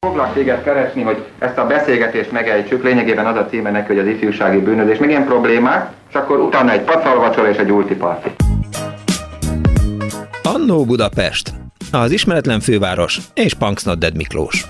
Foglak téged keresni, hogy ezt a beszélgetést megejtsük, lényegében az a címe neki, hogy az ifjúsági bűnözés, meg ilyen problémák, és akkor utána egy pacalvacsora és egy ultiparti. Annó Budapest, az ismeretlen főváros és Punks Not Dead Miklós.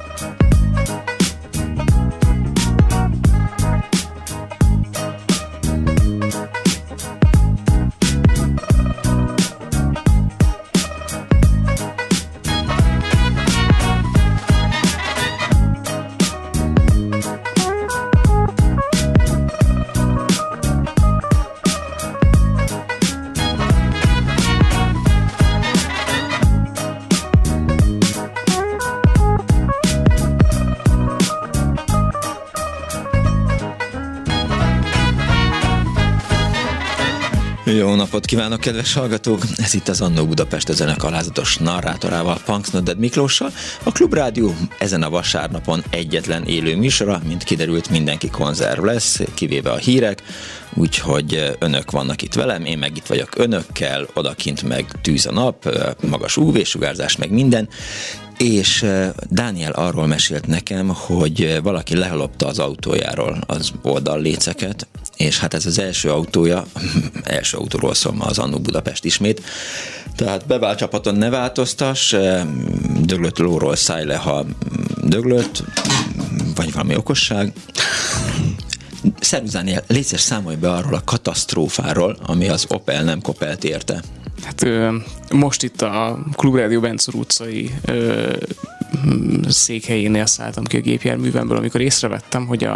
Jó napot kívánok, kedves hallgatók! Ez itt az Annó Budapest, a zene alázatos narrátorával, Punks Not Dead Miklóssal. A Klubrádió ezen a vasárnapon egyetlen élő műsora, mint kiderült, mindenki konzerv lesz, kivéve a hírek, úgyhogy önök vannak itt velem, én meg itt vagyok önökkel, odakint meg tűz a nap, magas UV-sugárzás, meg minden. És Dániel arról mesélt nekem, hogy valaki lelopta az autójáról az oldalléceket, és hát ez az első autója, első autóról szól ma az Annó Budapest ismét, tehát bevált csapaton ne változtass, döglött lóról szállj le, ha döglött, vagy valami okosság. Szervusz Dániel, légy szíves, számolj be arról a katasztrófáról, ami az Opel nem Kopelt érte. Hát most itt a Klubrádió Bencur utcai székhelyénél szálltam ki a gépjárművemből, amikor észrevettem, hogy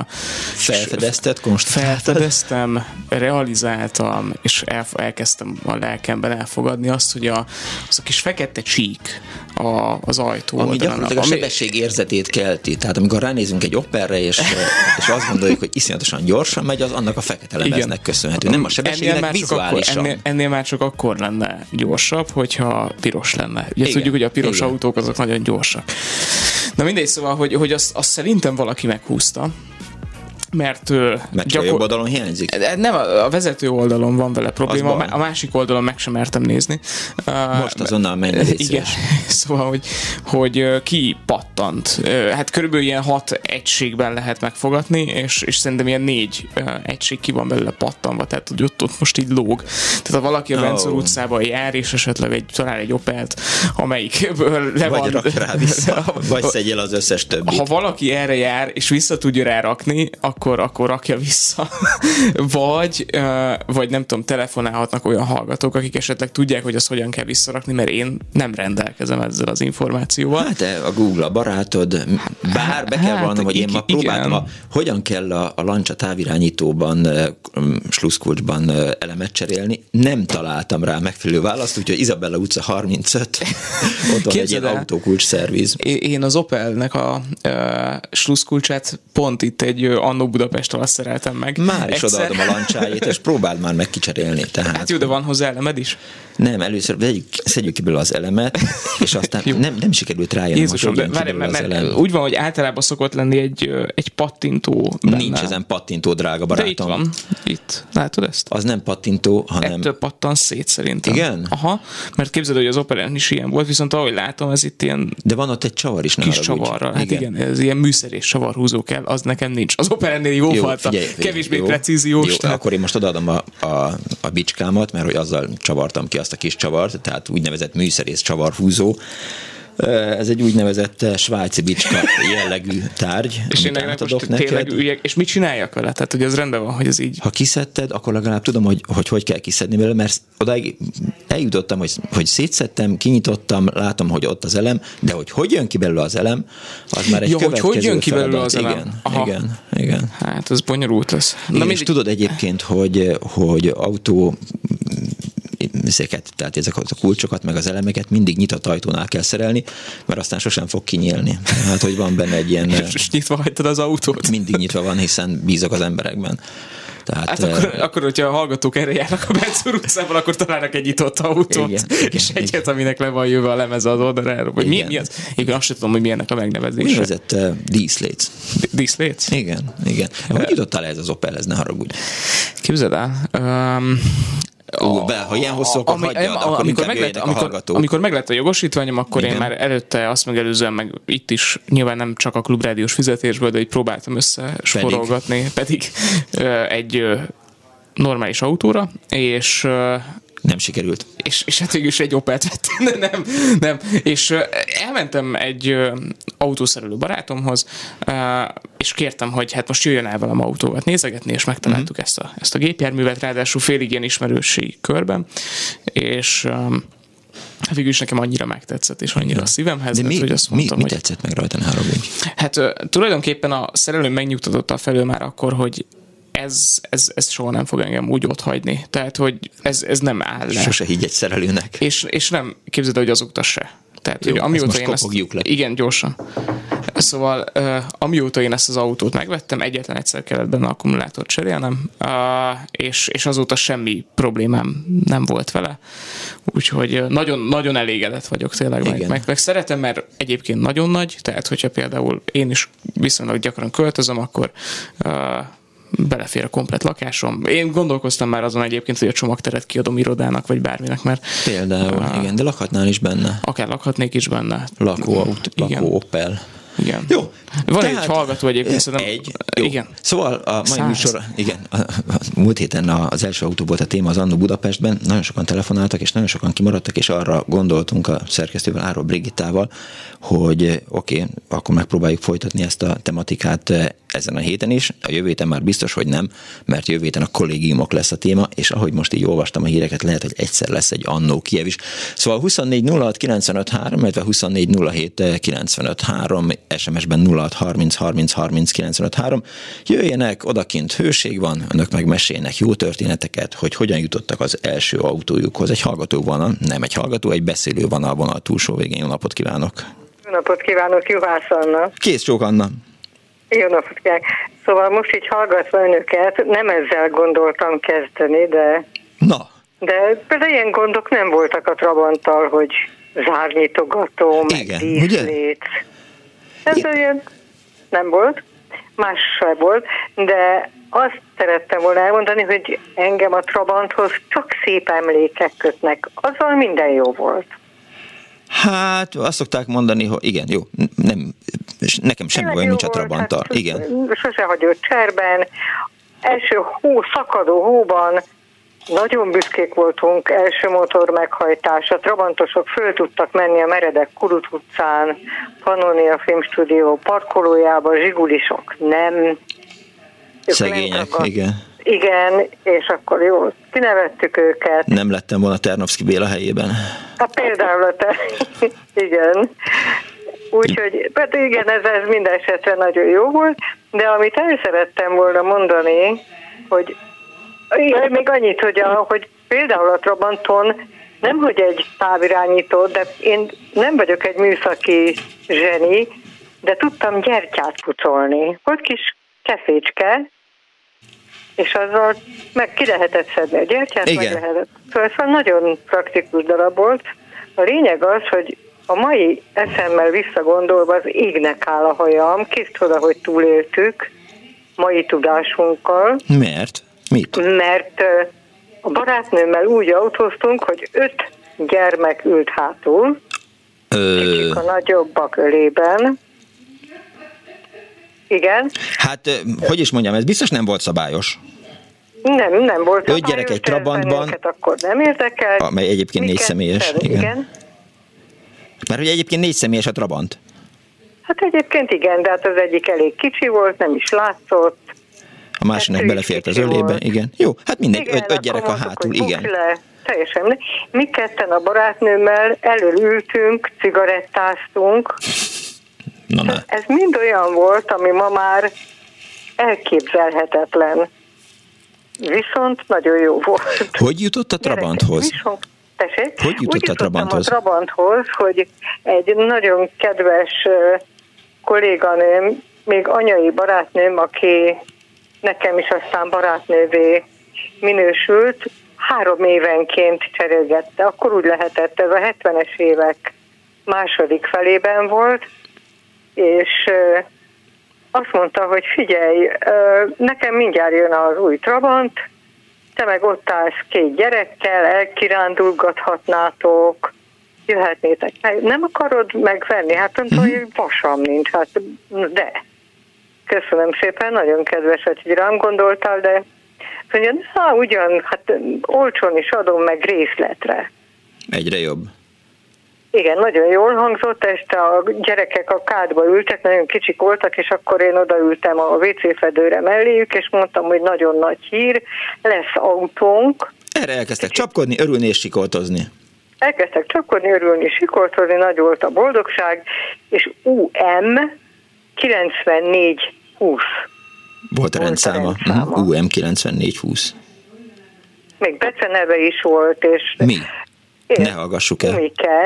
felfedeztem, realizáltam, és elkezdtem a lelkemben elfogadni azt, hogy az a kis fekete csík az ajtó ami gyakorlatilag a sebesség érzetét kelti. Tehát amikor ránézünk egy Opelre, és azt gondoljuk, hogy iszonyatosan gyorsan megy, az annak a fekete lemeznek köszönhető. Nem a sebességnek, vizuálisan. Ennél már csak akkor lenne gyorsabb, hogyha piros lenne. Ugye tudjuk, hogy a piros autók azok nagyon gyorsak. Na mindegy, szóval, hogy azt szerintem valaki meghúzta, mert a jobb oldalon hiányzik? Nem, a vezető oldalon van vele probléma, a másik oldalon meg sem mertem nézni. Most azonnal menj. Igen, szóval, hogy kipattant. Hát körülbelül ilyen 6 egységben lehet megfogatni, és szerintem ilyen 4 egység ki van belőle pattanva, tehát hogy ott most így lóg. Tehát ha valaki a Bencur utcában jár, és esetleg talál egy Opelt, amelyikből le van... Vagy rak rá vissza, vagy szedjél az összes többit. Ha valaki erre jár, és vissza tudja rárakni, akkor rakja vissza. vagy nem tudom, telefonálhatnak olyan hallgatók, akik esetleg tudják, hogy azt hogyan kell visszarakni, mert én nem rendelkezem ezzel az információval. Hát a Google a barátod, bár be kell vallanom, hogy én ma próbáltam, hogyan kell a Lancia távirányítóban, sluszkulcsban elemet cserélni, nem találtam rá megfelelő választ, úgyhogy Izabella utca 35, ott van egy ilyen autókulcs szerviz. Én az Opelnek a sluszkulcsát pont itt egy Annó Budapest alatt szereltem meg. Már is odaadom a Lanciájét, és próbáld már meg kicserélni. Tehát. Hát jó, de van hozzá elemed is? Nem, először szedjük ki belőle az elemet, és aztán nem sikerült rájönni, Jézusom, mert úgy van, hogy általában szokott lenni egy pattintó benne. Nincs ezen pattintó, drága barátom. De itt van. Itt. Látod ezt? Az nem pattintó, hanem... Ettől pattan szét szerintem. Igen? Aha, mert képzeld, hogy az Opelen is ilyen volt, viszont ahogy látom, ez itt ilyen... De van ott egy csavar is. Kis csavarral. Hát igen, ez ilyen műszerés csavarhúzó kell, az nekem nincs. Az Opelennél jó volt, kevésbé precíziós. Jó, akkor én most odaadom a bicskámat, mert hogy azzal csavartam ki azt a kis csavart, tehát úgynevezett műszerész csavarhúzó. Ez egy úgynevezett svájci bicska jellegű tárgy. És én most tényleg üljek, és mit csináljak vele? Tehát, hogy ez rendben van, hogy ez így... Ha kiszedted, akkor legalább tudom, hogy kell kiszedni vele, mert odáig eljutottam, hogy szétszedtem, kinyitottam, látom, hogy ott az elem, de hogy jön ki belőle az elem, az már egy következő hogy jön ki belőle az elem? Igen. Hát ez bonyolult lesz. És tudod egyébként, hogy autó tehát ezeket a kulcsokat, meg az elemeket mindig nyitott ajtónál kell szerelni, mert aztán sosem fog kinyílni. Hát, hogy van benne egy ilyen... És nyitva hagytad az autót? Mindig nyitva van, hiszen bízok az emberekben. Tehát, hát akkor, hogyha a hallgatók erre járnak a Bencur utcában, akkor találnak egy nyitott autót, igen, és egyet, aminek le van jöve a lemez az oldalra. Mi az? Én azt sem tudom, hogy milyennek a megnevezése. Úgynevezett díszléc. Díszléc? Igen. Hogy jutottál ez az Opelhez, ne haragudj? Képzeld el, Ha ilyen hosszú, akkor hagyjad, akkor inkább jöjjenek a hallgatók. Amikor meglett a jogosítványom, akkor én már előtte azt megelőzően, meg itt is nyilván nem csak a klubrádiós fizetésből, de így próbáltam összesporolgatni, pedig egy normális autóra, és nem sikerült. És hát végül is egy Opelt vettem, nem. És elmentem egy autószerelő barátomhoz, és kértem, hogy hát most jöjjön el velem autóvat nézegetni, és megtaláltuk ezt a gépjárművet, ráadásul félig ilyen ismerősségi körben, és végül is nekem annyira megtetszett, és annyira a szívemhez. De hogy azt mondtam, mi tetszett meg rajta, ne haragudj? Hát tulajdonképpen a szerelő megnyugtatott a felől már akkor, hogy ez soha nem fog engem úgy otthagyni. Tehát, hogy ez nem áll le. Sose higgy egy szerelőnek. És nem, képzeld el, hogy azóta se. Tehát, jó, hogy amióta most én kopogjuk le. Igen, gyorsan. Szóval amióta én ezt az autót megvettem, egyetlen egyszer kellett benne akkumulátort cserélnem, és azóta semmi problémám nem volt vele. Úgyhogy nagyon, nagyon elégedett vagyok tényleg. Meg szeretem, mert egyébként nagyon nagy, tehát hogyha például én is viszonylag gyakran költözöm, akkor belefér a komplett lakásom. Én gondolkoztam már azon egyébként, hogy a csomagteret kiadom irodának, vagy bárminek, mert... Például, igen, de lakhatnál is benne. Akár lakhatnék is benne. Lakó Opel. Igen. Jó. Van egy hallgató egyébként, szerintem. Jó. Igen. Szóval a mai műsor, igen, múlt héten az első autó volt a téma az Annó Budapestben, nagyon sokan telefonáltak, és nagyon sokan kimaradtak, és arra gondoltunk a szerkesztővel, Áró Brigittával, hogy oké, akkor megpróbáljuk folytatni ezt a tematikát ezen a héten is. A jövő héten már biztos, hogy nem, mert jövő héten a kollégiumok lesz a téma, és ahogy most így olvastam a híreket, lehet, hogy egyszer lesz egy Annó Kijev is. Szóval 24 06 95 3, illetve 24 07 95 3, SMS-ben 06 30 30 30 95 3. Jöjjenek, odakint hőség van, önök meg mesélnek jó történeteket, hogy hogyan jutottak az első autójukhoz. Egy hallgató van, nem egy hallgató, egy beszélő van a vonal túlsó végén. Jó napot kívánok! Jó napot kívánok, Juhász Anna! Kész csók, Anna! Jó napot kívánok! Szóval most így hallgatva önöket, nem ezzel gondoltam kezdeni, de például ilyen gondok nem voltak a Trabanttal, hogy zárnyitogató, meg díszlét. Ez olyan nem volt, más sem volt, de azt szerettem volna elmondani, hogy engem a Trabanthoz csak szép emlékek kötnek. Azzal minden jó volt. Hát, azt szokták mondani, hogy igen, jó, nem, nekem semmi olyan nincs a Trabanttal. Hát, igen. Sose hagyott cserben, első szakadó hóban nagyon büszkék voltunk, első motor meghajtás. A trabantosok föl tudtak menni a meredek Kurut utcán, Pannonia Filmstúdió parkolójába, zsigulisok nem. Szegények, igen. Igen, és akkor jó, kinevettük őket. Nem lettem volna Ternovszky Béla helyében. Hát például igen. Úgyhogy, hát igen, ez minden esetre nagyon jó volt, de amit el szerettem volna mondani, hogy még annyit, hogy például a Trabanton nemhogy egy távirányító, de én nem vagyok egy műszaki zseni, de tudtam gyertyát pucolni. Volt kis kefécske, és azzal meg ki lehetett szedni a gyertyát, igen. Meg lehetett. Szóval nagyon praktikus darab volt. A lényeg az, hogy a mai eszemmel visszagondolva az égnek áll a hajam, kész oda, hogy túléltük mai tudásunkkal. Miért? Mit? Mert a barátnőmmel úgy autóztunk, hogy 5 gyermek ült hátul, kicsik a nagyobbak ölében. Igen. Hát, hogy is mondjam, ez biztos nem volt szabályos. Nem volt. 5 gyerek egy Trabantban. Akkor nem érdekel. Amely egyébként 4 személyes. Igen. Mert hogy egyébként 4 személyes a Trabant. Hát egyébként igen, de hát az egyik elég kicsi volt, nem is látszott. A másiknak belefért az ölébe, igen. Jó, hát mindegy, 5 gyerek a hátul, igen. Teljesen. Mi ketten a barátnőmmel elől ültünk, cigarettáztunk. Ez mind olyan volt, ami ma már elképzelhetetlen. Viszont nagyon jó volt. Hogy jutott a Trabanthoz? Hogy jutott a Trabanthoz? A Trabanthoz, hogy egy nagyon kedves kolléganőm, még anyai barátnőm, aki nekem is aztán barátnővé minősült, 3 évenként cserélgette. Akkor úgy lehetett, ez a 70-es évek második felében volt, és azt mondta, hogy figyelj, nekem mindjárt jön az új Trabant, te meg ott állsz 2 gyerekkel, elkirándulgathatnátok, jöhetnétek. Nem akarod megvenni? Hát mondtam, hogy vasam nincs. Hát, de. Köszönöm szépen, nagyon kedves, hogy rám gondoltál, de mondja, ugyan, hát olcsón is adom meg részletre. Egyre jobb. Igen, nagyon jól hangzott, este a gyerekek a kádba ültek, nagyon kicsik voltak, és akkor én odaültem a WC fedőre melléjük, és mondtam, hogy nagyon nagy hír, lesz autónk. Erre elkezdtek csapkodni, örülni és sikoltozni. Elkezdtek csapkodni, örülni, sikoltozni, nagy volt a boldogság, és UM 9420. Volt a rendszáma. UM 9420. Még beceneve is volt, és... Mi? Ne hallgassuk el.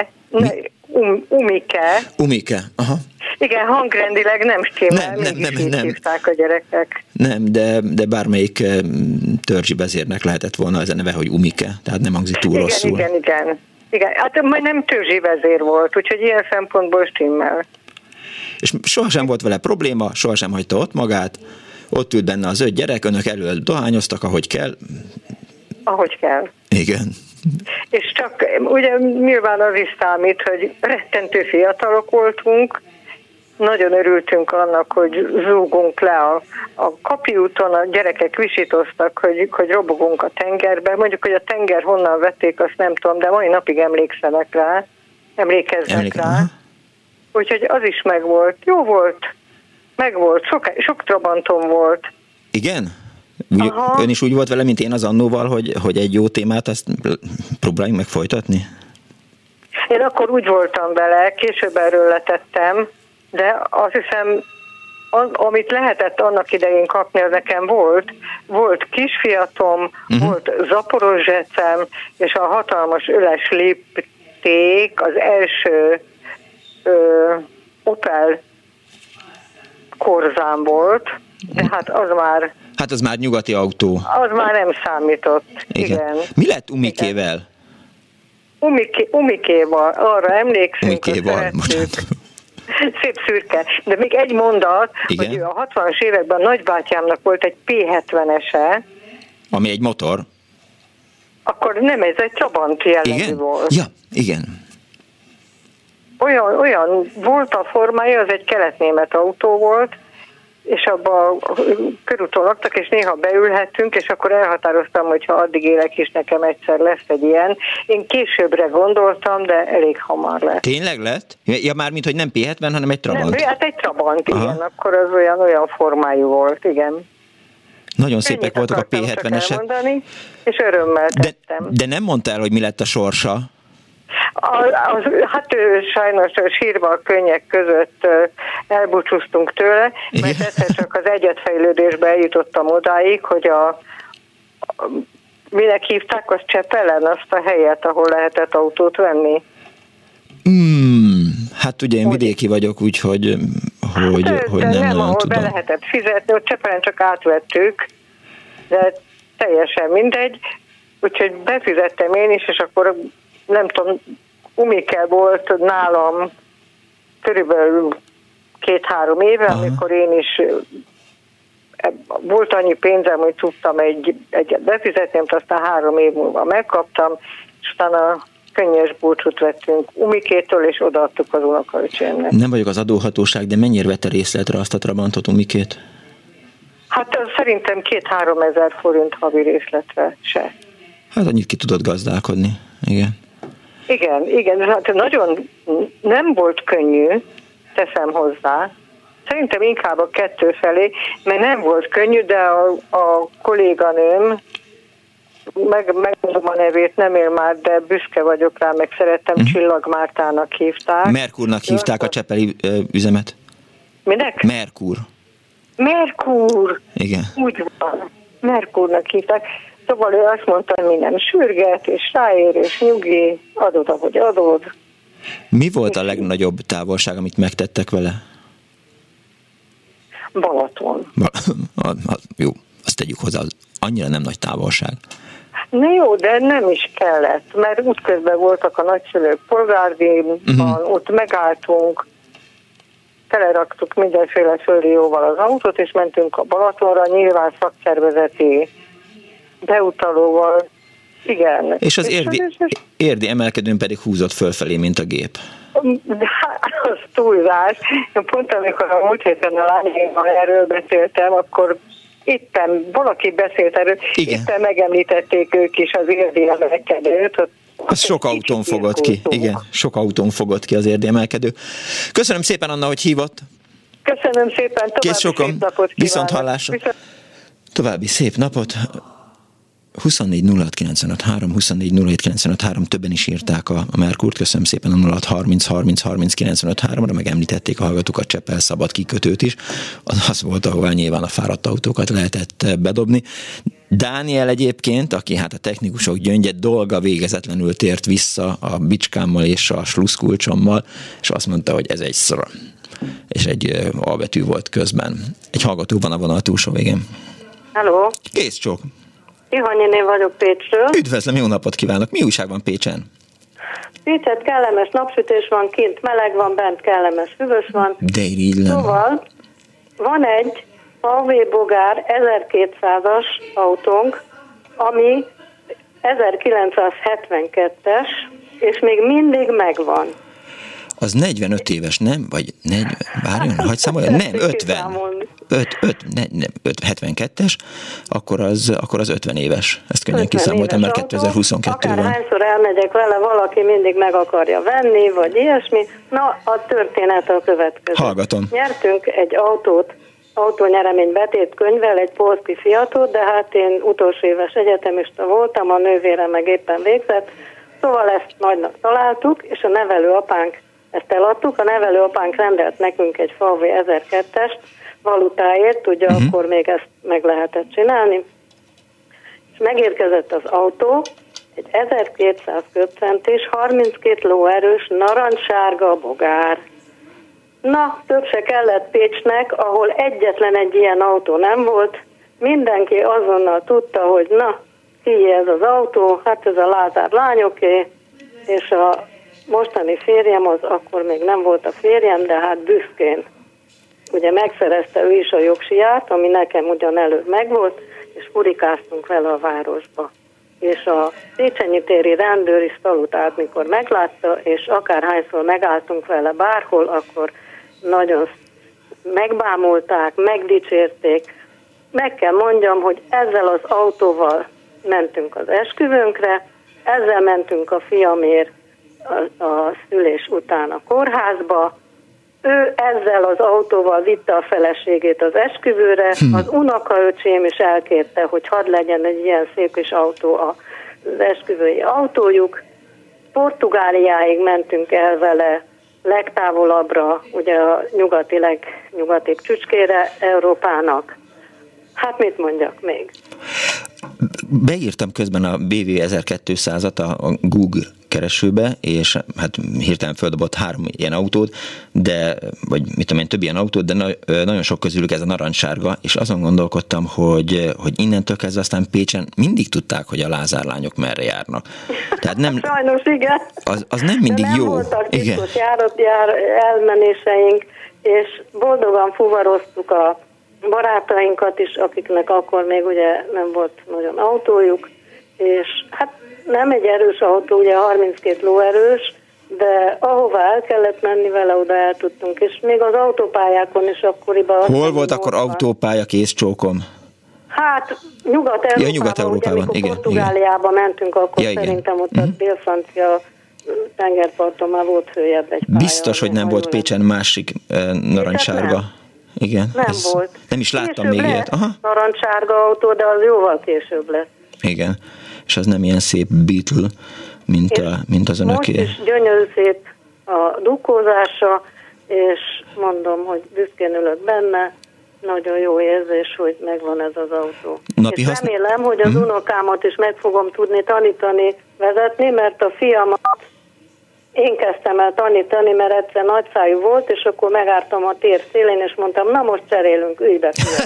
Umike, aha. Igen, hangrendileg nem stimmel, nem hívták a gyerekek. Nem, de bármelyik törzsi vezérnek lehetett volna ez a neve, hogy Umike, tehát nem hangzik túl rosszul. Igen, hát majd nem törzsi vezér volt, úgyhogy ilyen szempontból stimmel. És sohasem volt vele probléma, sohasem hagyta ott magát, ott ült benne az 5 gyerek, önök elől dohányoztak, ahogy kell. Ahogy kell. Igen. És csak ugye nyilván az is számít, hogy rettentő fiatalok voltunk, nagyon örültünk annak, hogy zúgunk le a Kapi úton, a gyerekek visítoztak, hogy robogunk a tengerbe. Mondjuk, hogy a tenger honnan vették, azt nem tudom, de mai napig emlékeznek rá. Úgyhogy az is megvolt. Jó volt, megvolt, sok trabantom volt. Igen? Ön is úgy volt vele, mint én az annóval, hogy egy jó témát, azt próbáljunk meg folytatni? Én akkor úgy voltam vele, később erről letettem, de azt hiszem, amit lehetett annak idején kapni, az nekem volt kisfiatom, volt zaporozsecem, és a hatalmas öles lépték, az első Opel Corzám volt, de hát az már... Hát az már nyugati autó. Az már nem számított. Igen. Mi lett Umikével? Umikéval, arra emlékszünk, szép szürke. De még egy mondat, igen? Hogy a 60-as években nagybátyámnak volt egy P70-ese. Ami egy motor? Akkor nem, ez egy Trabant jellegű volt. Ja, igen. Olyan volt a formája, az egy kelet-német autó volt, és abban a körúton laktak, és néha beülhettünk, és akkor elhatároztam, hogy ha addig élek is, nekem egyszer lesz egy ilyen. Én későbbre gondoltam, de elég hamar lett. Tényleg lett? Ja, mármint, hogy nem P70, hanem egy Trabant. Nem, hát egy Trabant, igen, akkor az olyan formájú volt, igen. Nagyon szépek voltak a P70-esek. És örömmel tettem. De nem mondta el, hogy mi lett a sorsa? Hát sajnos sírva a könnyek között elbúcsúztunk tőle, mert egyszer csak az egyetfejlődésbe eljutottam odáig, hogy minek hívták, az Csepelen, azt a helyet, ahol lehetett autót venni. Hát ugye én vidéki vagyok, úgyhogy hogy nem ahol tudom. Be lehetett fizetni, ott Csepelen csak átvettük, de teljesen mindegy, úgyhogy befizettem én is, és akkor nem tudom, Umike volt nálam körülbelül 2-3 éve, amikor én is volt annyi pénzem, hogy tudtam egyet befizetni, amit aztán 3 év múlva megkaptam, és utána könnyes búcsút vettünk Umikétől, és odaadtuk az unokaöcsémnek. Nem vagyok az adóhatóság, de mennyire vette részletre azt a Trabantot, Umikét? Hát szerintem 2-3 ezer forint havi részletre se. Hát annyit ki tudod gazdálkodni, igen. Igen, hát nagyon nem volt könnyű, teszem hozzá. Szerintem inkább a 2 felé, mert nem volt könnyű, de a kolléganőm, megmondom a nevét, nem él már, de büszke vagyok rá, meg szerettem, Csillag Mártának hívták. Merkurnak hívták a csepeli üzemet. Minek? Merkur. Igen. Úgy van. Merkurnak hívták. Szóval ő azt mondta, hogy mi nem sürget, és ráér, és nyugi, adod, ahogy adod. Mi volt a legnagyobb távolság, amit megtettek vele? Balaton. Jó, azt tegyük hozzá, annyira nem nagy távolság. Na jó, de nem is kellett, mert útközben voltak a nagyszülők Polgárdíjban, ott megálltunk, teleraktuk mindenféle földi jóval az autót, és mentünk a Balatonra, nyilván szakszervezeti beutalóval. Igen. És az érdi emelkedőn pedig húzott fölfelé, mint a gép. De az túlzás. Pont amikor a múlt héten a lányaimmal erről beszéltem, akkor éppen valaki beszélt erről, éppen megemlítették ők is az érdi emelkedőt. Az sok autón fogott ki. Igen, sok autón fogott ki az érdi emelkedő. Köszönöm szépen, Anna, hogy hívott. Köszönöm szépen, további szép napot kívánok. Viszont hallásra. További szép napot. 24 06 95 3, 24 07 95 3, többen is írták a Merkurt, köszönöm szépen a 06 30 30 30 95 3-ra, meg említették a hallgatók a Csepel-Szabad kikötőt is, az volt, ahová nyilván a fáradt autókat lehetett bedobni. Dániel egyébként, aki hát a technikusok gyöngye, dolga végezetlenül tért vissza a bicskámmal és a sluszkulcsommal, és azt mondta, hogy ez egy szor. És egy A betű volt közben. Egy hallgató van a vonal túlsó végén. Halló! Kész csók! Tihanyiné vagyok Pécsről. Üdvözlöm, jó napot kívánok! Mi újság van Pécsen? Pécset kellemes napsütés van, kint meleg van, bent kellemes hűvös van. De így lenne. Szóval van egy VW Bogár 1200-as autónk, ami 1972-es, és még mindig megvan. Az 45 éves, nem? Vagy 40, várjon, hagyj számolja? Nem, 50. 72-es, akkor az 50 éves. Ezt könnyen kiszámoltam, mert 2022 van. Akárhányszor elmegyek vele, valaki mindig meg akarja venni, vagy ilyesmi. Na, a történet a következő. Hallgatom. Nyertünk egy autónyeremény betétkönyvvel, egy polszki Fiatot, de hát én utolsó éves egyetemista voltam, a nővérem meg éppen végzett. Szóval ezt nagynak találtuk, és a nevelőapánk ezt eladtuk, a nevelőapánk rendelt nekünk egy VW 1002-est valutáért, ugye akkor még ezt meg lehetett csinálni, és megérkezett az autó, egy 1200 köbcentis, 32 lóerős, narancssárga Bogár. Na, több se kellett Pécsnek, ahol egyetlen egy ilyen autó nem volt, mindenki azonnal tudta, hogy na, ki ez az autó, hát ez a Lázár lányoké, és a mostani férjem, az akkor még nem volt a férjem, de hát büszkén. Ugye megszerezte ő is a jogsiját, ami nekem ugyan előbb megvolt, és furikáztunk vele a városba. És a Széchenyi téri rendőr is szalutált, mikor meglátta, és akárhányszor megálltunk vele bárhol, akkor nagyon megbámulták, megdicsérték. Meg kell mondjam, hogy ezzel az autóval mentünk az esküvőnkre, ezzel mentünk a fiamért a szülés után a kórházba. Ő ezzel az autóval vitte a feleségét az esküvőre, az unokaöcsém is elkérte, hogy hadd legyen egy ilyen szép kis autó az esküvői autójuk. Portugáliáig mentünk el vele, legtávolabbra, ugye a legnyugatibb csücskére Európának. Hát mit mondjak még? Beírtam közben a BV 1200-at a Google keresőbe, és hát hirtelen földobott 3 ilyen autót, de, vagy mit tudom én, több ilyen autót, de nagyon sok közülük ez a narancssárga, és azon gondolkodtam, hogy innentől kezdve aztán Pécsen mindig tudták, hogy a Lázár lányok merre járnak. Tehát nem, sajnos igen. Az nem mindig nem jó. Voltak titkos elmenéseink, és boldogan fuvaroztuk a barátainkat is, akiknek akkor még ugye nem volt nagyon autójuk, és hát nem egy erős autó, ugye 32 lóerős, de ahová el kellett menni vele, oda el tudtunk, és még az autópályákon is akkoriban... Hol volt akkor autópálya, kész csókom? Hát Nyugat-Európában, ugye, igen. Portugáliába mentünk, akkor szerintem ott a dél-francia tengerparton már volt följebb egy pálya. Biztos, hogy nem volt Pécsen másik narancssárga. Igen. Nem volt. Nem is láttam még ilyet. Narancssárga autó, de az jóval később lett. Igen. És az nem ilyen szép Beetle, mint az önöké. Most is gyönyörű szép a dukózása, és mondom, hogy büszkén ülök benne, nagyon jó érzés, hogy megvan ez az autó. És remélem, hogy az unokámat is meg fogom tudni tanítani, vezetni, mert a fiamat én kezdtem el tanítani, mert egyszer nagyszájú volt, és akkor megártam a tér szélén, és mondtam, na most cserélünk, ülj be, fiam.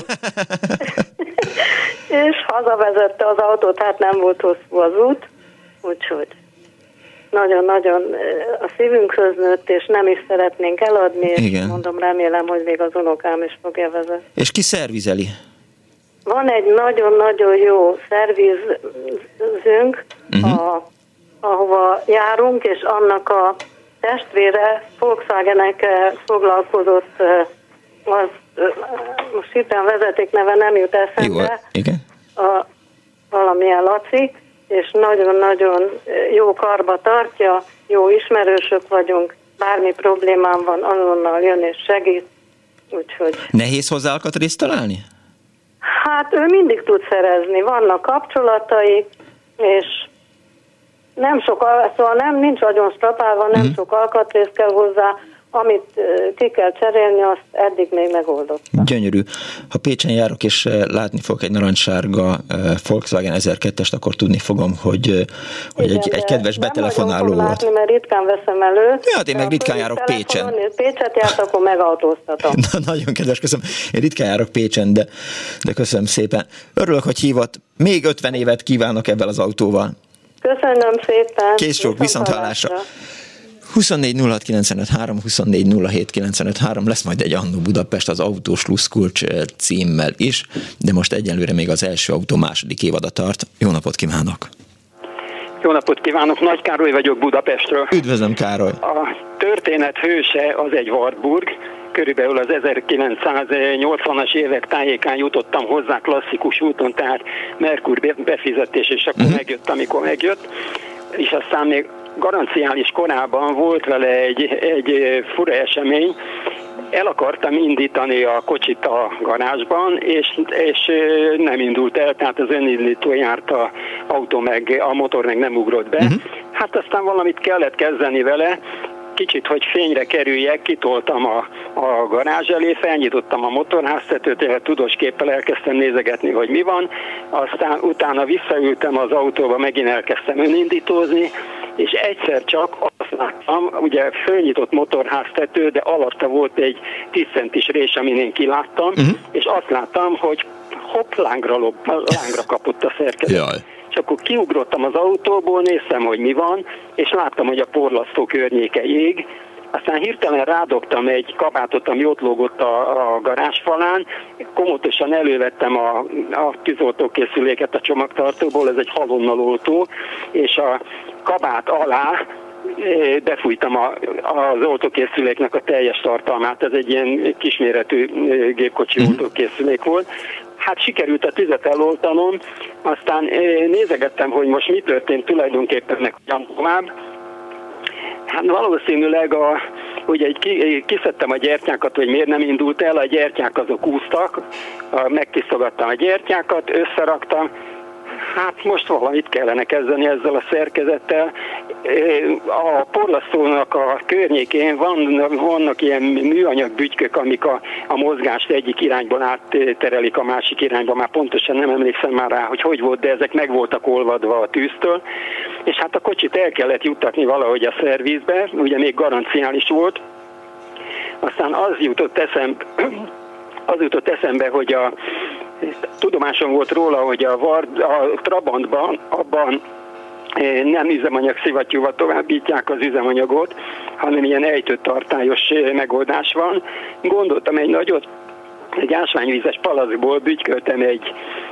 És hazavezette az autót, hát nem volt hosszú az út, úgyhogy nagyon-nagyon a szívünkhöz nőtt, és nem is szeretnénk eladni, és mondom, remélem, hogy még az unokám is fogja vezetni. És ki szervizeli? van egy nagyon-nagyon jó szervizünk, ahova járunk, és annak a testvére Volkswagen-ekkel foglalkozott, most hirtelen vezetékneve nem jut eszembe. Jó, igen. Valamilyen Laci, és nagyon-nagyon jó karba tartja, jó ismerősök vagyunk, bármi problémám van, azonnal jön és segít, úgyhogy... Nehéz hozzá alkatrészt találni? Hát ő mindig tud szerezni, vannak kapcsolatai, és nem sok, szóval nincs nagyon strapálva, nem sok alkatrész kell hozzá, amit ki kell cserélni, azt eddig még megoldottam. Gyönyörű. Ha Pécsen járok, és látni fogok egy narancssárga Volkswagen 1002-est, akkor tudni fogom, hogy igen, egy kedves betelefonáló volt. Látni, mert ritkán veszem elő. Ja, hát én meg ritkán járok Pécsen. Pécset járt, akkor megautóztatom. Nagyon kedves, köszönöm. Én ritkán járok Pécsen, de köszönöm szépen. Örülök, hogy hívott. Még 50 évet kívánok ebben az autóval. Köszönöm szépen. Kész sok, viszonthallásra. 24 06 95 3, 24 07 95 3, lesz majd egy Annó Budapest az Autós Luszkulcs címmel is, de most egyelőre még az első autó második évada tart. Jó napot kívánok! Jó napot kívánok, Nagy Károly vagyok Budapestről. Üdvözlöm, Károly! A történet hőse az egy Wartburg, körülbelül az 1980-as évek tájékán jutottam hozzá klasszikus úton, tehát Merkur befizetés, és akkor megjött, amikor megjött, és aztán még garanciális korában volt vele egy fura esemény. El akartam indítani a kocsit a garázsban, és nem indult el, tehát az önindító járt a autó, meg a motor meg nem ugrott be. Hát aztán valamit kellett kezdeni vele, kicsit, hogy fényre kerüljek, kitoltam a garázs elé, felnyitottam a motorháztetőt, tudós képpel elkezdtem nézegetni, hogy mi van, aztán utána visszaültem az autóba, megint elkezdtem önindítózni, és egyszer csak azt láttam, ugye fölnyitott motorháztető, de alatta volt egy 10 centis rés, amin én kiláttam, és azt láttam, hogy hopp, lángra kapott a szerkezet. Jaj. És akkor kiugrottam az autóból, néztem, hogy mi van, és láttam, hogy a porlasztó környéke ég. Aztán hirtelen rádogtam egy kabátot, ami ott lógott a garázsfalán, komótosan elővettem a tűzoltókészüléket a csomagtartóból, ez egy halonnaloltó, és a kabát alá befújtam az oltókészüléknek a teljes tartalmát, ez egy ilyen kisméretű gépkocsi oltókészülék volt. Hát sikerült a tüzet eloltanom, aztán nézegettem, hogy most mi történt tulajdonképpen meg tovább. Hát valószínűleg ugye kiszedtem a gyertyákat, hogy miért nem indult el, a gyertyák azok úsztak, megtisztogattam a gyertyákat, összeraktam, hát most valamit kellene kezdeni ezzel a szerkezettel. A porlasztónak a környékén vannak ilyen műanyag bütykök, amik a mozgást egyik irányból átterelik a másik irányba. Már pontosan nem emlékszem már rá, hogy volt, de ezek meg voltak olvadva a tűztől. És hát a kocsit el kellett juttatni valahogy a szervizbe, ugye még garanciális volt. Aztán az jutott eszembe, hogy tudomásom volt róla, hogy a Trabantban abban nem üzemanyagszivattyúval továbbítják az üzemanyagot, hanem ilyen ejtőtartályos megoldás van. Gondoltam egy nagyot, egy ásványvízes palackból bütyköltem egy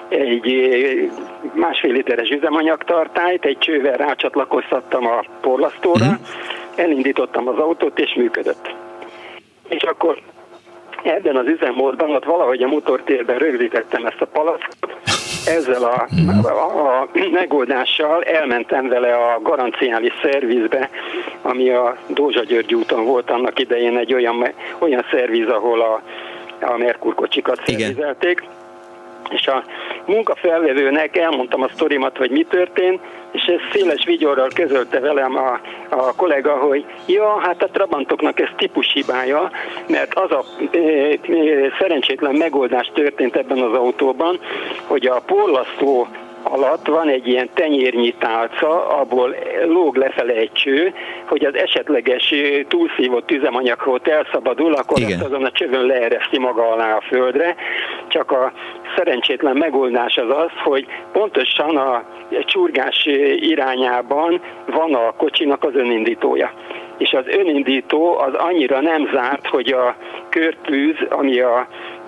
1,5 literes üzemanyagtartályt, egy csővel rácsatlakoztattam a porlasztóra, elindítottam az autót, és működött. És akkor ebben az üzemmódban ott valahogy a motortérben rögzítettem ezt a palackot, ezzel a megoldással elmentem vele a garanciális szervizbe, ami a Dózsa György úton volt annak idején egy olyan szerviz, ahol a Merkur kocsikat szervizelték. És a munkafelvevőnek elmondtam a sztorimat, hogy mi történt, és ez széles vigyorral közölte velem a kollega, hogy ja, hát a Trabantoknak ez típushibája, mert az a szerencsétlen megoldás történt ebben az autóban, hogy a porlasztó alatt van egy ilyen tenyérnyi tálca, abból lóg lefele egy cső, hogy az esetleges túlszívott üzemanyaghoz elszabadul, akkor ezt azon a csövön leereszti maga alá a földre. Csak a szerencsétlen megoldás az, hogy pontosan a csurgás irányában van a kocsinak az önindítója. És az önindító az annyira nem zárt, hogy a körtűz, ami a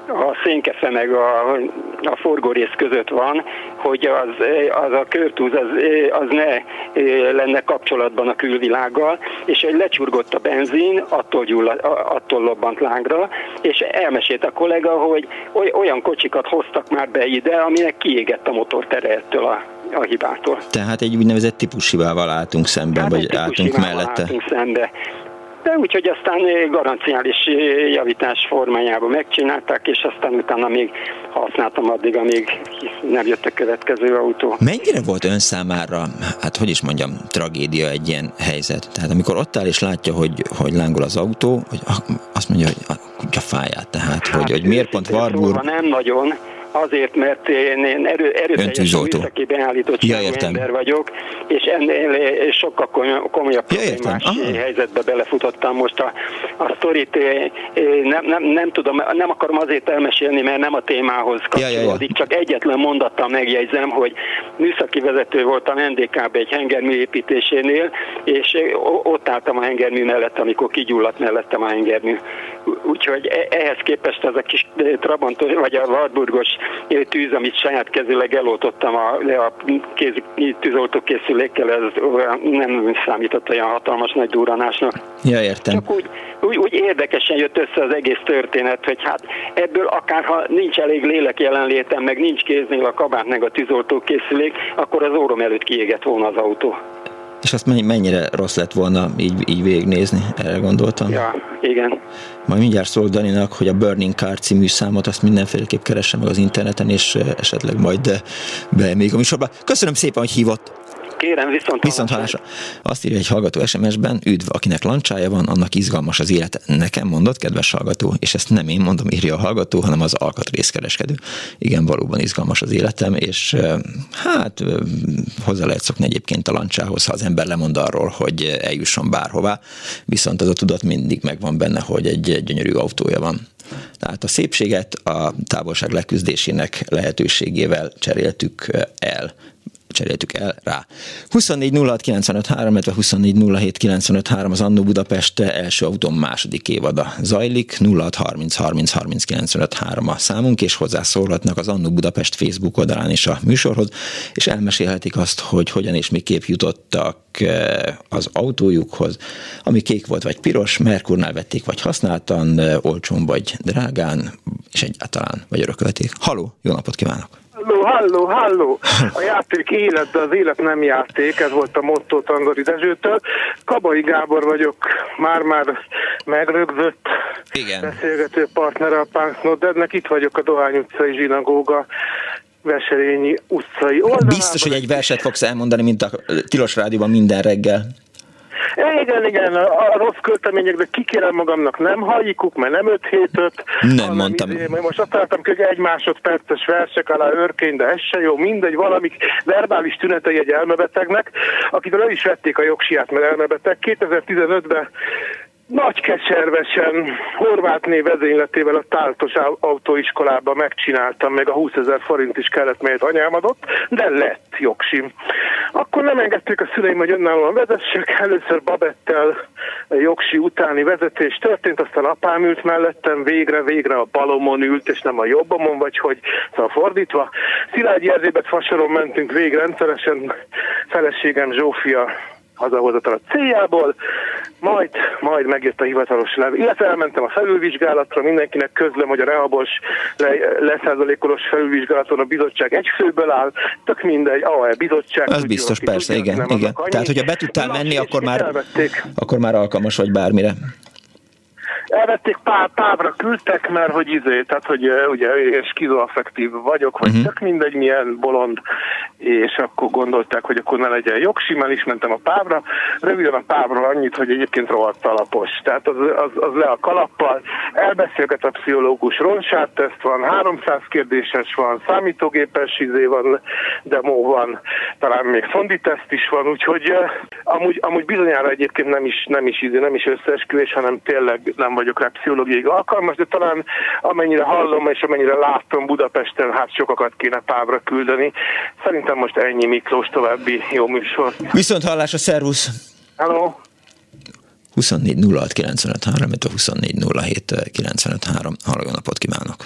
a szénkefe meg a forgórész között van, hogy az a körtúz az ne lenne kapcsolatban a külvilággal, és hogy lecsurgott a benzin, attól lobbant lángra, és elmesélt a kollega, hogy olyan kocsikat hoztak már be ide, aminek kiégett a motortere ettől a hibától. Tehát egy úgynevezett típushibával álltunk szemben, vagy álltunk mellette. Álltunk szembe. De úgyhogy aztán garanciális javítás formájában megcsinálták, és aztán utána még használtam addig, amíg nem jött a következő autó. Mennyire volt ön számára, hát hogy is mondjam, tragédia egy ilyen helyzet? Tehát amikor ott áll és látja, hogy lángol az autó, hogy azt mondja, hogy a kutya fáját, tehát hogy miért pont Warburg... Nem nagyon. Azért, mert én erőteljes műszaki beállítottságú ember vagyok, és ennél sokkal komolyabb problémás helyzetbe belefutottam. Most a sztorit nem tudom, nem akarom azért elmesélni, mert nem a témához kapcsolódik, csak egyetlen mondattal megjegyzem, hogy műszaki vezető voltam NDK-be egy hengermű építésénél, és ott álltam a hengermű mellett, amikor kigyulladt mellettem a hengermű. Úgyhogy ehhez képest ez a kis Trabant, vagy a Warburgos tűz, amit saját kezüleg eloltottam a tűzoltókészülékkel, ez nem számított olyan hatalmas nagy durranásnak. Ja, értem. Csak úgy érdekesen jött össze az egész történet, hogy hát ebből akár ha nincs elég lélek jelenlétem, meg nincs kéznél a kabát, meg a tűzoltókészülék, akkor az órom előtt kiégett volna az autó. És azt mennyire rossz lett volna így végignézni, erre gondoltam. Ja, igen. Majd mindjárt szólok Daninak, hogy a Burning Car című számot azt mindenféleképp keresse meg az interneten, és esetleg majd be még a műsorba. Köszönöm szépen, hogy hívott. Kérem, viszont hallásra. Azt írja egy hallgató SMS-ben, üdv, akinek lancsája van, annak izgalmas az élet. Nekem mondott, kedves hallgató, és ezt nem én mondom, írja a hallgató, hanem az alkatrészkereskedő. Igen, valóban izgalmas az életem, és hát hozzá lehet szokni egyébként a lancsához, ha az ember lemond arról, hogy eljusson bárhová, viszont az a tudat mindig megvan benne, hogy egy gyönyörű autója van. Tehát a szépséget a távolság leküzdésének lehetőségével cseréltük el rá. 24 06 95 3, illetve 24 07 95 3 az Annó Budapest első autón második évada zajlik, 06 30 30 30 95 3 a számunk, és hozzászólhatnak az Annó Budapest Facebook oldalán is a műsorhoz, és elmesélhetik azt, hogy hogyan és miképp jutottak az autójukhoz, ami kék volt vagy piros, Merkurnál vették vagy használtan, olcsón vagy drágán, és egyáltalán vagy örökölték. Halló, jó napot kívánok! Halló! A játék élet, de az élet nem játék, ez volt a motto Tangari Dezsőtől. Kabai Gábor vagyok, már megrögzött beszélgető partnere a Punks Not Deadnek. Itt vagyok a Dohány utcai zsinagóga Veselényi utcai oldalában. Biztos, hogy egy verset fogsz elmondani, mint a Tilos Rádióban minden reggel. Igen, a rossz költemények, de kikérem magamnak, nem hajikuk, mert nem 5-7-5. Nem mondtam. Most azt találtam, hogy egy másodperces versek alá őrkény, de ez se jó, mindegy, valami verbális tünetei egy elmebetegnek, akitől el is vették a jogsiját, mert elmebeteg. 2015-ben nagy keservesen Horvátné vezényletével a Táltos autóiskolában megcsináltam, meg a 20 000 forint is kellett, melyet anyám adott, de lett jogsim. Akkor nem engedték a szüleim, hogy önállóan vezessek, először Babettel jogsi utáni vezetés történt, aztán apám ült mellettem, végre a balomon ült, és nem a jobbomon, vagy hogy, szóval fordítva. Szilágyi Erzsébet fasoron mentünk végig rendszeresen, feleségem Zsófia hazahozatal a céljából, majd megjött a hivatalos levél. Illetve elmentem a felülvizsgálatra, mindenkinek közlöm, hogy a rehabos leszázalékolos felülvizsgálaton a bizottság egy főből áll, tök mindegy, bizottság. Az biztos, persze, igen. Tehát, hogyha be tudtál menni, akkor már alkalmas vagy bármire. Elvették, pávra küldtek, mert hogy tehát hogy ugye skizoaffektív vagyok, vagy tök mindegy, milyen bolond, és akkor gondolták, hogy akkor ne legyen jogsim, is mentem a pávra. Röviden a pávról annyit, hogy egyébként rohadt alapos. Tehát az le a kalappal, elbeszélget a pszichológus, ronsátteszt van, 300 kérdéses van, számítógépes van, demo van, talán még szonditeszt is van, úgyhogy amúgy bizonyára egyébként nem is összeesküvés, hanem tényleg nem vagyok rá pszichológiai alkalmas, de talán amennyire hallom és amennyire látom Budapesten, hát sokakat kéne pávra küldeni. Szerintem most ennyi, Miklós, további jó műsor. Viszont hallásra, szervusz! Hello. 24 06 95 3, illetve 24 07 95 3. Halló, jó napot kívánok!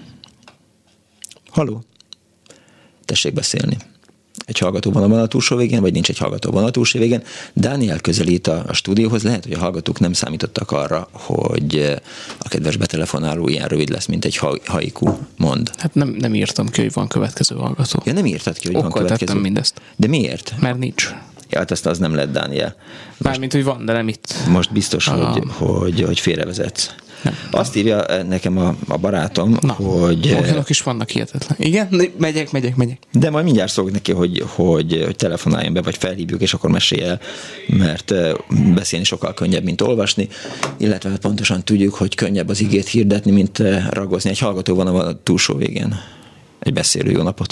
Halló? Tessék beszélni. Egy hallgató van a túlsó végén, vagy nincs egy hallgató van a túlsó végén. Dániel közelít a stúdióhoz. Lehet, hogy a hallgatók nem számítottak arra, hogy a kedves betelefonáló ilyen rövid lesz, mint egy haiku mond. Hát nem írtam ki, hogy van következő hallgató. Ja, nem írtad ki, hogy van Okkal következő. tettem mindezt. De miért? Mert nincs. Ja, hát az nem lett, Dániel. Mármint, hogy van, de nem itt. Most biztos, hogy félrevezetsz. Nem. Azt írja nekem a barátom, hogy... Olyanok is vannak hihetetlen. Igen? Megyek. De majd mindjárt szólok neki, hogy telefonáljon be, vagy felhívjuk, és akkor mesélj el, mert beszélni sokkal könnyebb, mint olvasni, illetve pontosan tudjuk, hogy könnyebb az igét hirdetni, mint ragozni. Egy hallgató van a túlsó végén. Egy beszélő, jó napot!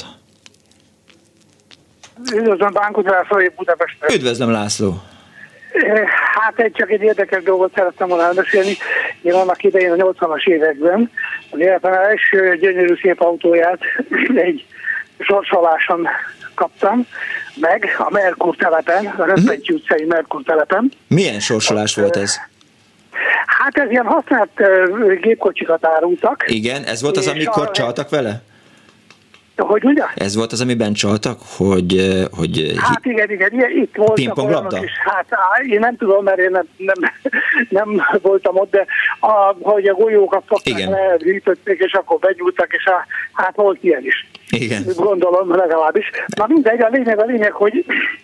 Üdvözlöm, Bánkos László, Budapesten. Üdvözlöm, László! Hát csak egy érdekes dolgot szerettem volna elbeszélni. Én annak idején a 80-as években az életem első gyönyörű szép autóját egy sorsoláson kaptam meg a Merkur telepen, a Röppentyű utcai Merkur telepen. Milyen sorsolás volt ez? Hát ez ilyen használt gépkocsikat árultak. Igen, ez volt az, amikor csaltak vele? Hogy ugye? Ez volt az, amiben csaltak, hogy hát igen, itt voltak olyanok is. Hát én nem tudom, mert én nem voltam ott, de hogy a golyókat fogták le, gyűjtötték, és akkor begyújtak, és hát volt ilyen is. Igen. Gondolom legalábbis. Na mindegy, a lényeg, hogy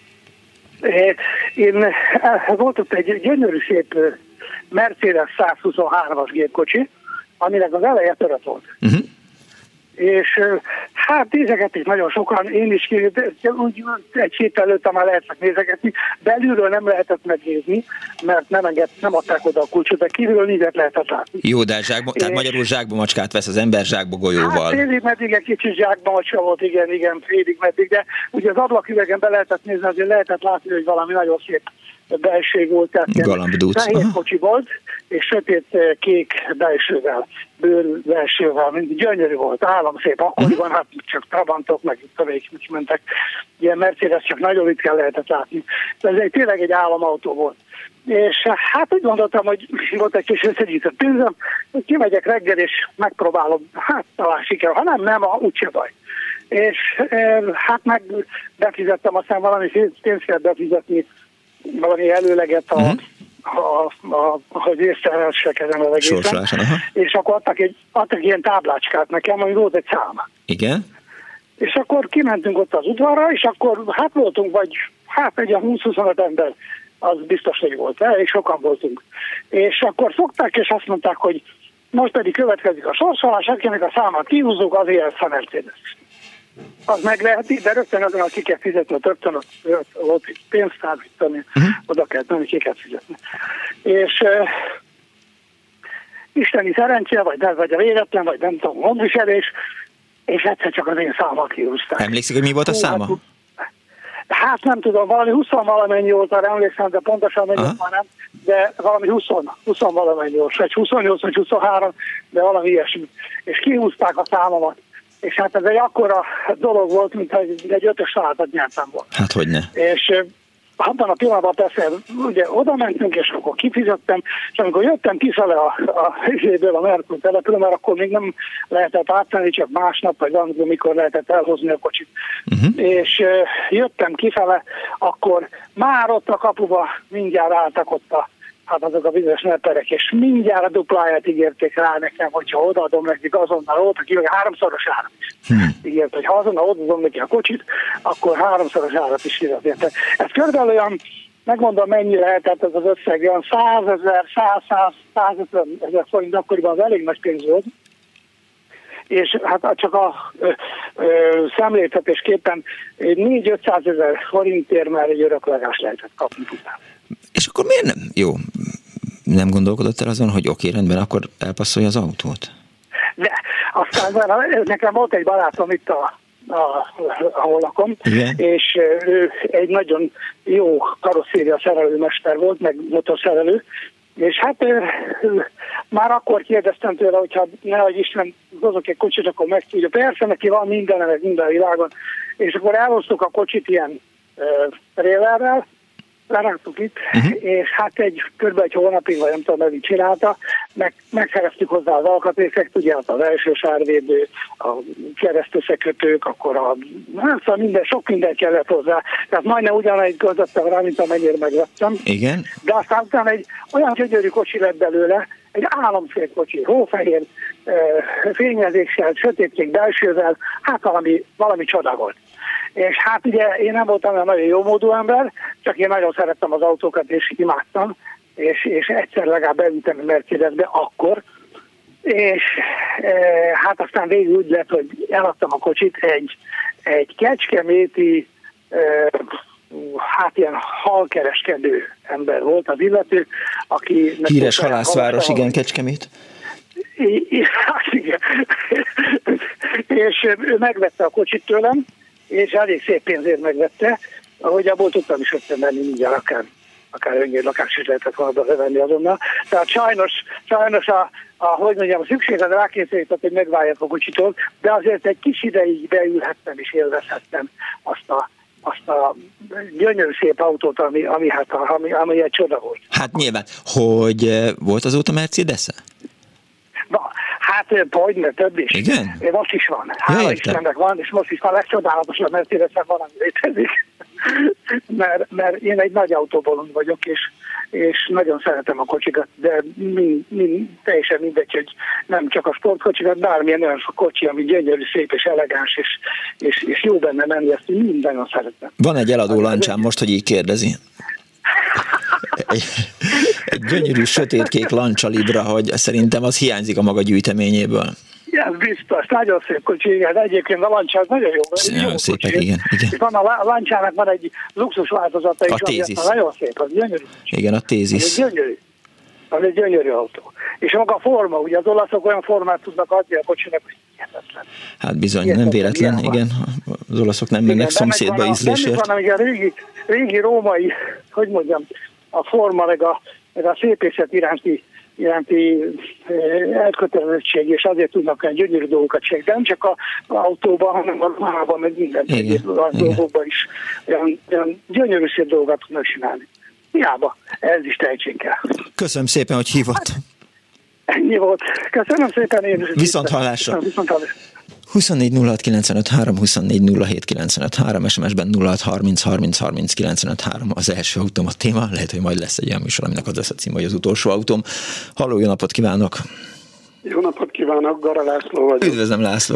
én volt ott egy gyönyörű szép Mercedes 123-as gépkocsi, aminek az eleje törött volt. Uh-huh. És hát nézegették nagyon sokan, én is úgy egy hét előtt már lehetett nézegetni, belülről nem lehetett megnézni, mert nem adták oda a kulcsot, de kívülről mindent lehetett látni. Jó, de tehát magyarul zsákba macskát vesz az ember zsákba golyóval. Hát félig meddig egy kicsit zsákba macska volt, igen, félig meddig, de ugye az ablaküvegen be lehetett nézni, azért lehetett látni, hogy valami nagyon szép belség volt, tehát nehéz kocsi volt, és sötét-kék belsővel, bőr belsővel, mind gyönyörű volt, államszép. Akkoriban hát csak Trabantok, meg itt a végig mentek, ilyen Mercedes csak nagyon ritkán lehetett látni. De ez tényleg egy államautó volt. És hát úgy gondoltam, hogy volt egy kis összegyűjtött pénzem, hogy kimegyek reggel, és megpróbálom, hát talán sikerül, ha nem, úgyse baj. És hát meg befizettem, aztán valami pénzt kell befizetni, valami előleget hogy észrevessek ezen az egészen. És akkor adtak ilyen táblácskát nekem, ami volt egy szám. Igen. És akkor kimentünk ott az udvarra, és akkor hát voltunk, vagy hát egy 20-25 ember, az biztos, hogy volt, elég sokan voltunk. És akkor fogták, és azt mondták, hogy most pedig következik a sorsolás, akinek a számát kihúzzuk, azért lesz a Mercedes. Az meg lehet, de rögtön azon, ki kell fizetni, rögtön ott volt egy pénztár, oda kellett menni, ki kell fizetni. És isteni szerencse, vagy a véletlen, vagy nem tudom, gondviselés, és egyszer csak az én számmal kihúzták. Emlékszik, hogy mi volt a száma? Hát nem tudom, valami 20-valamennyi volt, arra emlékszem, de pontosan mennyi már nem, de valami 20 valamennyi volt, vagy 28 vagy 23, de valami ilyesmi. És kihúzták a számomat. És hát ez egy akkora dolog volt, mint egy 5-ös salátat nyertem volna. Hát hogyne. És abban a pillanatban persze ugye oda mentünk, és akkor kifizettem, és amikor jöttem kifele a Merkur települő, mert akkor még nem lehetett átvenni, csak másnap, vagy valamikor, mikor lehetett elhozni a kocsit. És jöttem kifele, akkor már ott a kapuba mindjárt álltak ott hát azok a bizonyos neperek, és mindjárt a dupláját ígérték rá nekem, hogyha odaadom nekik azonnal, volt, aki meg 3-szoros árat is ígért, hogy ha azonnal odaadom neki a kocsit, akkor 3-szoros árat is ígért. Ez körülbelül olyan, megmondom mennyi lehetett ez az összeg, olyan 100 000, 150 000 forint, akkoriban az elég nagy pénz volt, és hát csak a szemléltetésképpen 400-500 000 forintért már egy öröklegást lehetett kapni utána. És akkor miért nem? Jó, nem gondolkodott el azon, hogy oké, rendben, akkor elpasszolja az autót? De aztán nekem volt egy barátom itt, ahol lakom, és ő egy nagyon jó karosszéria szerelőmester volt, meg motorszerelő, és hát már akkor kérdeztem tőle, hogyha nehogy Isten hozok egy kocsit, akkor meg tudja. Persze, neki van minden világon, és akkor elhoztuk a kocsit ilyen trailerrel, leraktuk itt, és hát kb. Egy hónapig, vagy nem tudom, hogy csinálta, megszereztük hozzá az alkatrészeket, ugye az első sárvédő, a keresztösszekötők, akkor szóval sok minden kellett hozzá. Tehát majdnem ugyanegy költöttem rá, mint amennyire megvettem. Igen. De aztán utána egy olyan gyönyörű kocsi lett belőle, egy álomszép kocsi, hófehér, fényezéssel, sötétkék belsővel, hát valami csoda volt. És hát ugye én nem voltam olyan nagyon jó módú ember, csak én nagyon szerettem az autókat, és imádtam, és egyszer legalább beültem a Mercedesbe akkor, és hát aztán végül úgy lett, hogy eladtam a kocsit, egy kecskeméti, hát ilyen halkereskedő ember volt az illető, aki... Híres halászváros, igen, Kecskemét. Igen. És ő megvette a kocsit tőlem, és elég szép pénzért megvette, ahogy abból tudtam is venni mindjárt, akár öngyér lakást is lehetett volna bevenni azonnal. Tehát sajnos a szükséglet rákényszerített, hogy megváljak a kocsitól, de azért egy kis ideig beülhettem és élvezhettem azt a gyönyörű szép autót, ami egy csoda volt. Hát nyilván, hogy volt azóta Mercedes-e? Hát hogyne, több is. Igen? Most is van. Hála Istennek van, és most is van. Legcsodálatosabb Mercedes-en van, ami létezik. mert én egy nagy autóbolond vagyok, és nagyon szeretem a kocsikat, de teljesen mindegy, hogy nem csak a sportkocsikat, bármilyen olyan kocsi, ami gyönyörű, szép és elegáns, és jó benne menni, ezt minden szeretem. Van egy eladó lancsám most, hogy így kérdezi. Egy gyönyörű sötétkék Lancia Libra, hogy szerintem az hiányzik a maga gyűjteményéből. Ez biztos, nagyon szép kocsi, igen. Egyébként a Lancia az nagyon jó. Nagyon szépek, igen. És van a Lanciának van egy luxus változata is, a Tézis. Nagyon szép, az gyönyörű. Igen, a Tézis. Az egy gyönyörű autó. És maga a forma, ugye az olaszok olyan formát tudnak adni a kocsinak, hogy hihetetlen. Hát bizony, nem véletlen, igen. Az olaszok nem mennek szomszédba ízlésért. Van a régi római, hogy mondjam, a forma, meg a szépészet iránti elkötelezettség, és azért tudnak olyan gyönyörű dolgokat csinálni, de nem csak az autóban, hanem a ruhában, meg minden dolgokban is olyan gyönyörű szép dolgokat tudnak csinálni. Hiába, ez is tehetség kell. Köszönöm szépen, hogy hívott. Ennyi volt. Köszönöm szépen én is. Viszont hallásra. 24 06 95 3, 24 07 95 3, SMS-ben 06 30 30 30 95 3 az első autóm a téma. Lehet, hogy majd lesz egy olyan műsor, aminek az lesz a cím, hogy az utolsó autóm. Halló, jó napot kívánok! Jó napot kívánok, Gara László vagyok. Üdvözlöm, László!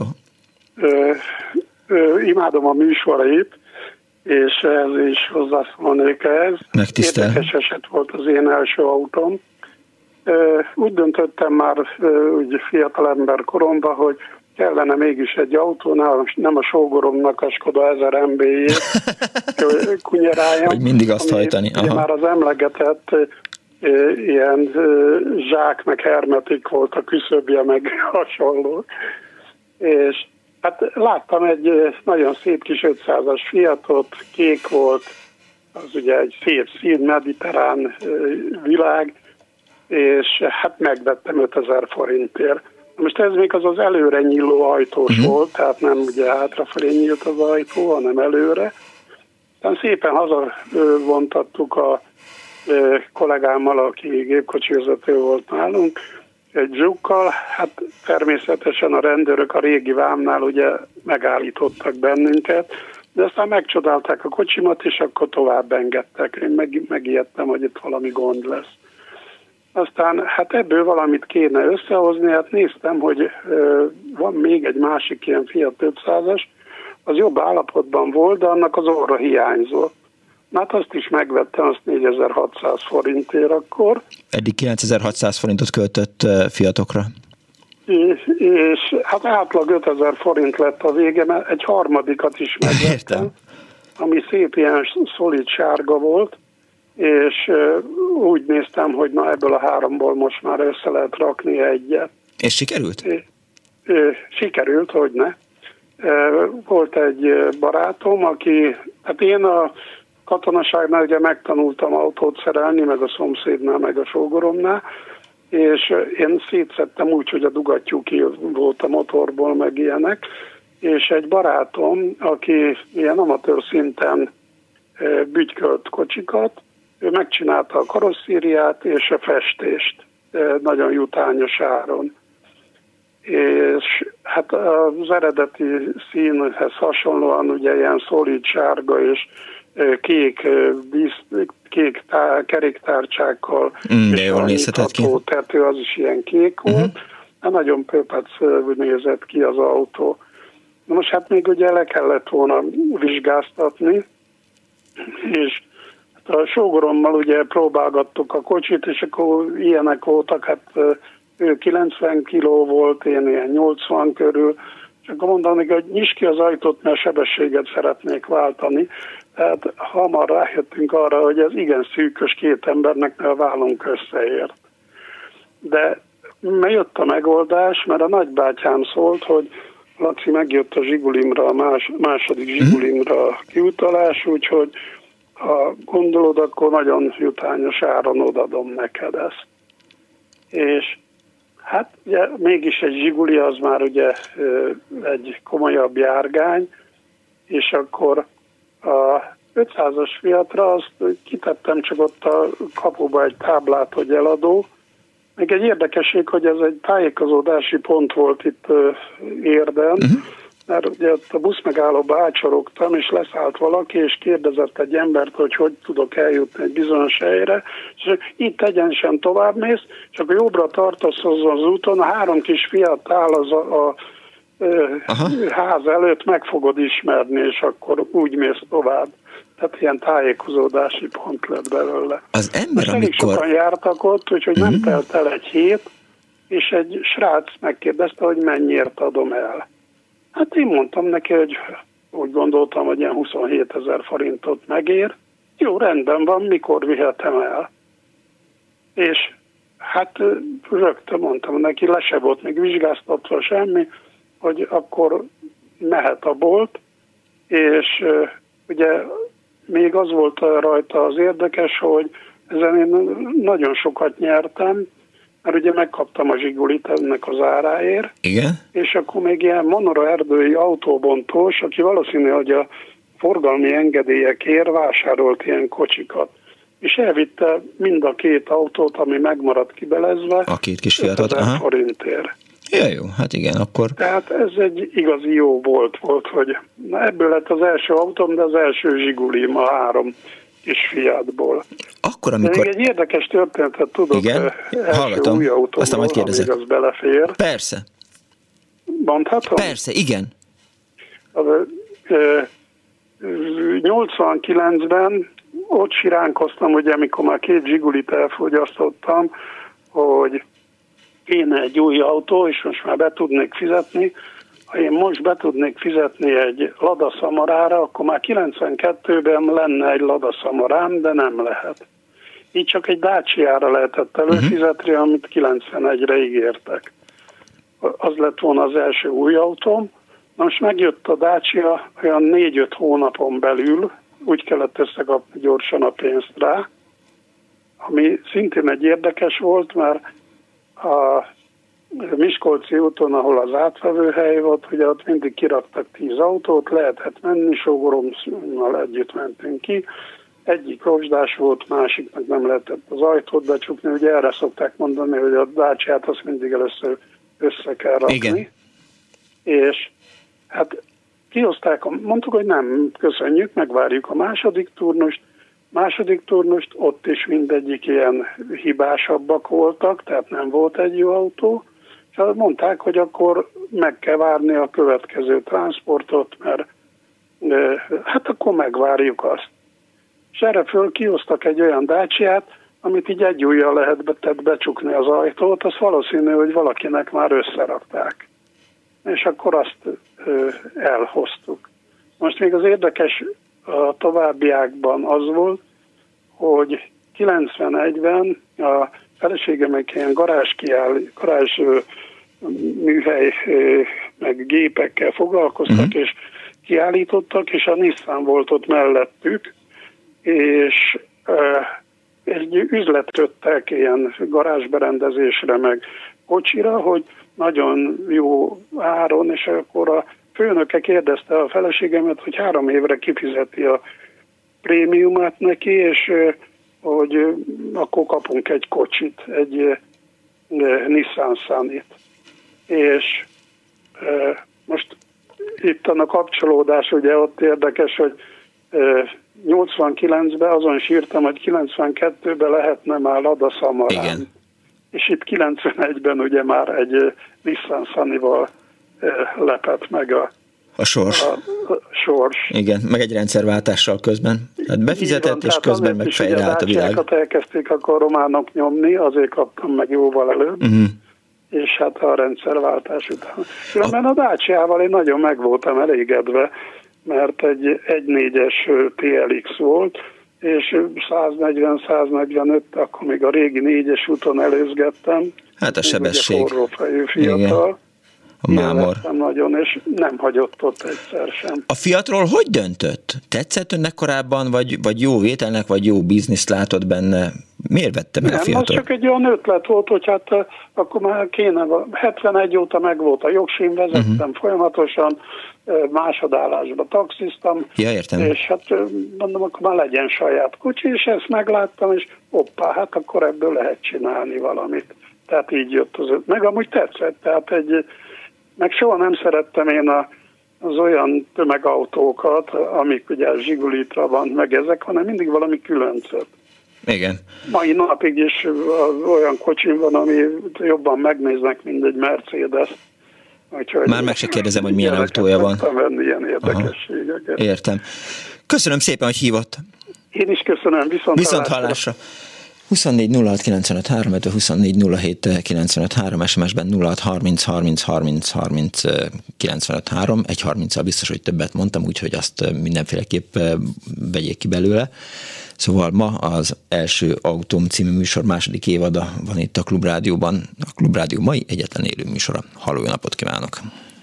Imádom a műsorait, és ez is hozzászólnék ehhez. Megtisztel. Érdekes eset volt az én első autóm. Úgy döntöttem már úgy fiatalember koromban, hogy kellene mégis egy autó, nem a sógoromnak a Skoda 1000 MB-jét kunyeráljam. Hogy mindig azt hajtani. Már az emlegetett ilyen zsák, meg hermetik volt a küszöbje, meg hasonló. És hát láttam egy nagyon szép kis 500-as Fiatot, kék volt, az ugye egy szép szín, mediterrán világ, és hát megvettem 5000 forintért. Most ez még az előre nyíló ajtós volt, tehát nem ugye hátrafelé nyílt az ajtó, hanem előre. Aztán szépen hazavontattuk a kollégámmal, aki gépkocsivezető volt nálunk, egy zsukkal. Hát természetesen a rendőrök a régi vámnál ugye megállítottak bennünket, de aztán megcsodálták a kocsimat, és akkor tovább engedtek. Én megijedtem, hogy itt valami gond lesz. Aztán hát ebből valamit kéne összehozni, hát néztem, hogy van még egy másik ilyen Fiat 500-as, az jobb állapotban volt, de annak az orra hiányzott. Hát azt is megvettem, azt 4600 forintért akkor. Eddig 9600 forintot költött Fiatokra. És hát átlag 5000 forint lett a vége, mert egy harmadikat is megvettem, ami szép ilyen szolid sárga volt, és úgy néztem, hogy na ebből a háromból most már össze lehet rakni egyet. És sikerült? Sikerült, hogyne. Volt egy barátom, aki, hát én a katonaságnál ugye megtanultam autót szerelni, meg a szomszédnál, meg a sógoromnál, és én szétszettem úgy, hogy a dugattyú ki volt a motorból, meg ilyenek, és egy barátom, aki ilyen amatőr szinten bütykölt kocsikat, ő megcsinálta a karosszériát és a festést nagyon jutányos áron. És hát az eredeti színhez hasonlóan ugye ilyen szolid sárga és kék keréktárcsákkal, és a nyitható tető az is ilyen kék volt, nagyon pöpec nézett ki az autó. Na most hát még ugye le kellett volna vizsgáztatni, és a sógorommal ugye próbálgattuk a kocsit, és akkor ilyenek voltak, hát ő 90 kiló volt, én ilyen 80 körül, és akkor mondani, hogy nyisd ki az ajtót, mert sebességet szeretnék váltani. Tehát hamar rájöttünk arra, hogy ez igen szűkös két embernek, mert a vállunk összeért. De jött a megoldás, mert a nagybátyám szólt, hogy Laci, megjött a Zsigulimra, a második Zsigulimra a kiutalás, úgyhogy ha gondolod, akkor nagyon jutányos áron odadom neked ezt. És hát ugye, mégis egy Zsiguli az már ugye egy komolyabb járgány, és akkor a 500-as Fiatra azt kitettem csak ott a kapuba egy táblát, hogy eladó. Még egy érdekesség, hogy ez egy tájékozódási pont volt itt Érden, mert ugye ott a buszmegállóba átsorogtam, és leszállt valaki, és kérdezett egy embert, hogy tudok eljutni egy bizonyos helyre, és itt egyenesen továbbmész, és akkor jobbra tartasz az úton, a 3 kis Fiat áll a ház előtt, meg fogod ismerni, és akkor úgy mész tovább. Tehát ilyen tájékozódási pont lett belőle. Az ember, elég sokan jártak ott, úgyhogy nem telt el egy hét, és egy srác megkérdezte, hogy mennyiért adom el. Hát én mondtam neki, hogy úgy gondoltam, hogy ilyen 27 000 forintot megér. Jó, rendben van, mikor vihetem el? És hát rögtön mondtam neki, le se volt még vizsgáztatva semmi, hogy akkor mehet a bolt, és ugye még az volt rajta az érdekes, hogy ezen én nagyon sokat nyertem, mert ugye megkaptam a Zsigulit ennek az áráért. Igen. És akkor még ilyen Monora erdői autóbontós, aki valószínű, hogy a forgalmi engedélyekért vásárolt ilyen kocsikat. És elvitte mind a két autót, ami megmaradt kibelezve. A két kis Fiatot. 5000 forintért. Ja, jó, hát igen, akkor... Tehát ez egy igazi jó volt, hogy ebből lett az első autóm, de az első Zsigulim a 3 kis Fiatból. Akkor, amikor... Még egy érdekes történetet tudok. Igen, hallgatom. Új autóból, aztán majd kérdezek. amíg az belefér. Persze. Mondhatom? Persze, igen. 89-ben ott siránkoztam, ugye, amikor már 2 Zsigulit elfogyasztottam, hogy kéne egy új autó, és most már be tudnék fizetni. Ha én most be tudnék fizetni egy Lada Samarára, akkor már 92-ben lenne egy Lada Samarám, de nem lehet. Így csak egy Dacia-ra lehetett előfizetni, amit 91-re ígértek. Az lett volna az első új autóm. Most megjött a Dacia olyan 4-5 hónapon belül, úgy kellett összekapni gyorsan a pénzt rá, ami szintén egy érdekes volt, mert a Miskolci úton, ahol az átvevőhely volt, ugye ott mindig kiraktak 10 autót, lehetett menni, sógorommal együtt mentünk ki. Egyik rozsdás volt, másiknak nem lehetett az ajtót becsukni, ugye erre szokták mondani, hogy a Daciát azt mindig először össze kell rakni. Igen. És hát kihozták, mondtuk, hogy nem, köszönjük, megvárjuk a második turnust, ott is mindegyik ilyen hibásabbak voltak, tehát nem volt egy jó autó, és mondták, hogy akkor meg kell várni a következő transportot, mert hát akkor megvárjuk azt. És erre föl kihoztak egy olyan Daciát, amit így egy ujjal lehetett becsukni az ajtót, az valószínű, hogy valakinek már összerakták. És akkor azt elhoztuk. Most még az érdekes a továbbiakban az volt, hogy 91-ben a feleségemek ilyen garázs műhely meg gépekkel foglalkoztak, és kiállítottak, és a Nissan volt ott mellettük, és egy üzlet köttek ilyen garázsberendezésre, meg kocsira, hogy nagyon jó áron, és akkor a főnöke kérdezte a feleségemet, hogy 3 évre kifizeti a prémiumát neki, és hogy akkor kapunk egy kocsit, egy Nissan Sunny-t. És most itt a kapcsolódás, ugye ott érdekes, hogy 89-ben azon is írtam, hogy 92-ben lehetne már Lada Samarán. Igen. És itt 91-ben ugye már egy Nissan Sunny-val lepett meg a sors. A sors. Igen, meg egy rendszerváltással közben. Hát befizetett, és közben meg fejre állt a világ. Elkezdték akkor románok nyomni, azért kaptam meg jóval előbb. És hát a rendszerváltás után. Különben a Dacia-val én nagyon meg voltam elégedve, mert egy 1.4-es TLX volt, és 140-145, akkor még a régi 4-es úton előzgettem. Hát a sebesség. Forrófejű fiatal. A mámor. Nagyon, és nem hagyott ott egyszer sem. A Fiatról hogy döntött? Tetszett önnek korábban, vagy jó vételnek, vagy jó bizniszt látott benne? Miért vette meg a Fiatot? Nem, az csak egy olyan ötlet volt, hogy hát akkor már kéne, 71 óta meg volt a jogsim, vezettem folyamatosan, másodállásba taxiztam, ja, értem. És hát mondom, akkor már legyen saját kocsi, és ezt megláttam, és hoppá, hát akkor ebből lehet csinálni valamit. Tehát így jött az meg amúgy tetszett, tehát meg soha nem szerettem én az olyan tömegautókat, amik ugye a Zsigulitra van, meg ezek, hanem mindig valami különcöt. Igen. Mai napig is olyan kocsim van, ami jobban megnéznek, mint egy Mercedes. Úgyhogy már meg se kérdezem, hogy milyen autója van. Venni ilyen érdekességeket. Értem. Köszönöm szépen, hogy hívott. Én is köszönöm, viszont hallásra. 24 06 95 3, 24 07 95 3, SMS-ben 06 30 30 30 30 95 3, 1.30-al biztos, hogy többet mondtam, úgyhogy azt mindenféleképp vegyék ki belőle. Szóval ma az első Autóm című műsor második évada van itt a Klubrádióban. A Klubrádió mai egyetlen élő műsora. Halló, jó napot kívánok!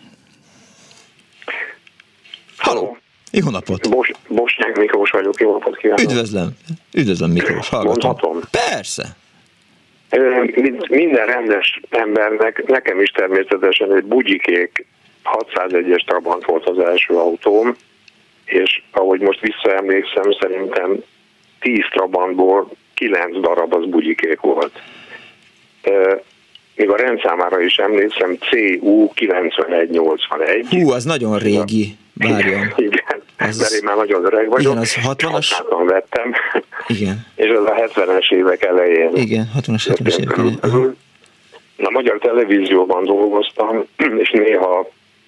Halló! Jó napot! Bosnyák Miklós vagyok, jó napot kívánok! Üdvözlöm Miklós, hallgatom. Mondhatom? Persze! Minden rendes embernek, nekem is természetesen egy bugyikék 601-es Trabant volt az első autóm, és ahogy most visszaemlékszem, szerintem 10 Trabantból 9 darab az bugyikék volt. Még a rendszámára is emlékszem, CU 9181. Hú, az nagyon régi. Várjon. Igen, mert én már nagyon öreg vagyok. Igen, az 60-as. Vettem. Igen. És az a 70-es évek elején. Igen, 60-as, 70-es évek elején. A Magyar Televízióban dolgoztam, és néha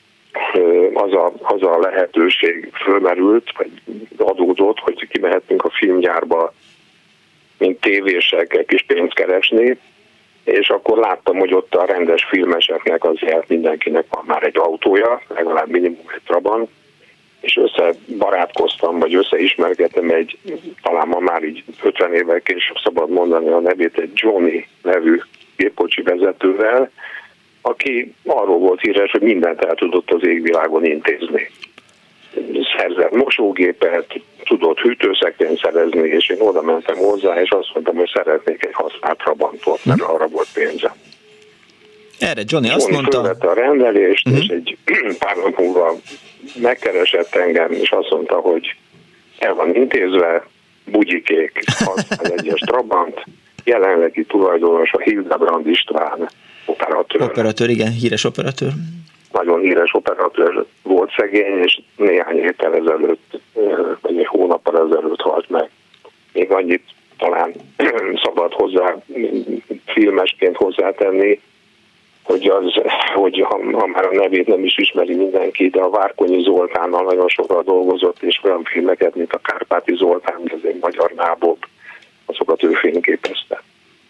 az a lehetőség fölmerült, vagy adódott, hogy kimehetünk a filmgyárba, mint tévések egy kis pénzt keresni, és akkor láttam, hogy ott a rendes filmeseknek azért mindenkinek van már egy autója, legalább minimum egy Trabant, és összebarátkoztam, vagy összeismerkedtem egy, talán ma már így 50 évvel később szabad mondani a nevét, egy Johnny nevű gépkocsi vezetővel, aki arról volt híres, hogy mindent el tudott az égvilágon intézni. Szerzett mosógépet, tudott hűtőszekrényt szerezni, és én oda mentem hozzá, és azt mondtam, hogy szeretnék egy használt Trabantot, mert arra volt pénzem. Erre Johnny azt mondta... fölvette a rendelést, és egy pár nap múlva megkeresett engem, és azt mondta, hogy el van intézve, bugyikék, 61-es Trabant, jelenlegi tulajdonos a Hildebrand István operatőr. Operatőr, igen, híres operatőr. Nagyon híres operatőr volt szegény, és néhány héttel ezelőtt, vagy egy hónappal ezelőtt halt meg. Még annyit talán szabad hozzá, filmesként hozzátenni, hogy ha már a nevét nem is ismeri mindenki, de a Várkonyi Zoltánnal nagyon sokat dolgozott, és olyan filmeket, mint a Kárpáti Zoltán, ez egy magyar nábob, azokat ő fényképezte.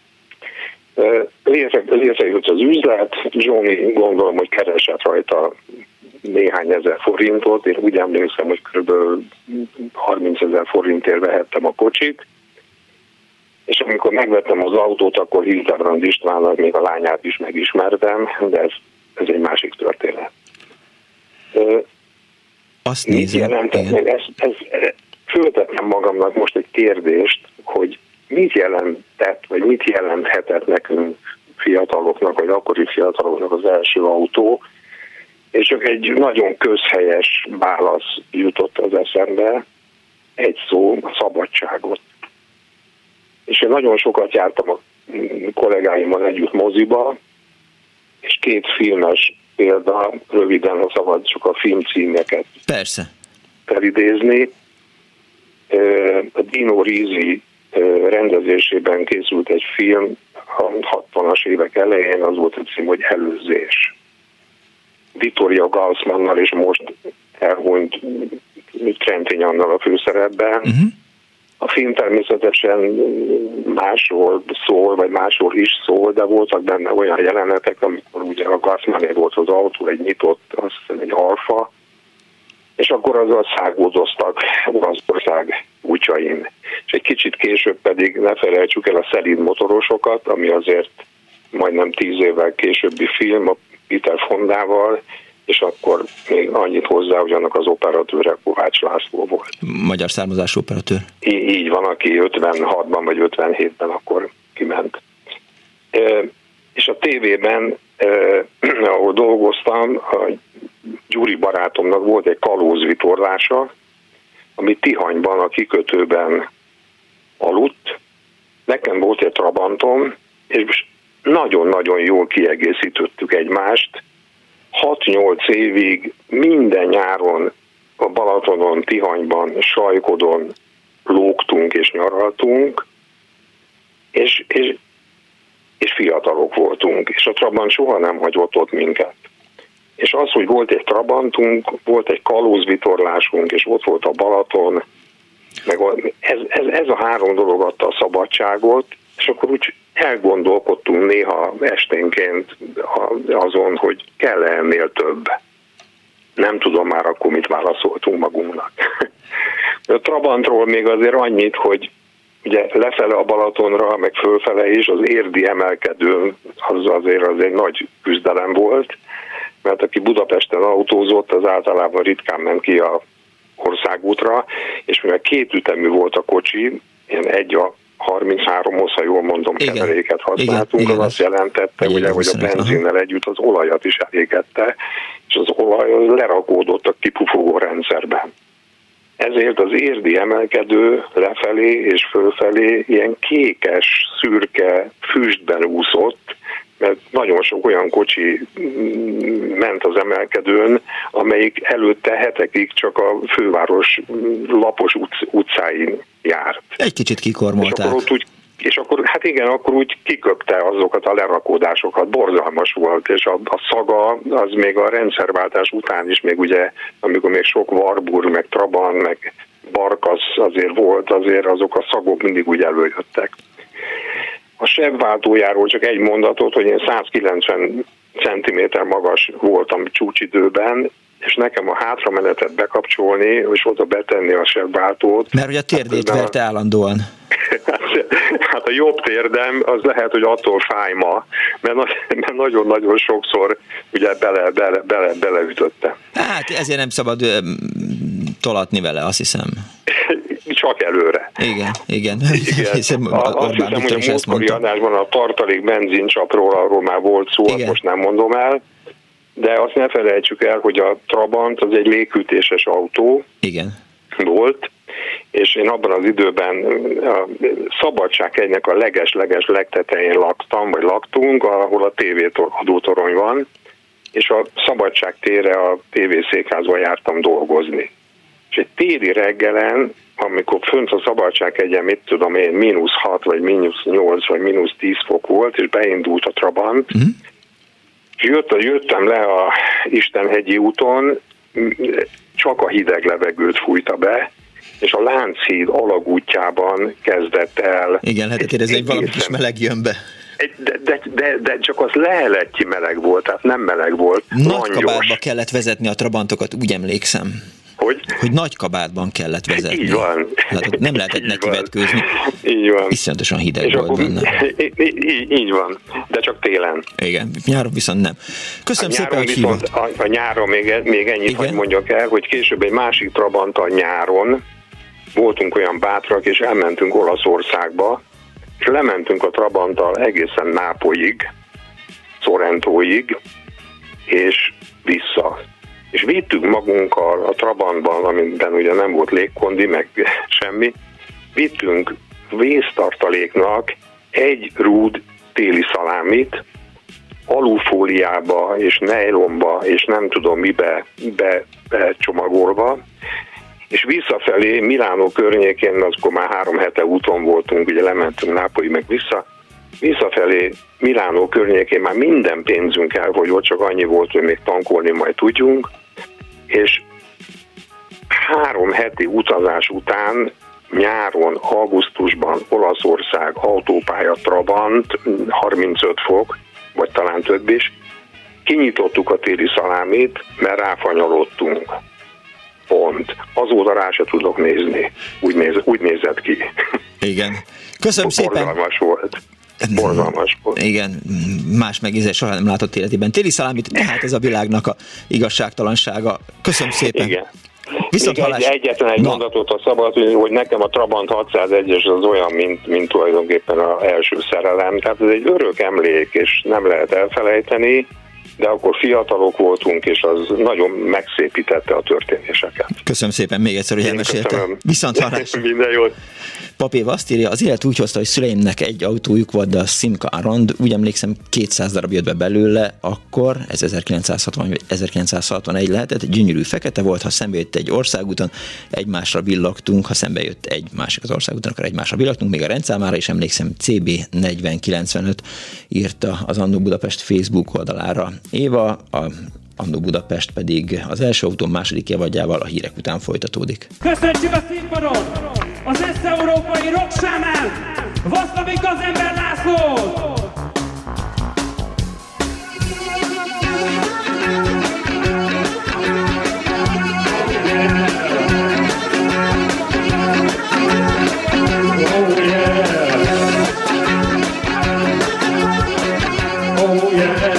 Létrejött az üzlet, Johnny gondolom, hogy keresett rajta néhány ezer forintot, én úgy emlékszem, hogy kb. 30 000 forintért vehettem a kocsit, és amikor megvettem az autót, akkor Hildebrand Istvánnak még a lányát is megismertem, de ez egy másik történet. Azt nézem, föltettem magamnak most egy kérdést, hogy mit jelentett, vagy mit jelenthetett nekünk fiataloknak, vagy akkori fiataloknak az első autó, és csak egy nagyon közhelyes válasz jutott az eszembe, egy szó, a szabadságot. és én nagyon sokat jártam a kollégáimmal együtt moziba, és 2 filmes példa, röviden, ha szabad csak a filmcímeket Persze. felidézni. A Dino Risi rendezésében készült egy film a 60-as évek elején, az volt a cím, hogy Előzés. Vittoria Gassmannal és most elhunyt Trentény Annal a főszerepben. A film természetesen másról szól, vagy másról is szól, de voltak benne olyan jelenetek, amikor ugye a Gassmané volt az autó, egy nyitott, azt hiszem egy Alfa, és akkor azzal szágódoztak Olaszország útjain. És egy kicsit később pedig ne felejtsük el a szelíd motorosokat, ami azért majdnem 10 évvel későbbi film a Peter Fondával, és akkor még annyit hozzá, hogy annak az operatőre Kovács László volt. Magyar származású operatőr. Így van, aki 56-ban vagy 57-ben akkor kiment. És a tévében, ahol dolgoztam, a Gyuri barátomnak volt egy kalózvitorlása, ami Tihanyban, a kikötőben aludt. Nekem volt egy Trabantom, és nagyon-nagyon jól kiegészítettük egymást. 6-8 évig minden nyáron a Balatonon, Tihanyban, Sajkodon lógtunk és nyaraltunk, és fiatalok voltunk, és a Trabant soha nem hagyott ott minket. És az, hogy volt egy Trabantunk, volt egy kalózvitorlásunk, és ott volt a Balaton, meg ez a 3 dolog adta a szabadságot, és akkor úgy elgondolkodtunk néha esténként azon, hogy kell-e ennél több. Nem tudom már akkor mit válaszoltunk magunknak. A Trabantról még azért annyit, hogy ugye lefele a Balatonra, meg fölfele is az érdi emelkedő, az egy nagy küzdelem volt, mert aki Budapesten autózott, az általában ritkán ment ki a országútra, és mivel 2 ütemű volt a kocsi, ilyen 1:33-hoz, ha jól mondom, keveréket használtunk, az azt jelentette, ugye, hogy a benzinnel együtt az olajat is elégette, és az olaj az lerakódott a kipufogó rendszerben. Ezért az érdi emelkedő lefelé és fölfelé ilyen kékes, szürke füstben úszott, mert nagyon sok olyan kocsi ment az emelkedőn, amelyik előtte hetekig csak a főváros lapos utcáin járt. Egy kicsit kikormolták. És akkor hát igen, akkor úgy kiköpte azokat a lerakódásokat, borzalmas volt, és a szaga az még a rendszerváltás után is, még ugye, amikor még sok Warburg, meg Trabant, meg Barkasz azért volt, azért azok a szagok mindig úgy előjöttek. A sebváltójáról csak egy mondatot, hogy én 190 cm magas voltam csúcsidőben, és nekem a hátramenetet bekapcsolni, és oda betenni a sebváltót. Mert ugye a térdét verte állandóan. Hát a jobb térdem az lehet, hogy attól fáj ma, mert nagyon-nagyon sokszor ugye beleütötte. Hát ezért nem szabad tolatni vele, azt hiszem. Csak előre. Igen. Azt hiszem, hogy a múltkori adásban a tartalék benzincsapról, arról már volt szó, most nem mondom el, de azt ne felejtsük el, hogy a Trabant az egy légfűtéses autó volt, és én abban az időben a Szabadsághegynek a leges legtetején laktunk, ahol a adótorony van, és a Szabadság térre a tévészékházba jártam dolgozni. És egy téli reggelen, amikor fönt a Szabadsághegyen, mit tudom én, -6, vagy -8, vagy -10 fok volt, és beindult a Trabant, és jöttem le a Istenhegyi úton, csak a hideg levegőt fújta be, és a Lánchíd alagútjában kezdett el... Igen, lehetett érezni, hogy valami kis meleg jön be. De csak az leheletty meleg volt, tehát nem meleg volt. Nagy kabátba kellett vezetni a Trabantokat, úgy emlékszem. Hogy nagy kabátban kellett vezetni. Így van. Hát nem lehetett neki vetkőzni. Így van. Iszonyatosan hideg volt benne. Így van, de csak télen. Igen, nyáron viszont nem. Köszönöm szépen, hogy hívott. A nyáron még ennyit, hogy mondjak el, hogy később egy másik Trabanttal nyáron voltunk olyan bátrak, és elmentünk Olaszországba, és lementünk a Trabanttal egészen Nápolyig, Sorrentóig, és vissza. És vittük magunkkal a Trabantban, amiben ugye nem volt légkondi, meg semmi, vittünk vésztartaléknak egy rúd téli szalámit alufóliába és nejlomba és nem tudom mibe becsomagolva, és visszafelé Milánó környékén, azkor már 3 hete úton voltunk, ugye lementünk Nápoly meg visszafelé Milánó környékén már minden pénzünk elfogyott, csak annyi volt, hogy még tankolni majd tudjunk, és 3 heti utazás után nyáron, augusztusban Olaszország autópálya Trabant, 35 fok, vagy talán több is, kinyitottuk a téli szalámit, mert ráfanyalodtunk. Pont. Azóta rá se tudok nézni. Úgy nézett ki. Igen. Köszönöm szépen. Borzalmas volt. Igen, más megízés soha nem látott életében. Téli szalámit, tehát ez a világnak a igazságtalansága. Köszönöm szépen. Igen. Egyetlen egy mondatot a szabad, hogy nekem a Trabant 601-es az olyan, mint tulajdonképpen az első szerelem. Tehát ez egy örök emlék, és nem lehet elfelejteni, de akkor fiatalok voltunk, és az nagyon megszépítette a történéseket. Köszönöm szépen még egyszer, hogy elmesélte. Viszont hallásra. Minden jót. Papéva azt írja, az élet úgy hozta, hogy szüleimnek egy autójuk volt, de a Simca Arand, úgy emlékszem 200 darab jött be belőle, akkor, ez 1960 vagy 1961 lehetett, gyönyörű fekete volt, ha szembe jött egy országúton, egymásra villogtunk, ha szembe jött egy másik az országúton, akkor egymásra villogtunk, még a rendszámára is emlékszem, CB4095 írta az Annó Budapest Facebook oldalára Éva, a Annó Budapest pedig az első autó második évadjával a hírek után folytatódik. Köszönjük a színpadon az össze-európai rocksámán, Vaszlavik az ember Lászlót! Oh yeah! Oh yeah!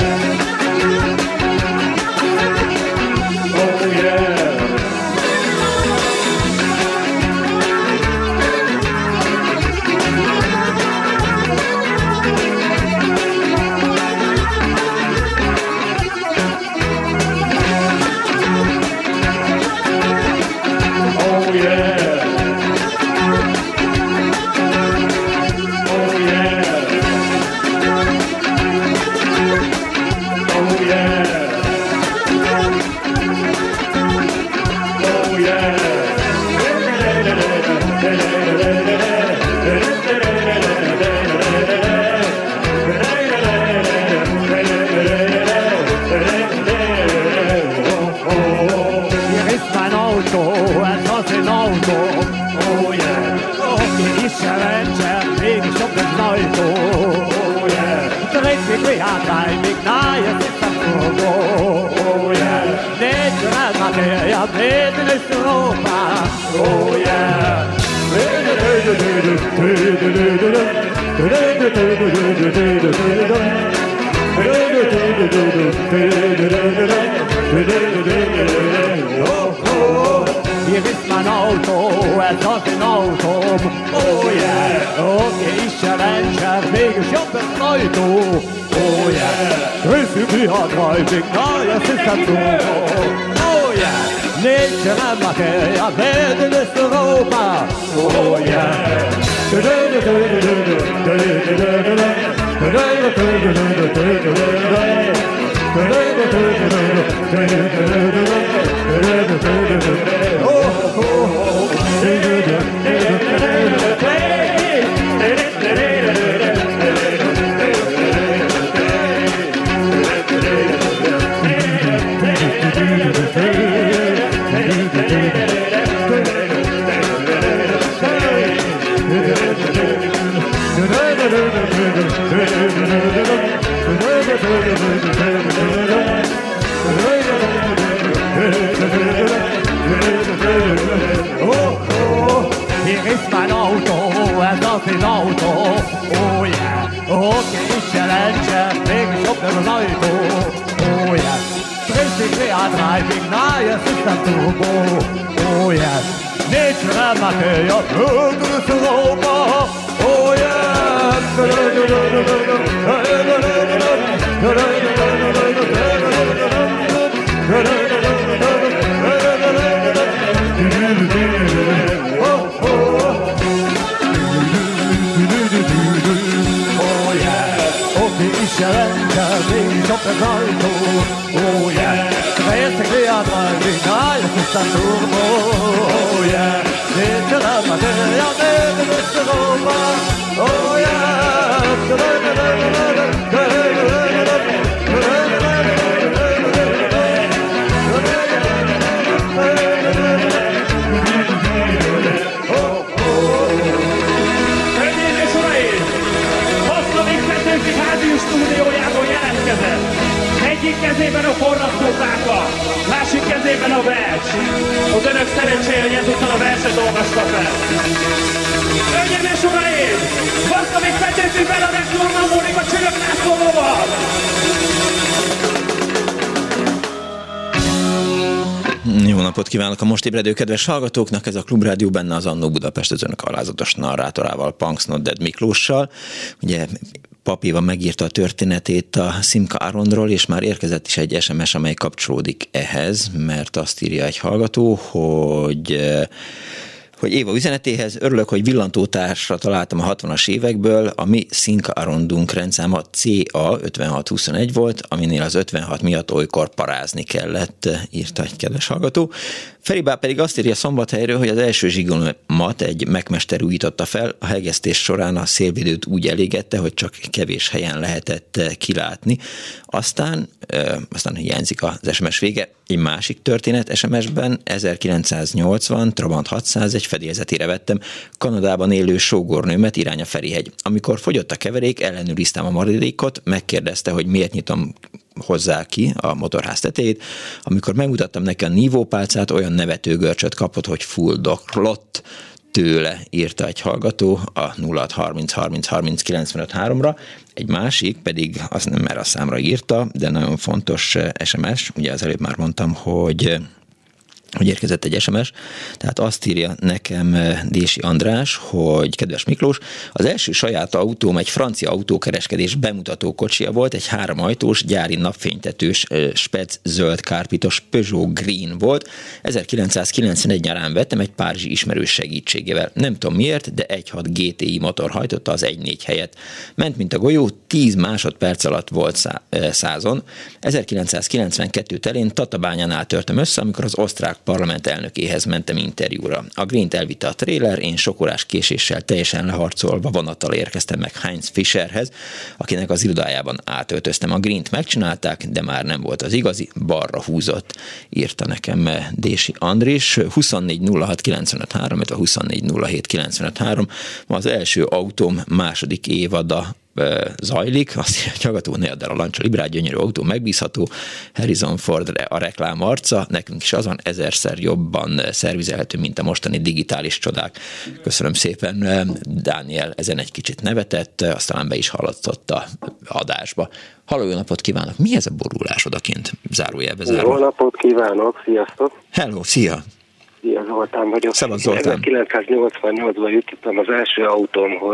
Hier ist mein Auto, es hat ein Auto. Oh yeah, okay, ich challenge, mégis jobb ez Auto. Oh yeah, Grüße a driving, na, ez ist ein Turbo. Oh yeah, nichts nem mache, a Welt ist Europa. Oh yeah. Hier ist mein Auto, es ist ein Auto. Oh yeah, okay, ich challenge, mégis jobb ez az Auto. Oh yeah, 30 VR driving, na, es ist ein Turbo. Oh yeah, nichts nem mache, ja, Föld ist Europa. Oh yeah, ajtó, oh yeah. Részeg liadványvinál, és a turbo, oh yeah. Nézselem a nője, a nője, összeróba, oh yeah. Egyik kezében a forrasztózáka, másik kezében a vers. Az önök szerencséje, hogy ezúttal a verset olvasta fel. Hölgyeim és uraim, Vasszavik Petőfi Benedek Norman Mónika Csörök Lászlóval! Jó napot kívánok a most ébredő kedves hallgatóknak, ez a Klubrádió, benne az Annó Budapest az önök alázatos narrátorával, Punks Not Dead Miklóssal. Ugye Pap Éva megírta a történetét a Simca Arondról, és már érkezett is egy SMS, amely kapcsolódik ehhez, mert azt írja egy hallgató, hogy Éva üzenetéhez örülök, hogy villantótársra találtam a 60-as évekből, a mi Simca Arondunk rendszáma CA 5621 volt, aminél az 56 miatt olykor parázni kellett, írta egy kedves hallgató. Feribá pedig azt írja Szombathelyről, hogy az első zsigolomat egy megmester újította fel, a hegesztés során a szélvédőt úgy elégette, hogy csak kevés helyen lehetett kilátni. Aztán hiányzik az SMS vége. Egy másik történet SMS-ben 1980 Trabant 600 egy fedélzetére vettem Kanadában élő sógornőmet irány a Ferihegy. Amikor fogyott a keverék, ellenőriztem a maradékot, megkérdezte, hogy miért nyitom hozzá ki a motorház tetejét. Amikor megmutattam neki a nívópálcát, olyan nevető görcsöt kapott, hogy fuldoklott tőle, írta egy hallgató a 0630 30 30 95-3-ra. Egy másik pedig, azt nem erre a számra írta, de nagyon fontos SMS, ugye az előbb már mondtam, hogy érkezett egy SMS, tehát azt írja nekem Dési András, hogy kedves Miklós, az első saját autóm egy francia autókereskedés bemutató kocsia volt, egy 3 ajtós, gyári napfénytetős, spec zöld kárpitos Peugeot Green volt. 1991 nyarán vettem egy párizsi ismerős segítségével. Nem tudom miért, de 1.6 GTI motor hajtotta az 1.4 helyett. Ment, mint a golyó, 10 másodperc alatt volt 100-on. 1992 telén Tatabányánál törtem össze, amikor az osztrák parlament elnökéhez mentem interjúra. A Green-t elvitte a tréler, én sok órás késéssel teljesen leharcolva vonattal érkeztem meg Heinz Fischerhez, akinek az irodájában átöltöztem. A Green-t megcsinálták, de már nem volt az igazi, balra húzott, írta nekem Dési Andris. 24 06 95 3, illetve 24 07 95 3. Ma az első autóm második évada zajlik, azt írja, hogy hallgató, ne add el a Lancia Librát, gyönyörű autó, megbízható, Harrison Ford a reklám arca, nekünk is az van, 1000-szer jobban szervizelhető, mint a mostani digitális csodák. Köszönöm szépen, Dániel ezen egy kicsit nevetett, aztán be is hallatszott a adásba. Halló, jó napot kívánok! Mi ez a borulás odakint? Zárójelbe zárva. Jó napot kívánok, sziasztok! Hello, szia! Szia, Zoltán vagyok. Szevasz, Zoltán! 1988-ban jutottam az első autómhoz,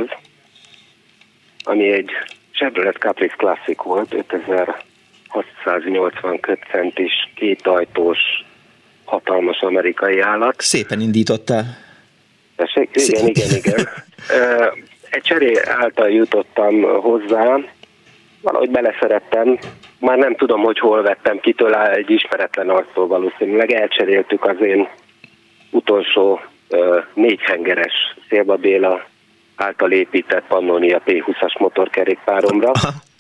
ami egy Chevrolet Caprice Classic volt, 5680 köbcentis, 2 ajtós, hatalmas amerikai állat. Szépen indítottál. Igen. Egy cseré által jutottam hozzá, valahogy beleszerettem, már nem tudom, hogy hol vettem ki tőle, egy ismeretlen arctól valószínűleg elcseréltük az én utolsó 4 hengeres Szélba Béla által épített Pannonia P20-as motorkerékpáromra.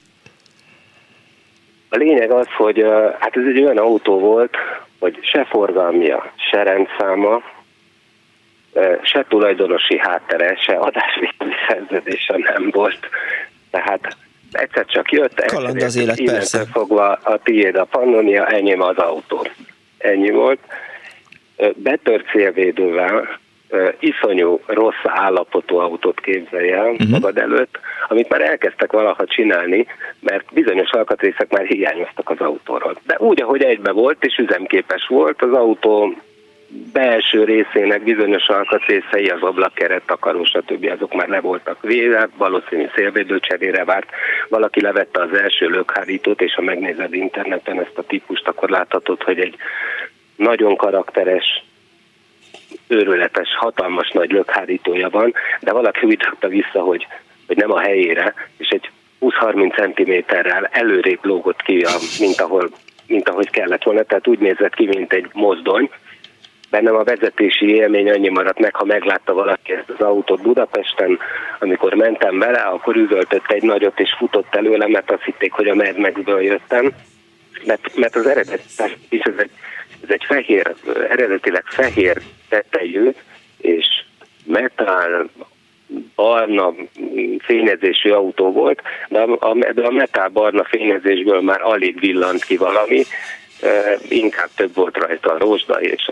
A lényeg az, hogy hát ez egy olyan autó volt, hogy se forgalmia, se rendszáma, se tulajdonosi háttere, se adásvételi szerződése nem volt. Tehát egyszer csak jött, kaland az élet, persze. Fogva a tiéd a Pannonia, enyém az autó. Ennyi volt. Betört szélvédővel, iszonyú rossz állapotú autót képzelj el magad előtt, amit már elkezdtek valaha csinálni, mert bizonyos alkatrészek már hiányoztak az autóról. De úgy, ahogy egybe volt és üzemképes volt, az autó belső részének bizonyos alkatrészei, az ablakkeret, takaró, stb. Azok már le voltak véve, valószínű szélvédőcserére várt. Valaki levette az első lökhárítót, és ha megnézed interneten ezt a típust, akkor láthatod, hogy egy nagyon karakteres, őrületes, hatalmas nagy lökhárítója van, de valaki úgy rakta vissza, hogy nem a helyére, és egy 20-30 centiméterrel előrébb lógott ki, mint ahogy kellett volna, tehát úgy nézett ki, mint egy mozdony. Bennem a vezetési élmény annyi maradt meg, ha meglátta valaki ezt az autót Budapesten, amikor mentem vele, akkor üvöltött egy nagyot és futott előle, mert azt hitték, hogy a Mad Max-ből jöttem. Mert az eredet is ez egy fehér, eredetileg fehér tetejű és metál barna fényezésű autó volt, de a metál barna fényezésből már alig villant ki valami, inkább több volt rajta a rozsda és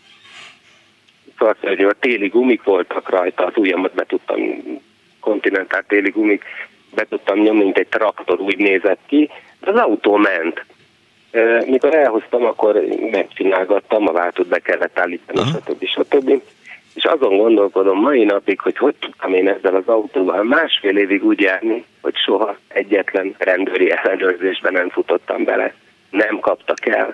a téli gumik voltak rajta, az ujjamat be tudtam, kontinentál téli gumik, be tudtam nyomni, mint egy traktor, úgy nézett ki, de az autó ment. Mikor elhoztam, akkor megcsinálgattam, a váltót be kellett állítani, stb. És azon gondolkodom mai napig, hogy tudtam én ezzel az autóval 1,5 évig úgy járni, hogy soha egyetlen rendőri ellenőrzésben nem futottam bele. Nem kaptak el.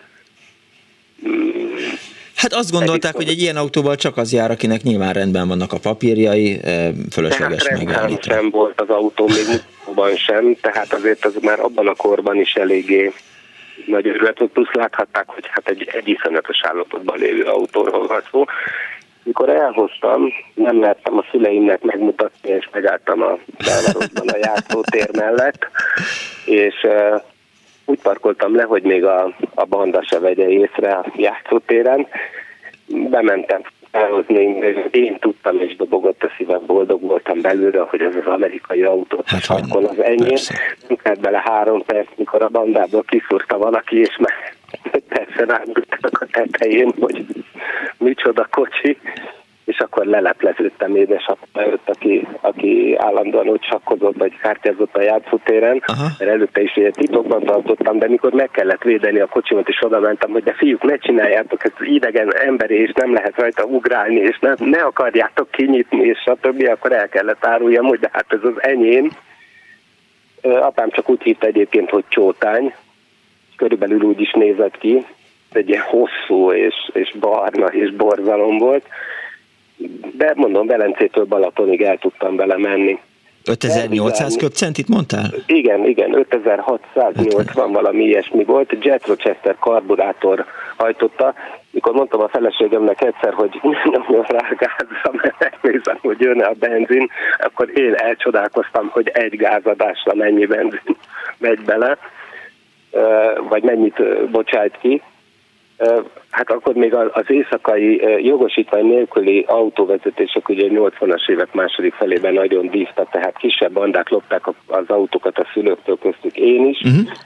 Hát azt gondolták, hogy egy ilyen autóval csak az jár, akinek nyilván rendben vannak a papírjai, fölösleges megállítani. Sem volt az autó, még mutatóban sem, tehát azért az már abban a korban is eléggé nagy örület volt, plusz láthatták, hogy hát egy iszonyatos állapotban lévő autóról van szó. Mikor elhoztam, nem mertem a szüleimnek megmutatni, és megálltam a belvárosban a játszótér mellett, és úgy parkoltam le, hogy még a banda se vegye észre a játszótéren. Bementem elhozni, én tudtam, és dobogott a szívem, boldog voltam belőle, hogy ez az amerikai autó, hát sarkon az enyém. Nem kellett bele 3 perc, mikor a bandából kiszúrta valaki, és már persze rándultak a tetején, hogy micsoda kocsi, és akkor lelepleződtem édesapám előtt, aki állandóan úgy sakkozott, vagy kártyázott a játszótéren, mert előtte is ilyen titokban tartottam, de mikor meg kellett védeni a kocsimat, és oda mentem, hogy de fiúk, ne csináljátok, ez idegen emberi, és nem lehet rajta ugrálni, és ne akarjátok kinyitni, és stb., akkor el kellett áruljam, hogy de hát ez az enyém. Apám csak úgy hitt egyébként, hogy csótány, körülbelül úgy is nézett ki, egy ilyen hosszú és barna és borzalom volt, de mondom, Velencétől Balatonig el tudtam vele menni. 5800 köbcentit mondtál? Igen, 5680 valami ilyesmi volt, Jet Rochester karburátor hajtotta. Mikor mondtam a feleségemnek egyszer, hogy nem rá gázra, mert megnézem, hogy jön a benzin, akkor én elcsodálkoztam, hogy egy gázadásra mennyi benzin megy bele, vagy mennyit bocsájt ki. Hát akkor még az éjszakai jogosítvány nélküli autóvezetések ugye 80-as évek második felében nagyon dívtak, tehát kisebb bandák lopták az autókat a szülőktől, köztük én is,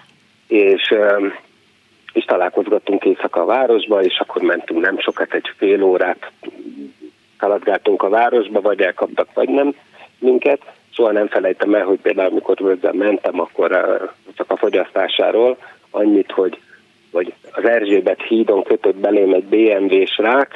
és találkozgattunk éjszaka a városba, és akkor mentünk nem sokat, egy fél órát haladgáltunk a városba, vagy elkaptak, vagy nem minket. Soha nem felejtem el, hogy például amikor Völgyben mentem, akkor csak a fogyasztásáról annyit, hogy az Erzsébet hídon kötött belém egy BMW srác,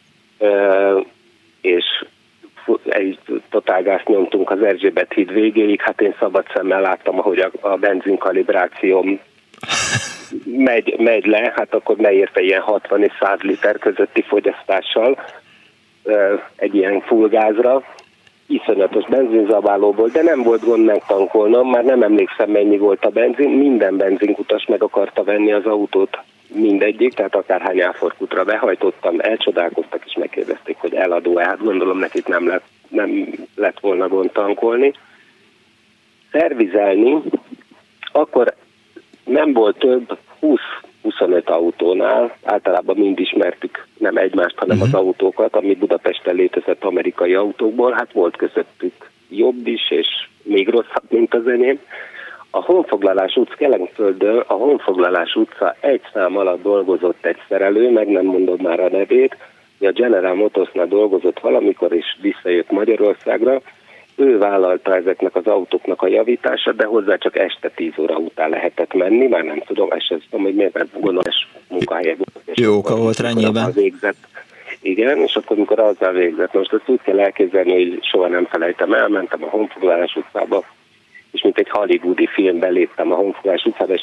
és egy totálgázt nyomtunk az Erzsébet híd végéig, hát én szabad szemmel láttam, ahogy a benzinkalibrációm megy le, hát akkor leérte ilyen 60 és 100 liter közötti fogyasztással egy ilyen full gázra. Iszonyatos benzinzabálóból, de nem volt gond megtankolnom, már nem emlékszem mennyi volt a benzin, minden benzinkutas meg akarta venni az autót, mindegyik, tehát akárhány áforkutra behajtottam, elcsodálkoztak és megkérdezték, hogy eladó-e, hát gondolom nekik nem lett volna gond tankolni. Szervizelni, akkor nem volt több 20-25 autónál, általában mind ismertük nem egymást, hanem az autókat, ami Budapesten létezett amerikai autókból, hát volt közöttük jobb is, és még rosszabb, mint az enyém. A Honfoglalás utca, Kelenföldön a Honfoglalás utca egy szám alatt dolgozott egy szerelő, meg nem mondom már a nevét, a General Motorsnál dolgozott valamikor, és visszajött Magyarországra. Ő vállalta ezeknek az autóknak a javítását, de hozzá csak este 10 óra után lehetett menni, már nem tudom, és ezt tudom, hogy miért, mert gondolás munkahelye volt. Jó oka volt rá nyilván. Igen, és akkor mikor azzal végzett. Most ezt úgy kell elképzelni, hogy soha nem felejtem el, mentem a Honfoglalás utcába, és mint egy hollywoodi filmbe léptem a Honfoglalás utcába, és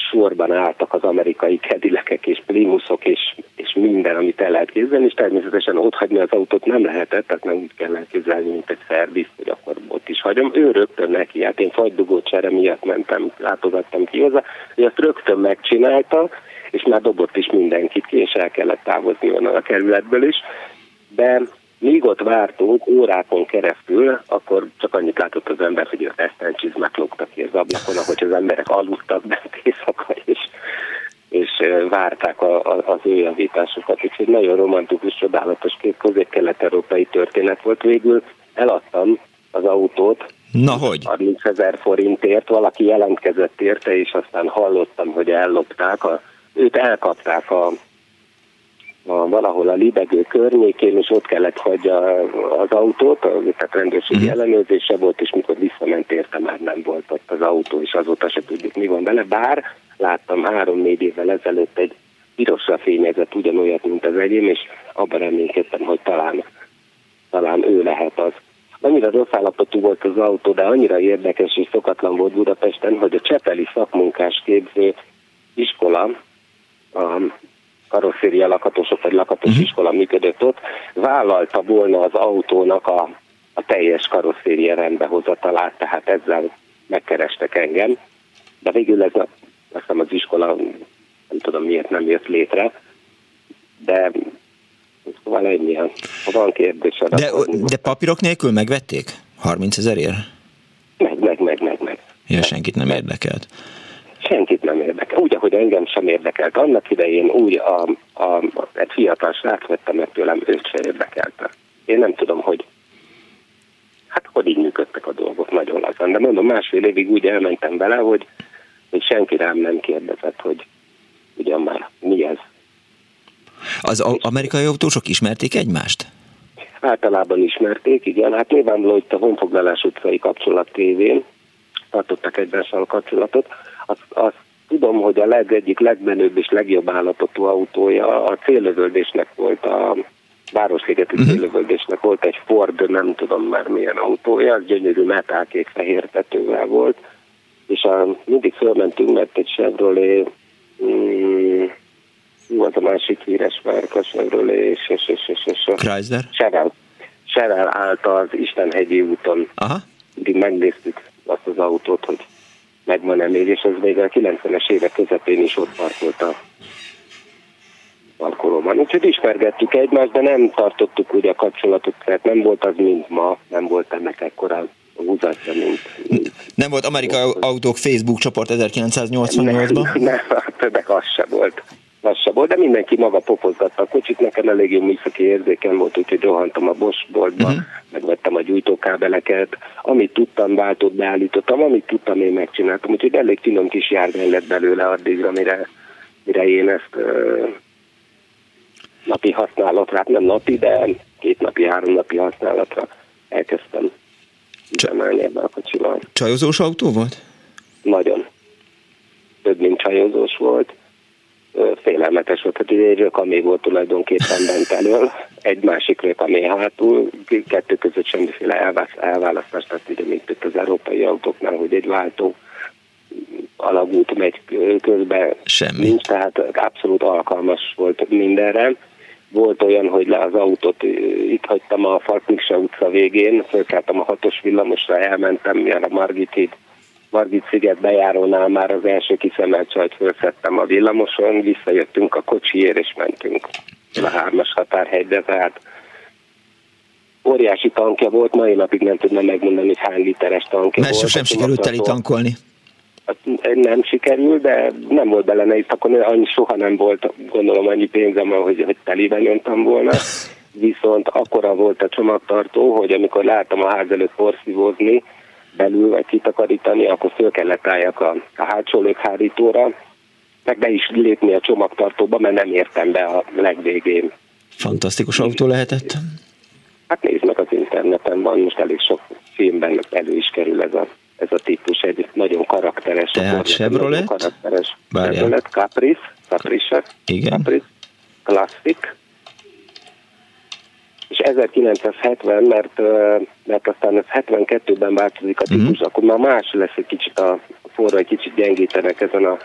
sorban álltak az amerikai Cadillacek és Plymouthok és minden, amit el lehet képzelni, és természetesen ott hagyni az autót nem lehetett, tehát nem úgy kell elképzelni, mint egy szerviz, hogy akkor ott is hagyom. Ő rögtön neki, hát én fagydugócsere miatt látogattam ki hozzá, hogy azt rögtön megcsinálta, és már dobott is mindenkit ki, és el kellett távozni onnan a kerületből is, de míg ott vártunk órákon keresztül, akkor csak annyit látott az ember, hogy a tesztelcsizmák lógtak ki az ablakon, ahogy az emberek aludtak bent éjszaka, és várták az ő javításokat. Úgyhogy nagyon romantikus, csodálatos közép-kelet-európai történet volt. Végül eladtam az autót. Na hogy? 30 000 forintért, valaki jelentkezett érte, és aztán hallottam, hogy ellopták. Őt elkapták valahol a Libegő környékén, és ott kellett hagyja az autót, tehát rendőrségi ellenőrzése volt, és mikor visszament érte, már nem volt ott az autó, és azóta se tudjuk, mi van vele. Bár láttam 3-4 évvel ezelőtt egy pirosra fényezett ugyanolyat, mint az enyém, és abban reménykedtem, hogy talán ő lehet az. Annyira rossz állapotú volt az autó, de annyira érdekes és szokatlan volt Budapesten, hogy a Csepeli szakmunkás képző iskola, a karosszéria lakatosok vagy lakatos iskola működött ott, vállalta volna az autónak a teljes karosszéria rendbehozatalát, tehát ezzel megkerestek engem, de végül ez azt hiszem az iskola, nem tudom miért nem jött létre, de szóval ennyi, ha van kérdés. De papírok nélkül megvették? 30 000-ért? Meg. Ja, senkit nem érdekelt. Senkit nem érdekel. Úgy, ahogy engem sem érdekelt. Annak idején úgy egy fiatal srác vettem meg tőlem, őt sem érdekelte. Én nem tudom, hogy így működtek a dolgok nagyon lazán. De mondom, 1,5 évig úgy elmentem bele, hogy senki rám nem kérdezett, hogy ugyan már mi ez. Az amerikai autósok ismerték egymást? Általában ismerték, igen. Hát nyilvánvaló, hogy a Honfoglalás utcai kapcsolat tévén tartottak egymással kapcsolatot. Azt tudom, hogy egyik legmenőbb és legjobb állapotú autója a céllövöldésnek volt, a Városligeti céllövöldésnek volt egy Ford, nem tudom már milyen autója, gyönyörű metálkék fehér tetővel volt, és mindig fölmentünk, mert egy Chevrolet, az a másik híres márka, Chevrolet és Chrysler? Chevrolet állt az Istenhegyi úton. Aha. Mindig megnéztük azt az autót, hogy megvan-e még, és ez még a 90-es évek közepén is ott parkolt a parkolóban. Úgyhogy ismergettük egymást, de nem tartottuk úgy a kapcsolatot, tehát nem volt az, mint ma, nem volt ennek ekkora húzatja, mint... Nem volt Amerikai Autók Facebook csoport 1988-ban? Nem, többek az se volt, de mindenki maga popozgatta a kocsit, nekem elég jó műszaki érzékem volt, úgyhogy rohantam a Bosch boltba, megvettem a gyújtókábeleket, amit tudtam, váltót beállítottam, amit tudtam, én megcsináltam, úgyhogy elég finom kis járvány lett belőle addigra, mire én ezt napi használatra, hát nem napi, de 2 napi, 3 napi használatra elkezdtem üzemelni ebben a kocsival. Csajozós autó volt? Nagyon. Több, mint csajozós volt. Félelmetes volt, hogy egy rökamé volt tulajdonképpen bent elől, egy másik rökamé hátul, 2 között semmiféle elválasztás, tehát ugye mint itt az európai autóknál, hogy egy váltó alagút megy közben, semmi. Nincs, tehát abszolút alkalmas volt mindenre. Volt olyan, hogy le az autót itt hagytam a Falknikse utca végén, fölkeltem a 6-os villamosra, elmentem, milyen a Margit sziget bejárónál már az első kiszemelt csajt fölszedtem a villamoson, visszajöttünk a kocsiért és mentünk a 3-as határhegyre, tehát óriási tankja volt, mai napig nem tudnám megmondani, hogy hány literes tankja volt. Mert sosem sikerült teli tankolni. Nem sikerült, de nem volt bele nehéz, akkor annyi soha nem volt, gondolom annyi pénzem, hogy teliben nyomtam volna. Viszont akkora volt a csomagtartó, hogy amikor láttam a ház előtt porszívózni, belül vagy kitakarítani, akkor föl kellett álljak a hátsó léghárítóra, meg be is lépni a csomagtartóba, mert nem értem be a legvégén. Fantasztikus autó lehetett? Hát nézd meg, az interneten van, most elég sok filmben elő is kerül ez a típus, egy nagyon karakteres. Tehát Chevrolet? Karakteres Chevrolet, Caprice, igen. Caprice, Classic. És 1970, mert aztán ez 72-ben változik a típus, akkor már más lesz egy kicsit a forra, egy kicsit gyengítenek ezen a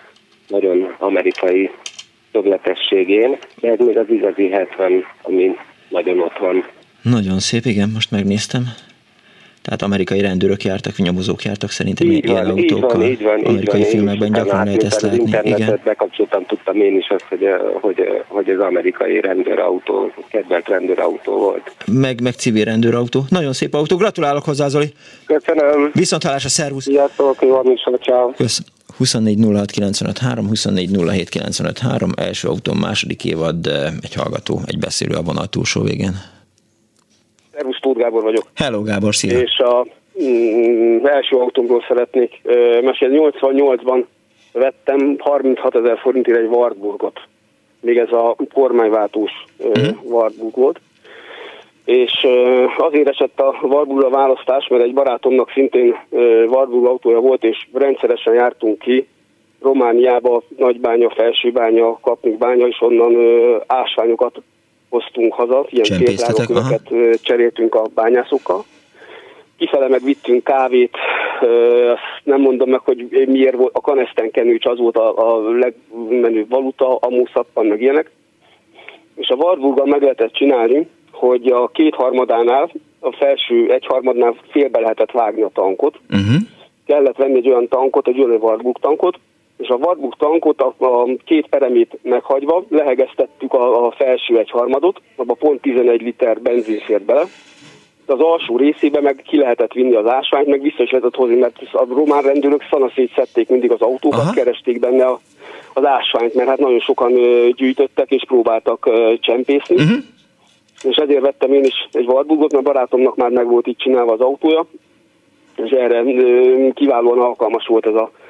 nagyon amerikai többletességén, de ez még az igazi 70, ami nagyon ott van. Nagyon szép, igen, most megnéztem. Tehát amerikai rendőrök jártak, nyomozók jártak szerintem ilyen autókkal. Így van, amerikai filmekben gyakran lehet ezt látni. Internetet bekapcsoltam, tudtam én is azt, hogy ez amerikai rendőrautó, kedvelt rendőrautó volt. Meg civil rendőrautó. Nagyon szép autó. Gratulálok hozzá, Zoli. Köszönöm. Viszonthallásra, szervusz. Sziasztok, jó a műsor, ciao. 24 06 953, 24 07 953, első autón, második évad, egy hallgató, egy beszélő a vonal túlsó végén. Szervusz, Tóth Gábor vagyok. Hello Gábor, szia. És az első autómról szeretnék mesélni. 88-ban vettem 36 000 forintért egy Wartburgot. Még ez a kormányváltós Wartburg volt. És azért esett a Wartburgra választás, mert egy barátomnak szintén Wartburg autója volt, és rendszeresen jártunk ki Romániába, Nagybánya, Felsőbánya, Kapnikbánya, és onnan ásványokat hoztunk haza, ilyen térdrágaköveket cseréltünk a bányászokkal. Kifele meg vittünk kávét, azt nem mondom meg, hogy miért volt, a kanesztenkenőcs az volt a legmenőbb valuta, amúszappan meg ilyenek. És a Wartburggal meg lehetett csinálni, hogy a kétharmadánál, a felső egyharmadnál félbe lehetett vágni a tankot. Kellett venni egy olyan tankot, egy olyan Wartburg tankot, és a Wartburg tankot a két peremét meghagyva lehegeztettük a felső egyharmadot, abban pont 11 liter benzin fért bele. Az alsó részébe meg ki lehetett vinni az ásványt, meg vissza is lehetett hozni, mert a román rendőrök szanaszét szedték mindig az autókat, keresték benne az ásványt, mert hát nagyon sokan gyűjtöttek és próbáltak csempészni. És ezért vettem én is egy Wartburgot, mert barátomnak már meg volt így csinálva az autója, és erre kiválóan alkalmas volt ez a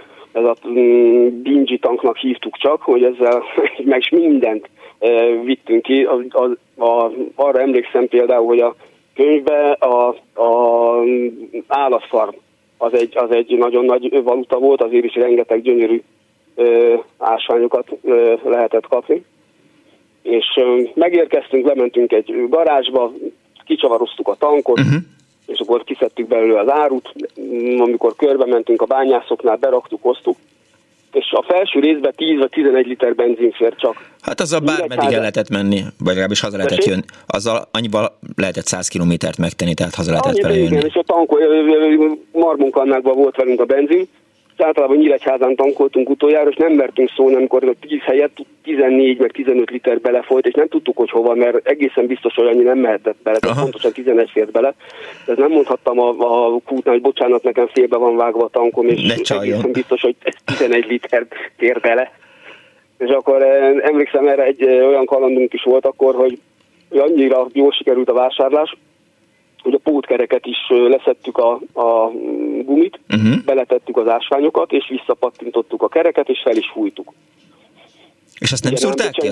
Dingy tanknak hívtuk csak, hogy ezzel meg mindent vittünk ki. Arra emlékszem például, hogy a könyvben a állatfarm az egy nagyon nagy valuta volt, azért is rengeteg gyönyörű ásványokat lehetett kapni. És megérkeztünk, lementünk egy garázsba, kicsavaroztuk a tankot, és akkor kiszedtük belőle az árut, amikor körbe mentünk a bányászoknál, beraktuk, hoztuk, és a felső részben 10 vagy 11 liter benzin fér csak. Hát azzal bármeddig el lehetett menni, vagy legalábbis haza lehetett jönni. Azzal annyival lehetett 100 kilométert megtenni, tehát haza lehetett vele jönni. Igen, és a tankol, marmunkannákban volt velünk a benzin, általában Nyíregyházán tankoltunk utoljára, és nem mertünk szólni, amikor a 10 helyett 14 meg 15 liter belefolyt, és nem tudtuk, hogy hova, mert egészen biztos, hogy annyi nem mehetett bele, tehát pontosan 11 fért bele. De nem mondhattam a kútnál, hogy bocsánat, nekem félbe van vágva a tankom, és egészen biztos, hogy 11 liter fér bele. És akkor emlékszem, erre egy olyan kalandunk is volt akkor, hogy annyira jól sikerült a vásárlás, hogy a pótkereket is leszettük a gumit, beletettük az ásványokat, és visszapattintottuk a kereket, és fel is fújtuk. És azt nem szúrták ki?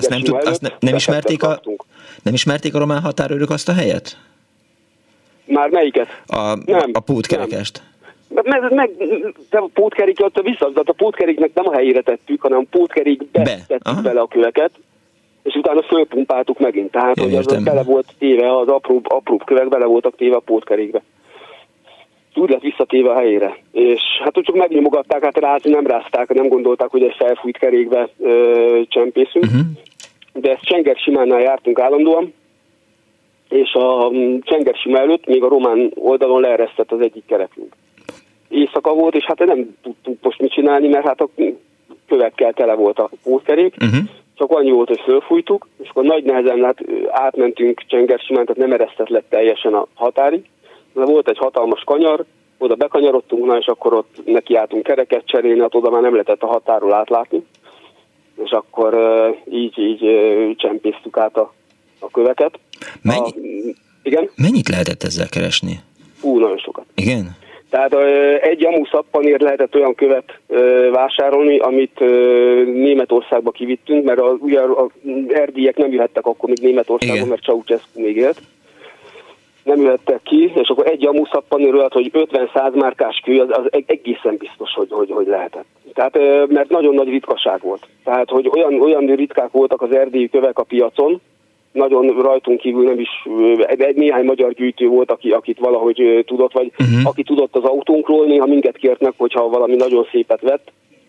Nem ismerték a román határőrök azt a helyet? Már melyiket? A pótkerekest. De a pótkerék a pótkeréknek nem a helyére tettük, hanem a pótkerékbe tettük bele a köveket, és utána fölpumpáltuk megint. Tehát, hogy az bele volt téve, az apróbb kövek bele voltak téve a pótkerékbe. Úgy lett visszatéve a helyére. És hát csak megnyomogatták, hát rázni nem rázták, nem gondolták, hogy egy felfújt kerékbe csempészünk. De ezt Csengersimánál jártunk állandóan, és a Csengersima előtt még a román oldalon leeresztett az egyik kerekünk. Éjszaka volt, és hát nem tudtuk most mit csinálni, mert hát a kövekkel tele volt a pótkerék. Csak annyi volt, hogy fölfújtuk, és akkor nagy nehezen átmentünk Csengersimán, tehát nem eresztett lett teljesen a határig. De volt egy hatalmas kanyar, oda bekanyarodtunk, és akkor ott nekiálltunk kereket cserélni, hát oda már nem lehetett a határól átlátni. És akkor így csempésztük át a köveket. Igen? Mennyit lehetett ezzel keresni? Nagyon sokat. Igen? Tehát egy amúszappanért lehetett olyan követ vásárolni, amit Németországba kivittünk, mert ugye az erdélyek nem jöhettek akkor még Németországba, mert Ceausescu még élt. Nem jöhettek ki, és akkor egy amúszappanért olyat, hogy 50-100 márkás kő, az egészen biztos, hogy lehetett. Tehát, mert nagyon nagy ritkaság volt. Tehát, hogy olyan ritkák voltak az erdélyi kövek a piacon, nagyon rajtunk kívül nem is, néhány magyar gyűjtő volt, akit valahogy tudott, vagy aki tudott az autónkról, néha minket kértnek, hogyha valami nagyon szépet vett,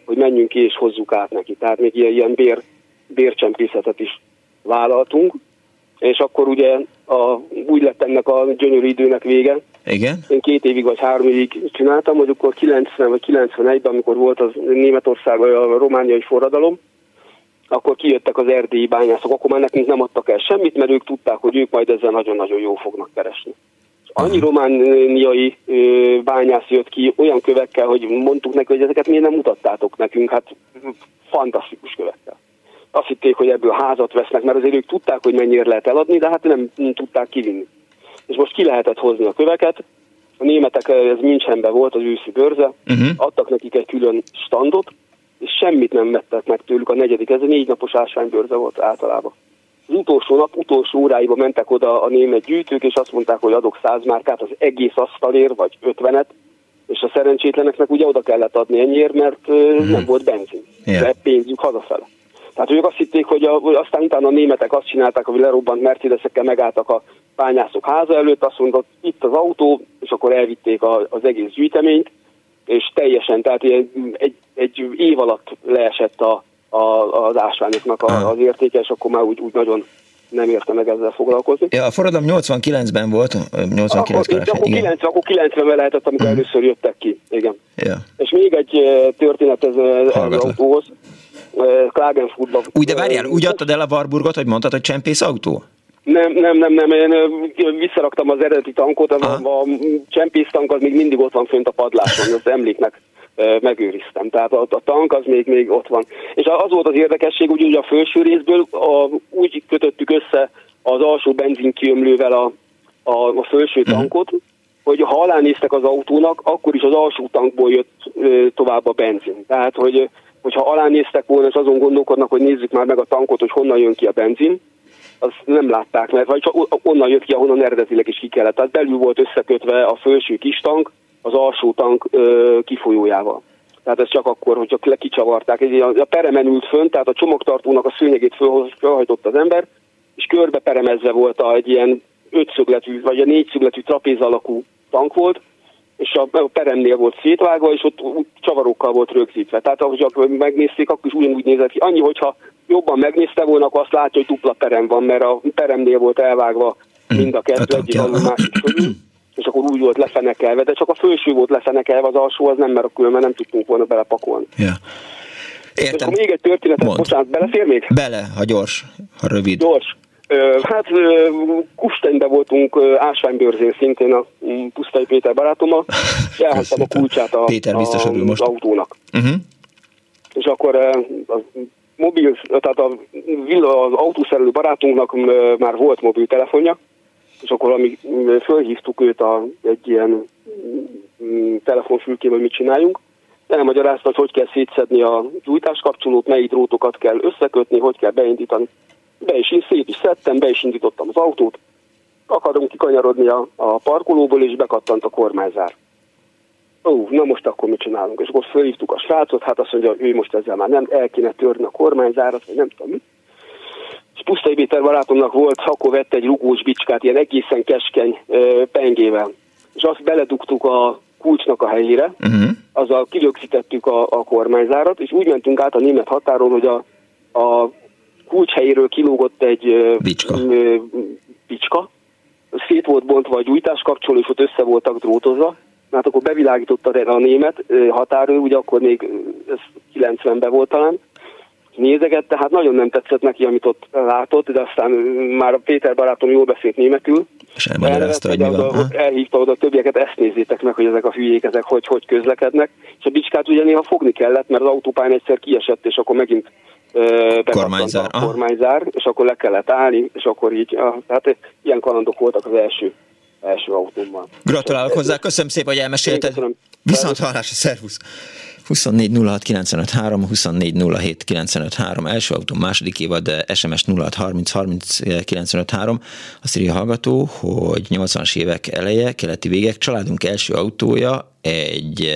hogy menjünk ki és hozzuk át neki. Tehát még ilyen bércsempészetet is vállaltunk, és akkor ugye úgy lett ennek a gyönyörű időnek vége. Igen. Én 2 évig vagy 3 évig csináltam, hogy akkor 90 vagy 91-ben, amikor volt az Németország vagy a romániai forradalom, akkor kijöttek az erdélyi bányászok, akkor már nekünk nem adtak el semmit, mert ők tudták, hogy ők majd ezzel nagyon-nagyon jól fognak keresni. Annyi romániai bányász jött ki olyan kövekkel, hogy mondtuk neki, hogy ezeket miért nem mutattátok nekünk, hát fantasztikus kövekkel. Azt hitték, hogy ebből házat vesznek, mert azért ők tudták, hogy mennyire lehet eladni, de hát nem tudták kivinni. És most ki lehetett hozni a köveket. A németek, ez Münchenben volt, az őszi bőrze, adtak nekik egy külön standot, és semmit nem vettek meg tőlük a 4. Ez a 4 napos ásványbőrze volt általában. Az utolsó nap, utolsó óráiba mentek oda a német gyűjtők, és azt mondták, hogy adok 100 márkát az egész asztalért, vagy 50-et, és a szerencsétleneknek ugye oda kellett adni ennyiért, mert nem volt benzin. De pénzük hazafele. Tehát ők azt hitték, hogy aztán utána a németek azt csinálták, hogy lerobbant Mercedesekkel megálltak a bányászok háza előtt, azt mondott, itt az autó, és akkor elvitték az egész gyűjteményt, és teljesen, tehát egy év alatt leesett az ásványoknak az értéke, és akkor már úgy nagyon nem érte meg ezzel foglalkozni. Ja, a forradalom 89-ben volt, 89 akkor 90-ben lehetett, amikor először jöttek ki. Igen. Ja. És még egy történet ez az autóhoz. Klagenfurtban. Úgy, de várjál, úgy adtad el a Warburgot, hogy mondtad, hogy csempész autó? Nem, én visszaraktam az eredeti tankot, a csempész tank az még mindig ott van fönt a padláson, az emléknek megőriztem. Tehát a tank az még ott van. És az volt az érdekesség, hogy ugye a felső részből úgy kötöttük össze az alsó benzinkiömlővel a felső tankot, hogy ha alánéztek az autónak, akkor is az alsó tankból jött tovább a benzin. Tehát, hogyha alánéztek volna, és azon gondolkodnak, hogy nézzük már meg a tankot, hogy honnan jön ki a benzin, azt nem látták, mert vagy csak onnan jött ki, ahonnan eredetileg is ki kellett. Tehát belül volt összekötve a felső kis tank az alsó tank kifolyójával. Tehát ez csak akkor, hogyha lekicsavarták. A peremen ült fönn, tehát a csomagtartónak a szőnyegét fölhajtott az ember, és körbe peremezve volt egy ilyen 5-szögletű, vagy a 4-szögletű trapéz alakú tank volt, és a peremnél volt szétvágva, és ott csavarokkal volt rögzítve. Tehát ahogy megnézték, akkor is ugyanúgy nézett ki. Annyi, hogyha jobban megnézte volna, akkor azt látja, hogy dupla perem van, mert a peremnél volt elvágva mind a kettő, egyik alul, másik fölül, és akkor úgy volt lefenekelve, de csak a felső volt lefenekelve, az alsó az nem, mert különben nem tudtunk volna belepakolni. Ja. Értem. És akkor még egy történetet, bocsánat, belefér még? Bele, ha gyors, ha rövid. Gyors. Hát Kusteinben voltunk ásványbőrzén szintén a Pusztai Péter barátommal, elhagytam a kulcsát az autónak. És akkor tehát az autószerelő barátunknak már volt mobiltelefonja, és akkor fölhívtuk őt egy ilyen telefonfülkébe, hogy mit csináljunk. Elmagyarázta, hogy kell szétszedni a gyújtáskapcsolót, melyik drótokat kell összekötni, hogy kell beindítani. Szét is szedtem, be is indítottam az autót, akarunk kikanyarodni a parkolóból, és bekattant a kormányzár. Na most akkor mit csinálunk? És akkor fölhívtuk a srácot, hát azt mondja, ő most ezzel már nem, el kéne törni a kormányzárat, vagy nem tudom mit. És Pusztai Péter barátomnak volt, akkor vett egy rugós bicskát, ilyen egészen keskeny pengével. És azt beledugtuk a kulcsnak a helyére, azzal kirögzítettük a kormányzárat, és úgy mentünk át a német határon, hogy a kulcs helyéről kilógott egy bicska, szét volt bontva a gyújtáskapcsoló, és ott össze voltak drótozva. Hát akkor bevilágította a német határőr, ugye akkor még ez 90-ben volt talán, nézegette, hát nagyon nem tetszett neki, amit ott látott, de aztán már a Péter barátom jól beszélt németül. És elmagyarázta, hogy mi van. Elhívta oda a többieket, ezt nézzétek meg, hogy ezek a hülyék, ezek hogy közlekednek. És a bicskát ugye néha fogni kellett, mert az autópályán egyszer kiesett, és akkor megint bekattant a kormányzár, és akkor le kellett állni, és akkor így, hát ilyen kalandok voltak az első autómmal. Gratulálok hozzá, köszönöm szépen, hogy elmesélted. Viszont hallásra, szervusz! 24 06 953, 24 07 953, első autó, második évad, SMS 06 30 30 953. Azt írja a hallgató, hogy 80-as évek eleje, keleti végek, családunk első autója egy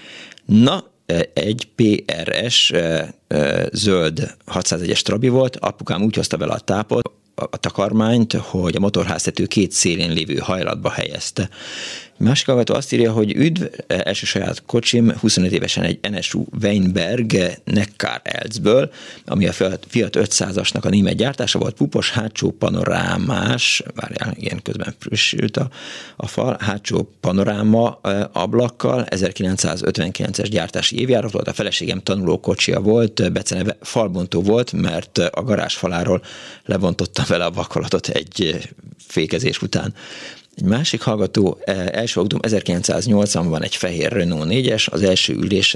PRS zöld 601-es Trabi volt, apukám úgy hozta vele a tápot, a takarmányt, hogy a motorháztető két szélén lévő hajlatba helyezte. Másik hallgató azt írja, hogy üdv, első saját kocsim, 25 évesen egy NSU Weinberg Neckar Elzből, ami a Fiat 500-asnak a német gyártása volt, pupos, hátsó panorámás, várjál, igen, közben frissült a fal, hátsó panoráma ablakkal, 1959-es gyártási évjárat volt, a feleségem tanulókocsia volt, beceneve falbontó volt, mert a garázs faláról levontottam vele a vakolatot egy fékezés után. Egy másik hallgató, első autóm 1980-ban egy fehér Renault 4-es, az első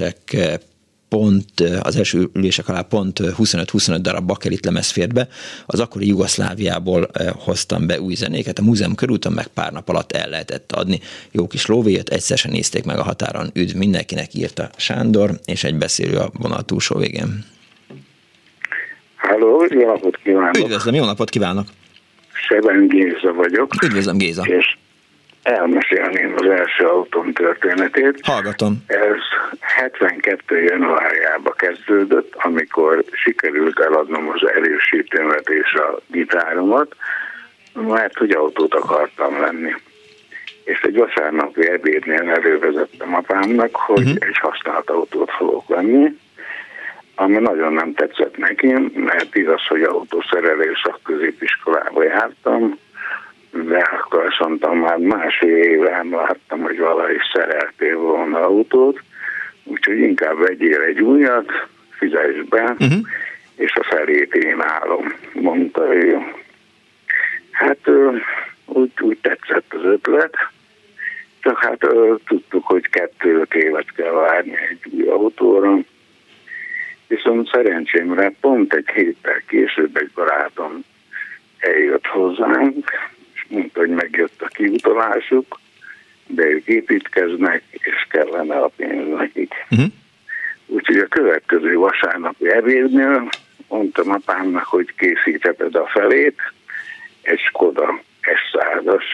ülések alá pont 25-25 darab bakelit lemez fért be, az akkori Jugoszláviából hoztam be új zenéket, a múzeum körúton meg pár nap alatt el lehetett adni. Jó kis lóvéjött, egyszer sem nézték meg a határon. Üdv mindenkinek, írta Sándor, és egy beszélő a vonal túlsó végén. Halló, jó napot kívánok! Üdvözlöm, jó napot kívánok! Seben Géza vagyok. Üdvözlöm, Géza! És elmesélném az első autóm történetét. Hallgatom. Ez 72. januárjában kezdődött, amikor sikerült eladnom az erősítőmet és a gitáromat, mert hogy autót akartam venni. És egy vasárnapi ebédnél elővezettem apámnak, hogy egy használt autót fogok venni, ami nagyon nem tetszett neki, mert igaz, hogy autószerelő szakközépiskolába jártam, de akkor azt mondtam, már másfél éve nem láttam, hogy valahogy szereltél volna autót, úgyhogy inkább vegyél egy újat, fizess be, és a felét én állom, mondta ő. Hát úgy tetszett az ötlet, csak hát tudtuk, hogy 2-5 évet kell várni egy új autóra, viszont szerencsémre pont egy héttel később egy barátom eljött hozzánk, és mondta, hogy megjött a kiutalásuk, de ők építkeznek, és kellene a pénz nekik. Úgyhogy a következő vasárnapi ebédnél mondtam apámnak, hogy készítheted a felét, egy Skoda S100-as,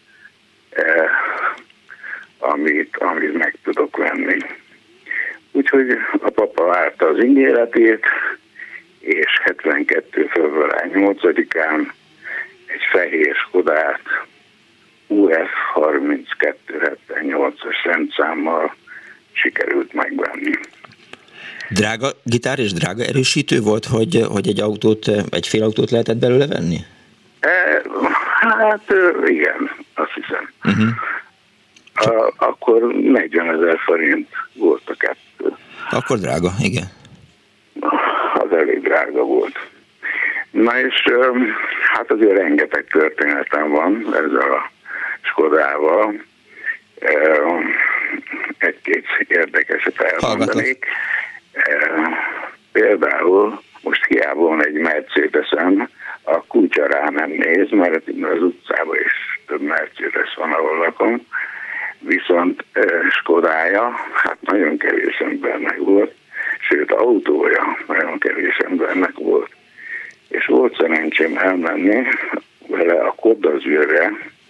amit meg tudok venni. Úgyhogy a papa várta az ígéretét, és 72. február 8-án egy fehér Skodát UF 3278-as rendszámmal sikerült megvenni. Drága gitár és drága erősítő volt, hogy egy fél autót lehetett belőle venni? Hát igen, azt hiszem. Akkor 40 000 forint volt a kettő. Akkor drága, igen. Az elég drága volt. Na és hát azért rengeteg történetem van ezzel a Skodával. Egy-két érdekeset elmondanék. Például most hiába van egy Mercedes-en, a kutya rá nem néz, mert az utcában is több Mercedes van, ahol lakom. Viszont Skodája, hát nagyon kevés embernek volt, sőt autója nagyon kevés embernek volt. És volt szerencsém elmenni vele a Côte d'Azurre,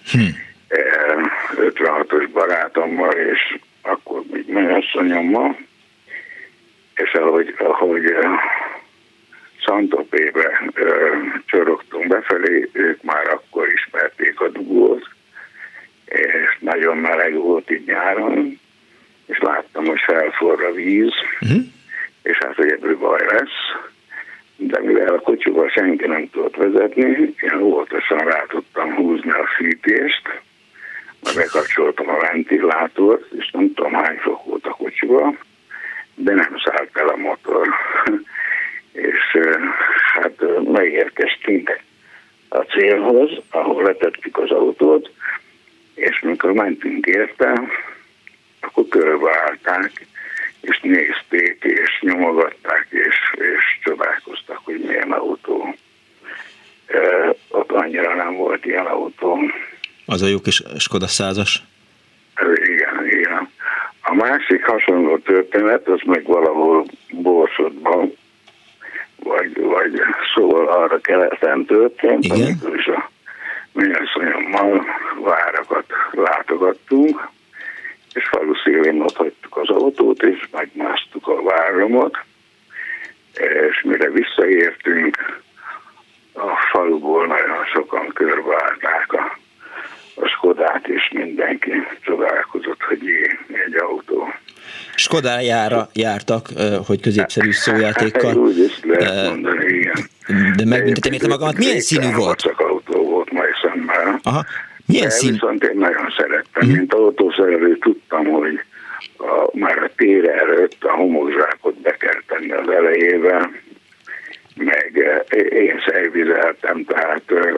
56-os barátommal, és akkor még mennyasszonyommal, és ahogy Saint-Tropez-be csorogtunk befelé, ők már akkor ismerték a dugót, és nagyon meleg volt így nyáron, és láttam, hogy felforr a víz, és hát, hogy ebből baj lesz, de mivel a kocsival senki nem tudott vezetni, én óvatosan rá tudtam húzni a fűtést, majd bekapcsoltam a ventilátort, és nem tudom hány fok volt a kocsival, de nem szállt el a motor. És hát megérkeztünk a célhoz, ahol letettük az autót, és mikor mentünk érte, akkor körbeállták, és nézték, és nyomogatták, és csodálkoztak, hogy milyen autó. Ott annyira nem volt ilyen autó. Az a jó kis Skoda 100-as? Igen. A másik hasonló történet, az meg valahol Borsodban, vagy szóval arra keleten történt, amikor is a mennyasszonyommal várakat látogattunk, és falu szélén ott hagytuk az autót, és megmásztuk a váromot, és mire visszaértünk, a faluból nagyon sokan körbeállták a Skodát, és mindenki csodálkozott, hogy egy autó. Skodájára jártak, hogy középszerű szójátékkal. Úgy is lehet mondani, igen. De megbüntetem érte magamat. Milyen színű volt? Csak autó volt majd szemmel. Aha. Milyen színű? Viszont én nagyon szerettem. Mint autószerelő tudtam, hogy már a tér előtt a homokzsákot be kell tenni az elejébe, meg én szervizeltem, tehát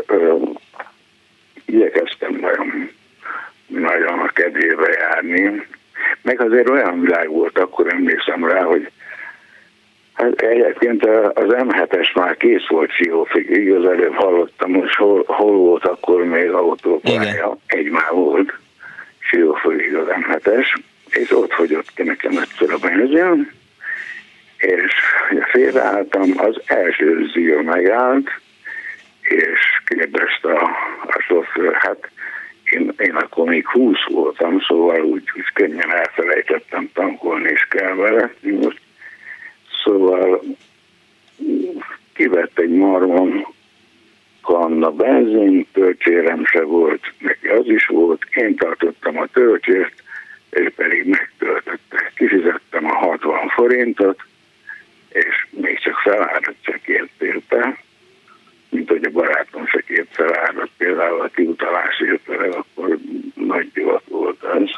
igyekeztem nagyon a kedvébe járni. Meg azért olyan világ volt, akkor emlékszem rá, hogy hát egyébként az M7-es már kész volt Siófokig, az előbb hallottam, most hol volt akkor még autópálya, egy már volt Siófokig az M7-es, és ott hagyott ki nekem egyszer a benzin, és félreálltam, az első zír megállt, és kérdezte a sofőr, hát én akkor még 20 voltam, szóval úgy könnyen elfelejtettem, tankolni is kell vele. Szóval kivett egy marmon kanna benzin, töltsérem se volt, neki az is volt, én tartottam a töltsért, ő pedig megtöltötte. Kifizettem a 60 forintot, és még csak felárat se kért érte, mint hogy a barátom se kért felárat, például a kiutalás érte, akkor nagy divat volt az.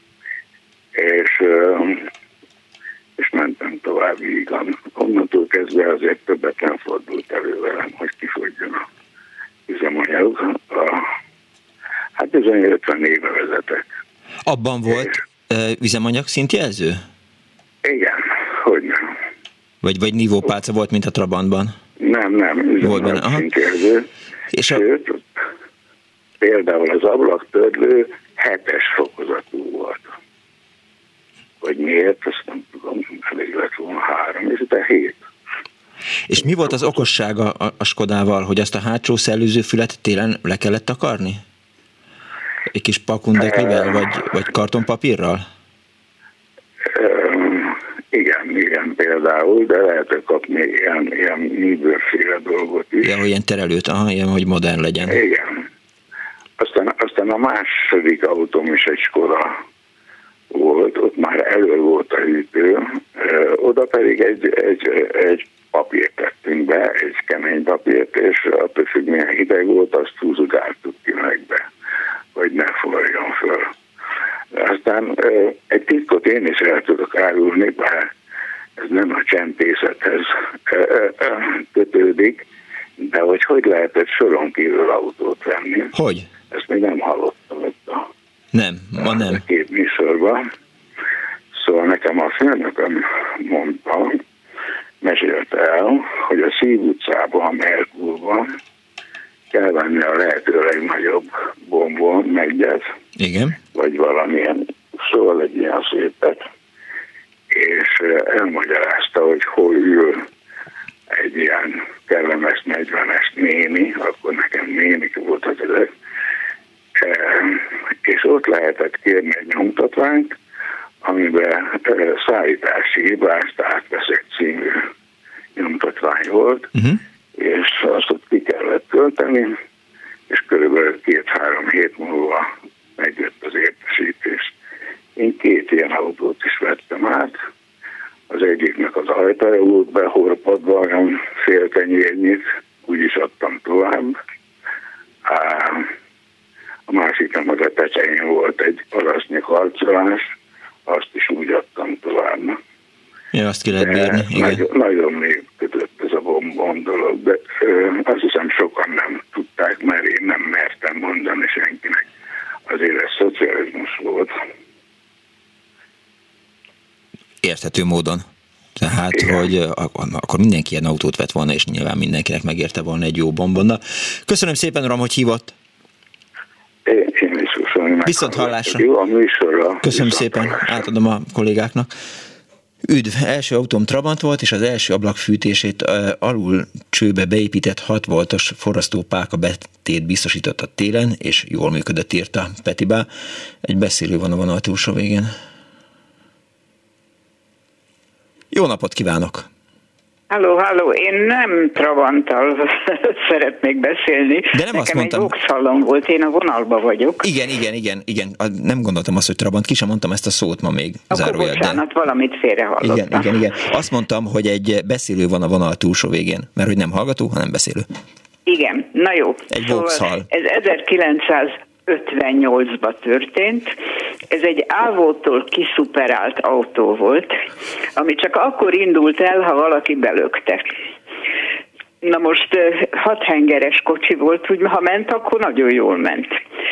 És mentem tovább vígan. Onnantól kezdve azért többet nem fordult elő velem, hogy kifogjon a üzemanyag. Hát bizony 50 éve vezetek. Abban volt üzemanyag szintjelző? Igen, hogy nem. Vagy nívópálca volt, mint a Trabantban? Nem, üzemanyag szintjelző. Sőt, például az ablaktörlő 7-es fokozatú volt. Vagy miért, azt nem tudom, elég lett volna 3, és utána 7. És mi volt az okossága a Skodával, hogy azt a hátsó szellőzőfület télen le kellett takarni? Egy kis pakundeklivel, vagy kartonpapírral? Igen, például, de lehet kapni ilyen műbőrféle dolgot is. Ja, hogy ilyen terelőt, ilyen, hogy modern legyen. Igen. Aztán a második autóm is egy Skoda volt, ott már elő volt a hűtő, oda pedig egy papírt tettünk be, egy kemény papírt, és attól függ, milyen hideg volt, azt húzugáltuk ki meg be, hogy ne forrjon föl. Aztán egy titkot én is el tudok árulni, bár ez nem a csempészethez kötődik, de hogy lehetett soron kívül autót venni. Hogy? Ezt még nem hallottam itt nem. Két műsorban. Szóval nekem a főnököm mondta, mesélte el, hogy a Szív utcában, a Merkurban kell venni a lehető legnagyobb bombon, meggyet. Igen. Vagy valamilyen, szóval egy ilyen szépet. És elmagyarázta, hogy hol ül egy ilyen kellemes 40-es néni, akkor nekem nénik volt az ezek, és ott lehetett kérni egy nyomtatványt, amiben szállítási hibást átveszek című nyomtatvány volt, és azt ott ki kellett tölteni, és körülbelül 2-3 hét múlva megjött az értesítés. Én 2 ilyen autót is vettem át, az egyiknek az ajtaja volt behorpadva, olyan fél tenyérnyit, úgyis adtam tovább. A másiknak az a tetején volt egy arasznyi karcolás, azt is úgy adtam tovább. Ja, azt ki lehet bírni, igen. Nagyon működött ez a bombon dolog, de azt hiszem sokan nem tudták, mert én nem mertem mondani senkinek. Azért ez szocializmus volt. Érthető módon. Tehát, igen. Hogy akkor mindenki ilyen autót vett volna, és nyilván mindenkinek megérte volna egy jó bombonna. Köszönöm szépen, uram, hogy hívott. Én is köszönöm. Viszont hallásra. Jó a műsorra. Köszönöm szépen, átadom a kollégáknak. Üdv, első autóm Trabant volt, és az első ablakfűtését alul csőbe beépített 6 voltos forrasztópálka betét biztosított a télen, és jól működött, írta Petibá. Egy beszélő van a vonal túlsó végén. Jó napot kívánok! Halló, én nem Trabanttal szeretnék beszélni. De nem azt mondtam. Nekem egy Vauxhallon volt, én a vonalba vagyok. Igen. Nem gondoltam azt, hogy Trabant, ki sem mondtam ezt a szót ma még. Akkor bocsánat, valamit félrehallottam. Igen. Azt mondtam, hogy egy beszélő van a vonal túlsó végén, mert hogy nem hallgató, hanem beszélő. Igen, na jó. Egy Vauxhall. Ez 1958-ban történt. Ez egy Avótól kiszuperált autó volt, ami csak akkor indult el, ha valaki belökte. Na most 6 hengeres kocsi volt, úgy ha ment, akkor nagyon jól ment.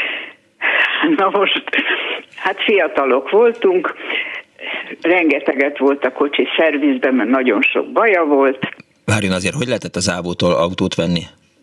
Na most, hát fiatalok voltunk, rengeteget volt a kocsi szervizben, mert nagyon sok baja volt. Várjon azért, hogy lehetett az Avótól autót venni?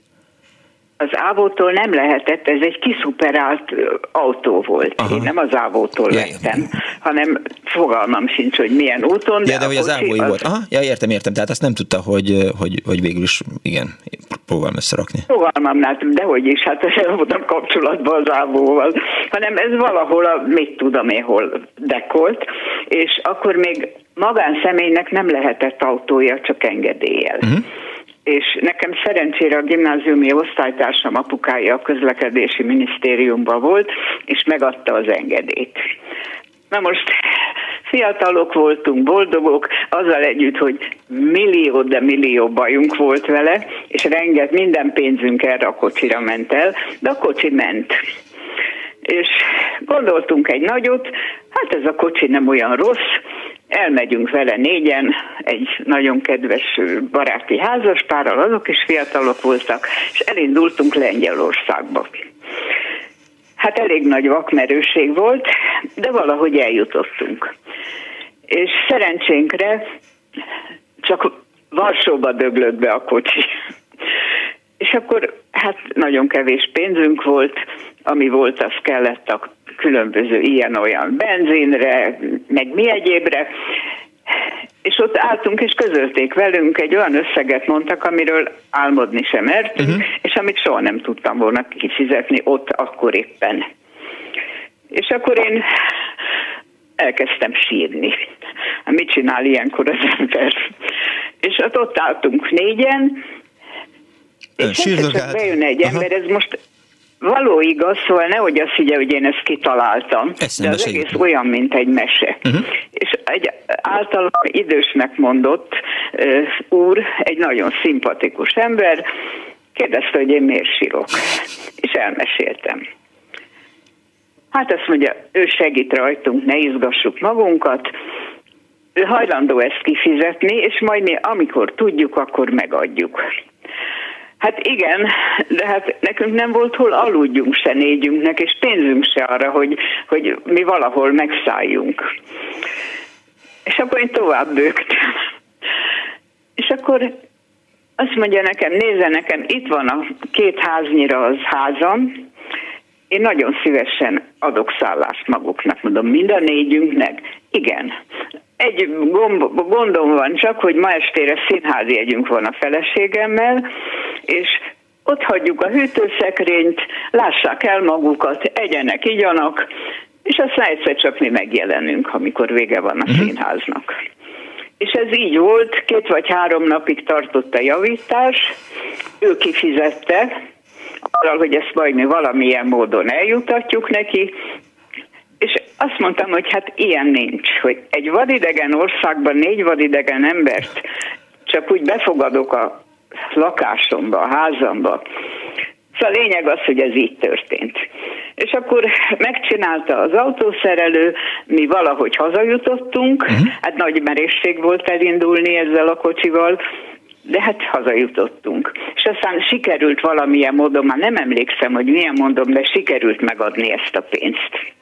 Az Avótól nem lehetett, ez egy kiszuperált autó volt. Aha. Én nem az Avótól vettem, hanem fogalmam sincs, hogy milyen úton. De hogy az Avói volt. Aha, értem. Tehát azt nem tudta, hogy végül is, igen, próbálom összerakni. Fogalmam, dehogy is, hát nem voltam kapcsolatban az Avóval, hanem ez valahol, mit tudom én, hol dekolt, és akkor még magánszemélynek nem lehetett autója, csak engedéllyel. És nekem szerencsére a gimnáziumi osztálytársam apukája a közlekedési minisztériumban volt, és megadta az engedélyt. Na most fiatalok voltunk, boldogok, azzal együtt, hogy millió bajunk volt vele, és minden pénzünk erre a kocsira ment el, de a kocsi ment. És gondoltunk egy nagyot, hát ez a kocsi nem olyan rossz, elmegyünk vele 4-en, egy nagyon kedves baráti házaspárral, azok is fiatalok voltak, és elindultunk Lengyelországba. Hát elég nagy vakmerőség volt, de valahogy eljutottunk. És szerencsénkre csak Varsóba döglött be a kocsi. És akkor hát nagyon kevés pénzünk volt, ami volt, az kellett a különböző ilyen-olyan benzinre, meg mi egyébre, és ott álltunk, és közölték velünk, egy olyan összeget mondtak, amiről álmodni sem mertünk, és amit soha nem tudtam volna kifizetni ott akkor éppen. És akkor én elkezdtem sírni. Mit csinál ilyenkor az ember? És ott álltunk 4-en, és csak bejön egy ember, ez most való igaz, szóval nehogy azt higgye, hogy én ezt kitaláltam, de az egész olyan, mint egy mese. És egy általam idősnek mondott úr, egy nagyon szimpatikus ember, kérdezte, hogy én miért sírok. És elmeséltem. Hát azt mondja, ő segít rajtunk, ne izgassuk magunkat, ő hajlandó ezt kifizetni, és majd mi, amikor tudjuk, akkor megadjuk. Hát igen, de hát nekünk nem volt hol aludjunk se 4-ünknek, és pénzünk se arra, hogy mi valahol megszálljunk. És akkor én tovább bőgtem. És akkor azt mondja nekem, nézze nekem, itt van a 2 háznyira az házam, én nagyon szívesen adok szállást maguknak, mondom, mind a 4-ünknek. Igen. Egy gondom van csak, hogy ma estére színházi jegyünk van a feleségemmel, és ott hagyjuk a hűtőszekrényt, lássák el magukat, egyenek, igyanak, és aztán egyszer csak mi megjelenünk, amikor vége van a színháznak. És ez így volt, 2 vagy 3 napig tartott a javítás, ő kifizette, arra, hogy ezt majd mi valamilyen módon eljutatjuk neki, és azt mondtam, hogy hát ilyen nincs, hogy egy vadidegen országban 4 vadidegen embert csak úgy befogadok a lakásomba, a házamba. Szóval a lényeg az, hogy ez így történt. És akkor megcsinálta az autószerelő, mi valahogy hazajutottunk, hát nagy merészség volt elindulni ezzel a kocsival, de hát hazajutottunk. És aztán sikerült valamilyen módon, már nem emlékszem, hogy milyen módon, de sikerült megadni ezt a pénzt.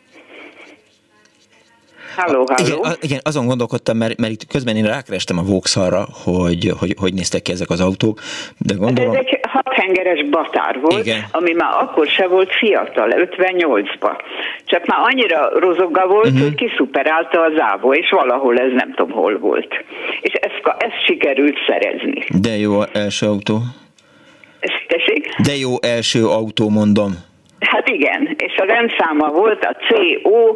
Halló. Igen, azon gondolkodtam, mert itt közben én rákerestem a Vauxhallra, hogy néztek ki ezek az autók, de gondolom... Ez egy 6 hengeres batár volt, igen, ami már akkor se volt fiatal, 58-ba. Csak már annyira rozogga volt, hogy kiszuperálta az Avó, és valahol ez nem tudom hol volt. És ezt sikerült szerezni. De jó első autó. Tessék? De jó első autó, mondom. Hát igen, és a rendszáma volt a CO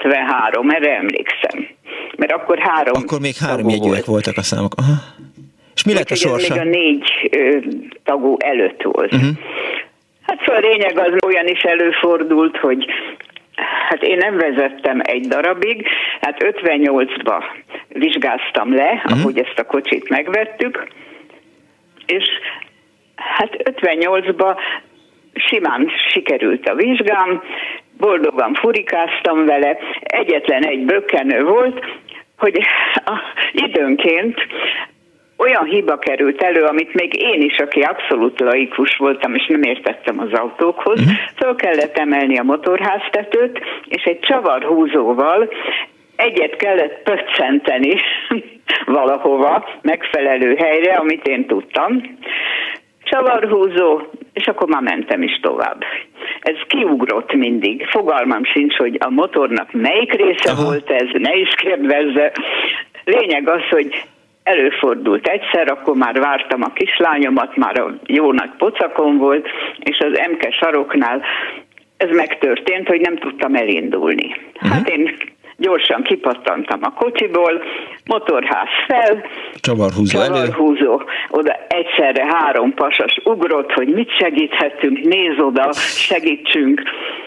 173, erre emlékszem. Mert akkor 3... Akkor még 3 jegyűek voltak a számok. Aha. És mi lett a sorsa? Még a 4 tagú előtt volt. Hát szóval a lényeg az, olyan is előfordult, hogy hát én nem vezettem egy darabig, hát 58-ba vizsgáztam le, ahogy ezt a kocsit megvettük, és hát 58-ba simán sikerült a vizsgám, boldogan furikáztam vele, egyetlen egy bökkenő volt, hogy időnként olyan hiba került elő, amit még én is, aki abszolút laikus voltam, és nem értettem az autókhoz, föl kellett emelni a motorháztetőt, és egy csavarhúzóval egyet kellett pöccenteni valahova, megfelelő helyre, amit én tudtam. Csavarhúzó, és akkor már mentem is tovább. Ez kiugrott mindig. Fogalmam sincs, hogy a motornak melyik része volt ez, ne is kérdezze. Lényeg az, hogy előfordult egyszer, akkor már vártam a kislányomat, már a jó nagy pocakon volt, és az MK saroknál ez megtörtént, hogy nem tudtam elindulni. Hát én gyorsan kipattantam a kocsiból, motorház fel, csavarhúzó, oda egyszerre 3 pasas ugrott, hogy mit segíthetünk, nézz oda, segítsünk.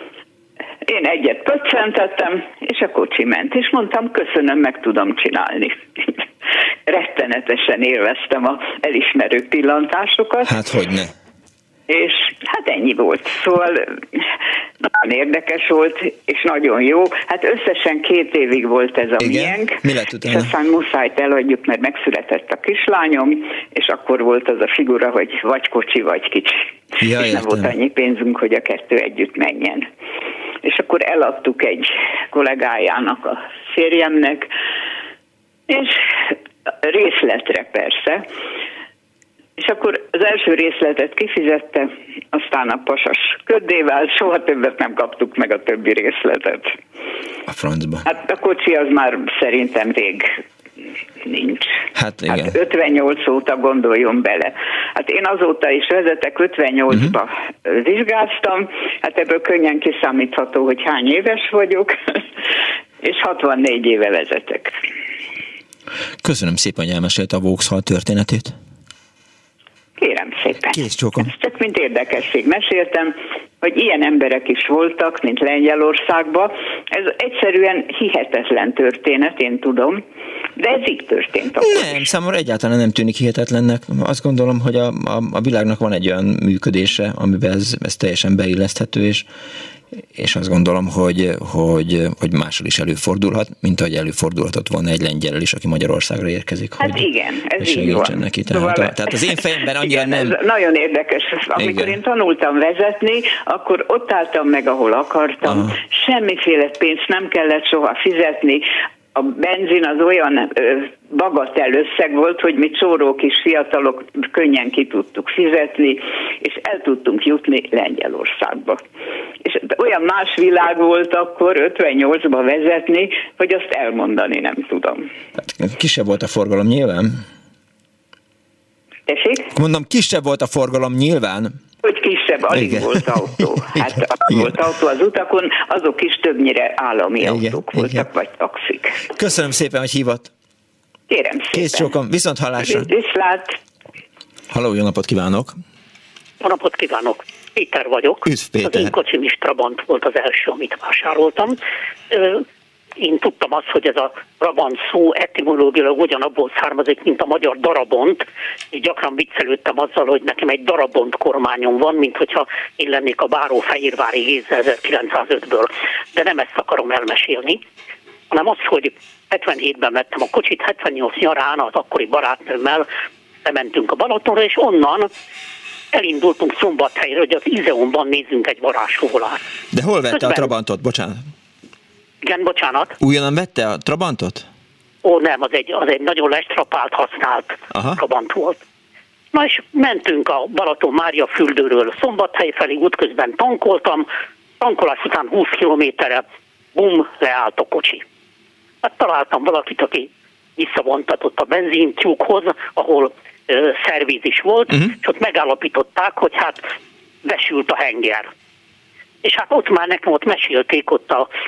Én egyet pöccentettem, és a kocsi ment, és mondtam, köszönöm, meg tudom csinálni. Rettenetesen élveztem az elismerő pillantásokat. Hát hogyne. És hát ennyi volt. Szóval nagyon érdekes volt, és nagyon jó. Hát összesen 2 évig volt ez a miénk. Mi lett utána? És aztán muszájt eladjuk, mert megszületett a kislányom, és akkor volt az a figura, hogy vagy kocsi, vagy kicsi. Ja, és nem volt annyi pénzünk, hogy a 2 együtt menjen. És akkor eladtuk egy kollégájának, a férjemnek, és részletre persze. És akkor az első részletet kifizette, aztán a pasas köddé vált, soha többet nem kaptuk meg a többi részletet. A francba. Hát a kocsi az már szerintem rég nincs. Hát igen. Hát 58 óta gondoljon bele. Hát én azóta is vezetek, 58-ba vizsgáztam, hát ebből könnyen kiszámítható, hogy hány éves vagyok, és 64 éve vezetek. Köszönöm szépen, hogy elmesélte a Vauxhall történetét. Kérem szépen. Kész csókom. Ezt csak mint érdekesség meséltem, hogy ilyen emberek is voltak, mint Lengyelországban. Ez egyszerűen hihetetlen történet, én tudom, de ez így történt akkor. Nem, számomra egyáltalán nem tűnik hihetetlennek. Azt gondolom, hogy a világnak van egy olyan működése, amiben ez teljesen beilleszthető, és azt gondolom, hogy máshol is előfordulhat, mint ahogy előfordulhatott volna egy lengyellel is, aki Magyarországra érkezik. Hát hogy igen, ez így van. Neki. Tehát az én fejemben annyira igen, nem... Ez nagyon érdekes. Amikor én tanultam vezetni, akkor ott álltam meg, ahol akartam. Semmiféle pénzt nem kellett soha fizetni. A benzin az olyan bagatel összeg volt, hogy mi csóró kis fiatalok könnyen ki tudtuk fizetni, és el tudtunk jutni Lengyelországba. És olyan más világ volt akkor 58-ba vezetni, hogy azt elmondani nem tudom. Hát, kisebb volt a forgalom nyilván? Tessék? Mondom, kisebb volt a forgalom nyilván? Hogy kisebb, alig volt autó. Hát alig volt autó az utakon, azok is többnyire állami autók voltak, vagy taxik. Köszönöm szépen, hogy hívott. Kérem szépen. Kész csókom, viszont hallásra. Viszlát. Halló, jó napot kívánok. Jó napot kívánok. Péter vagyok. Üdv, Péter. Az én kocsim is Trabant volt az első, amit vásároltam. Én tudtam azt, hogy ez a Trabant szó etimológiailag ugyanabból származik, mint a magyar darabont. Én gyakran viccelődtem azzal, hogy nekem egy darabont kormányom van, mint hogyha én lennék a Báró-Fehérvári Géza 1905-ből. De nem ezt akarom elmesélni, hanem azt, hogy 77-ben vettem a kocsit, 78 nyarán az akkori barátnőmmel bementünk a Balatonra, és onnan elindultunk Szombathelyre, hogy az Izeonban nézzünk egy varázsfoglalát. De hol vette a Trabantot? Bocsánat. Igen, bocsánat. Újonnan vette a Trabantot? Ó, nem, az egy nagyon lestrapált, használt Trabant volt. Na és mentünk a Balaton Mária fürdőről Szombathely felé, útközben tankoltam, tankolás után 20 kilométerre, bum, leállt a kocsi. Hát találtam valakit, aki visszavontatott a benzintyúkhoz, ahol szerviz is volt, és ott megállapították, hogy hát besült a henger. És hát ott már nekem ott mesélték ott a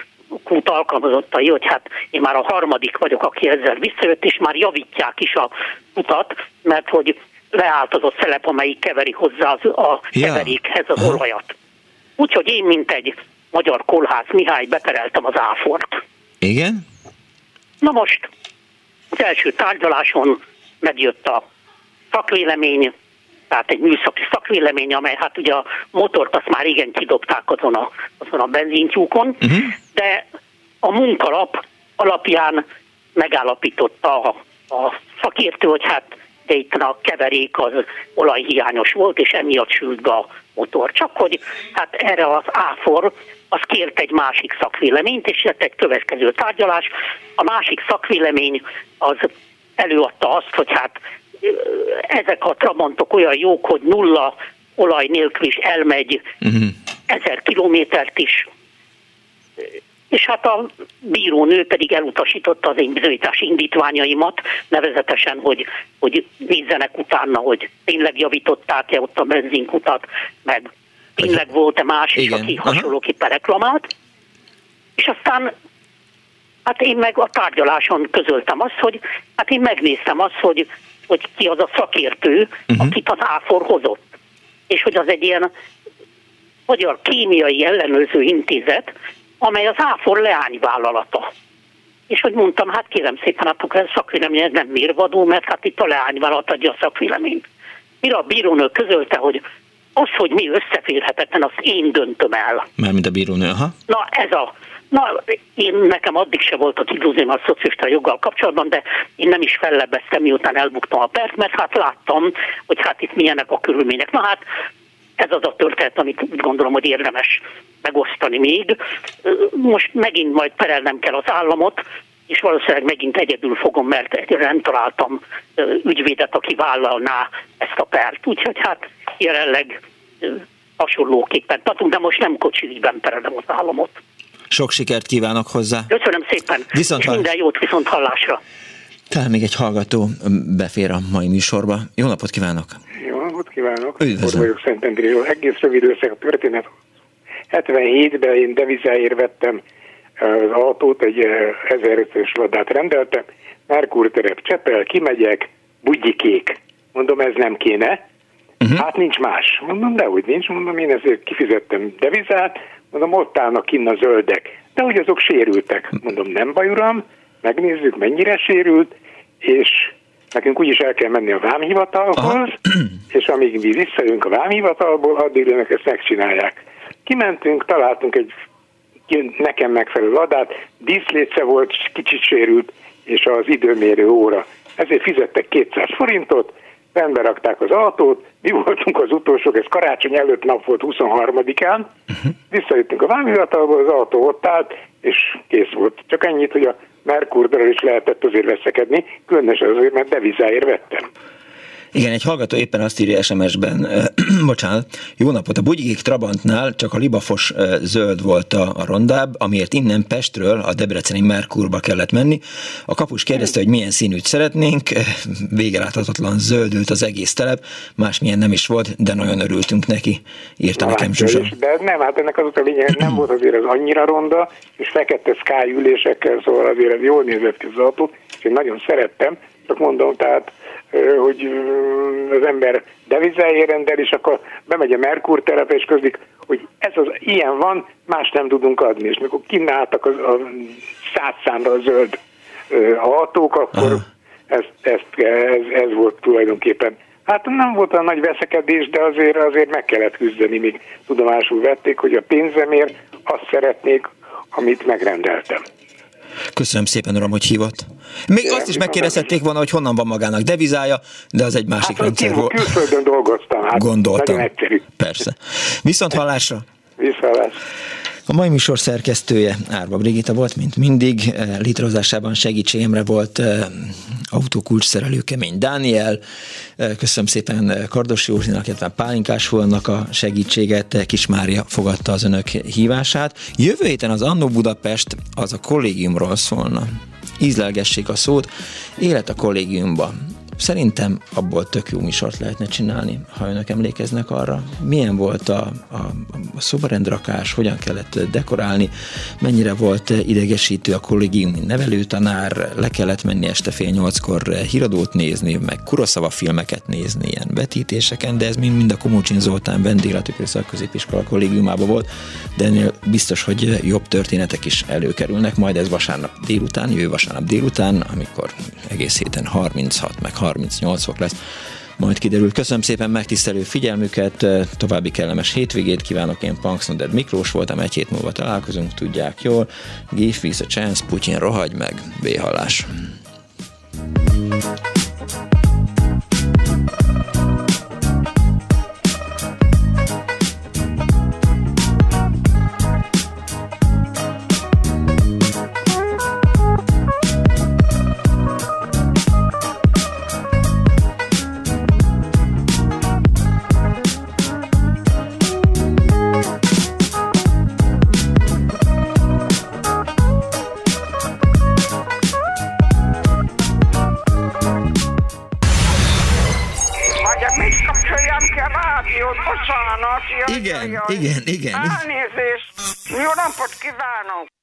kút alkalmazottai, hogy hát én már a harmadik vagyok, aki ezzel visszajött, és már javítják is a kutat, mert hogy leállt az a szelep, amelyik keveri hozzá a keverékhez az olajat. Úgyhogy én, mint egy magyar kolhász Mihály, betereltem az áfort. Igen? Na most az első tárgyaláson megjött a szakvélemény, tehát egy műszaki szakvélemény, amely hát ugye a motort azt már igen kidobták azon a benzintyúkon, de a munkalap alapján megállapította a szakértő, hogy hát de itt a keverék az olajhiányos volt, és emiatt sült be a motor. Csak hogy hát erre az áfor az kért egy másik szakvéleményt, és lett egy következő tárgyalás. A másik szakvélemény az előadta azt, hogy hát ezek a trabantok olyan jók, hogy nulla olaj nélkül is elmegy 1000 kilométert is. És hát a bírónő pedig elutasította az én bizonyítási indítványaimat, nevezetesen, hogy nézzenek utána, hogy tényleg javították-e ott a benzinkutat, meg tényleg volt-e más is, aki hasonlóképpen reklamált. És aztán hát én meg a tárgyaláson közöltem azt, hogy hát én megnéztem azt, hogy ki az a szakértő, akit az áfor hozott. És hogy az egy ilyen magyar kémiai ellenőrző intézet, amely az áfor leányvállalata. És hogy mondtam, hát kérem szépen, hát a szakvélemény ez nem mérvadó, mert hát itt a leányvállalat adja a szakvéleményt. Mire a bírónő közölte, hogy az, hogy mi összeférhetetlen, azt én döntöm el. Mármint a bírónő, én nekem addig se volt a illúzióm a szocialista joggal kapcsolatban, de én nem is fellebbeztem, miután elbuktam a pert, mert hát láttam, hogy hát itt milyenek a körülmények. Na hát ez az a történet, amit úgy gondolom, hogy érdemes megosztani még. Most megint majd perelnem kell az államot, és valószínűleg megint egyedül fogom, mert nem találtam ügyvédet, aki vállalná ezt a pert. Úgyhogy hát jelenleg hasonlóképpen tartunk, de most nem kocsiügyben perelem az államot. Sok sikert kívánok hozzá. Köszönöm szépen, és minden jót, viszont hallásra. Talán még egy hallgató befér a mai műsorba. Jó napot kívánok! Jó napot kívánok! Üdvözlöm! Vagyok Szentendréről. Egész rövid összeg a történet. 77-ben én devizáért vettem az autót, egy 1500-ös ladát rendeltem, Merkur terep Csepel, kimegyek, bugyikék. Mondom, ez nem kéne. Hát nincs más. Mondom, dehogy nincs. Mondom, én ezért kifizettem devizát. Mondom, ott állnak kinn a zöldek. De hogy azok sérültek. Mondom, nem baj, uram, megnézzük, mennyire sérült, és nekünk úgyis el kell menni a vámhivatalhoz, és amíg mi visszajönk a vámhivatalból, addig önök ezt megcsinálják. Kimentünk, találtunk egy nekem megfelelő ladát, díszléce volt, kicsit sérült, és az időmérő óra. Ezért fizettek 200 forintot, rendbe rakták az autót, mi voltunk az utolsók, ez karácsony előtt nap volt 23-án, visszajöttünk a vámhivatalból, az autó ott állt, és kész volt. Csak ennyit, hogy a Merkurral is lehetett azért veszekedni, különösen azért, mert devizáért vettem. Igen, egy hallgató éppen azt írja SMS-ben, bocsánat, jó napot, a Bugyigék Trabantnál csak a libafos zöld volt a rondább, amiért innen Pestről a debreceni Merkurba kellett menni. A kapus kérdezte, hogy milyen színűt szeretnénk, végeláthatatlan zöldült az egész telep, másmilyen nem is volt, de nagyon örültünk neki, írta nekem Zsuzsa. De nem, hát ennek az a lényeg, nem volt azért az annyira ronda, és fekete Sky ülésekkel, szóval azért ez jól nézett ki az autó, és én nagyon szerettem, csak mondom, tehát hogy az ember devizáért rendel, és akkor bemegy a Merkur terepre, és közlik, hogy ez az ilyen van, más nem tudunk adni. És mikor kínáltak a 100 számra a zöld autók, akkor ez volt tulajdonképpen. Hát nem volt a nagy veszekedés, de azért meg kellett küzdeni, míg tudomásul vették, hogy a pénzemért azt szeretnék, amit megrendeltem. Köszönöm szépen, uram, hogy hívott. Még azt is megkérdezhették volna, hogy honnan van magának devizája, de az egy másik rendszer volt. Külföldön dolgoztam, gondoltam. Nagyon egyszerű. Persze. Viszont hallásra. Viszontlátásra. A mai műsor szerkesztője Árva Brigitta volt, mint mindig. Litrozásában segítségemre volt autókulcsszerelő Kemény Dániel. Köszönöm szépen Kardos Józsinak, illetve Pálinkás Huannak a segítséget. Kis Mária fogadta az önök hívását. Jövő héten az Annó Budapest az a kollégiumról szólna. Ízlelgessék a szót. Élet a kollégiumban. Szerintem abból tök jó műsort lehetne csinálni, ha önök emlékeznek arra. Milyen volt a szobarendrakás, hogyan kellett dekorálni, mennyire volt idegesítő a kollégiumi nevelőtanár, le kellett menni este 7:30-kor híradót nézni, meg Kuroszava filmeket nézni ilyen vetítéseken, de ez mind a Komócsin Zoltán vendéglátóipari szakközépiskola kollégiumában volt, de ennél biztos, hogy jobb történetek is előkerülnek, majd ez jövő vasárnap délután, amikor egész héten 36 meg 38 fok lesz, majd kiderül. Köszönöm szépen megtisztelő figyelmüket, további kellemes hétvégét kívánok, én Punks Nodded Miklós voltam, egy hét múlva találkozunk, tudják jól. Give peace a chance, Putyin rohagy meg, B-hallás. Igen. Elnézést! Jó napot kívánok!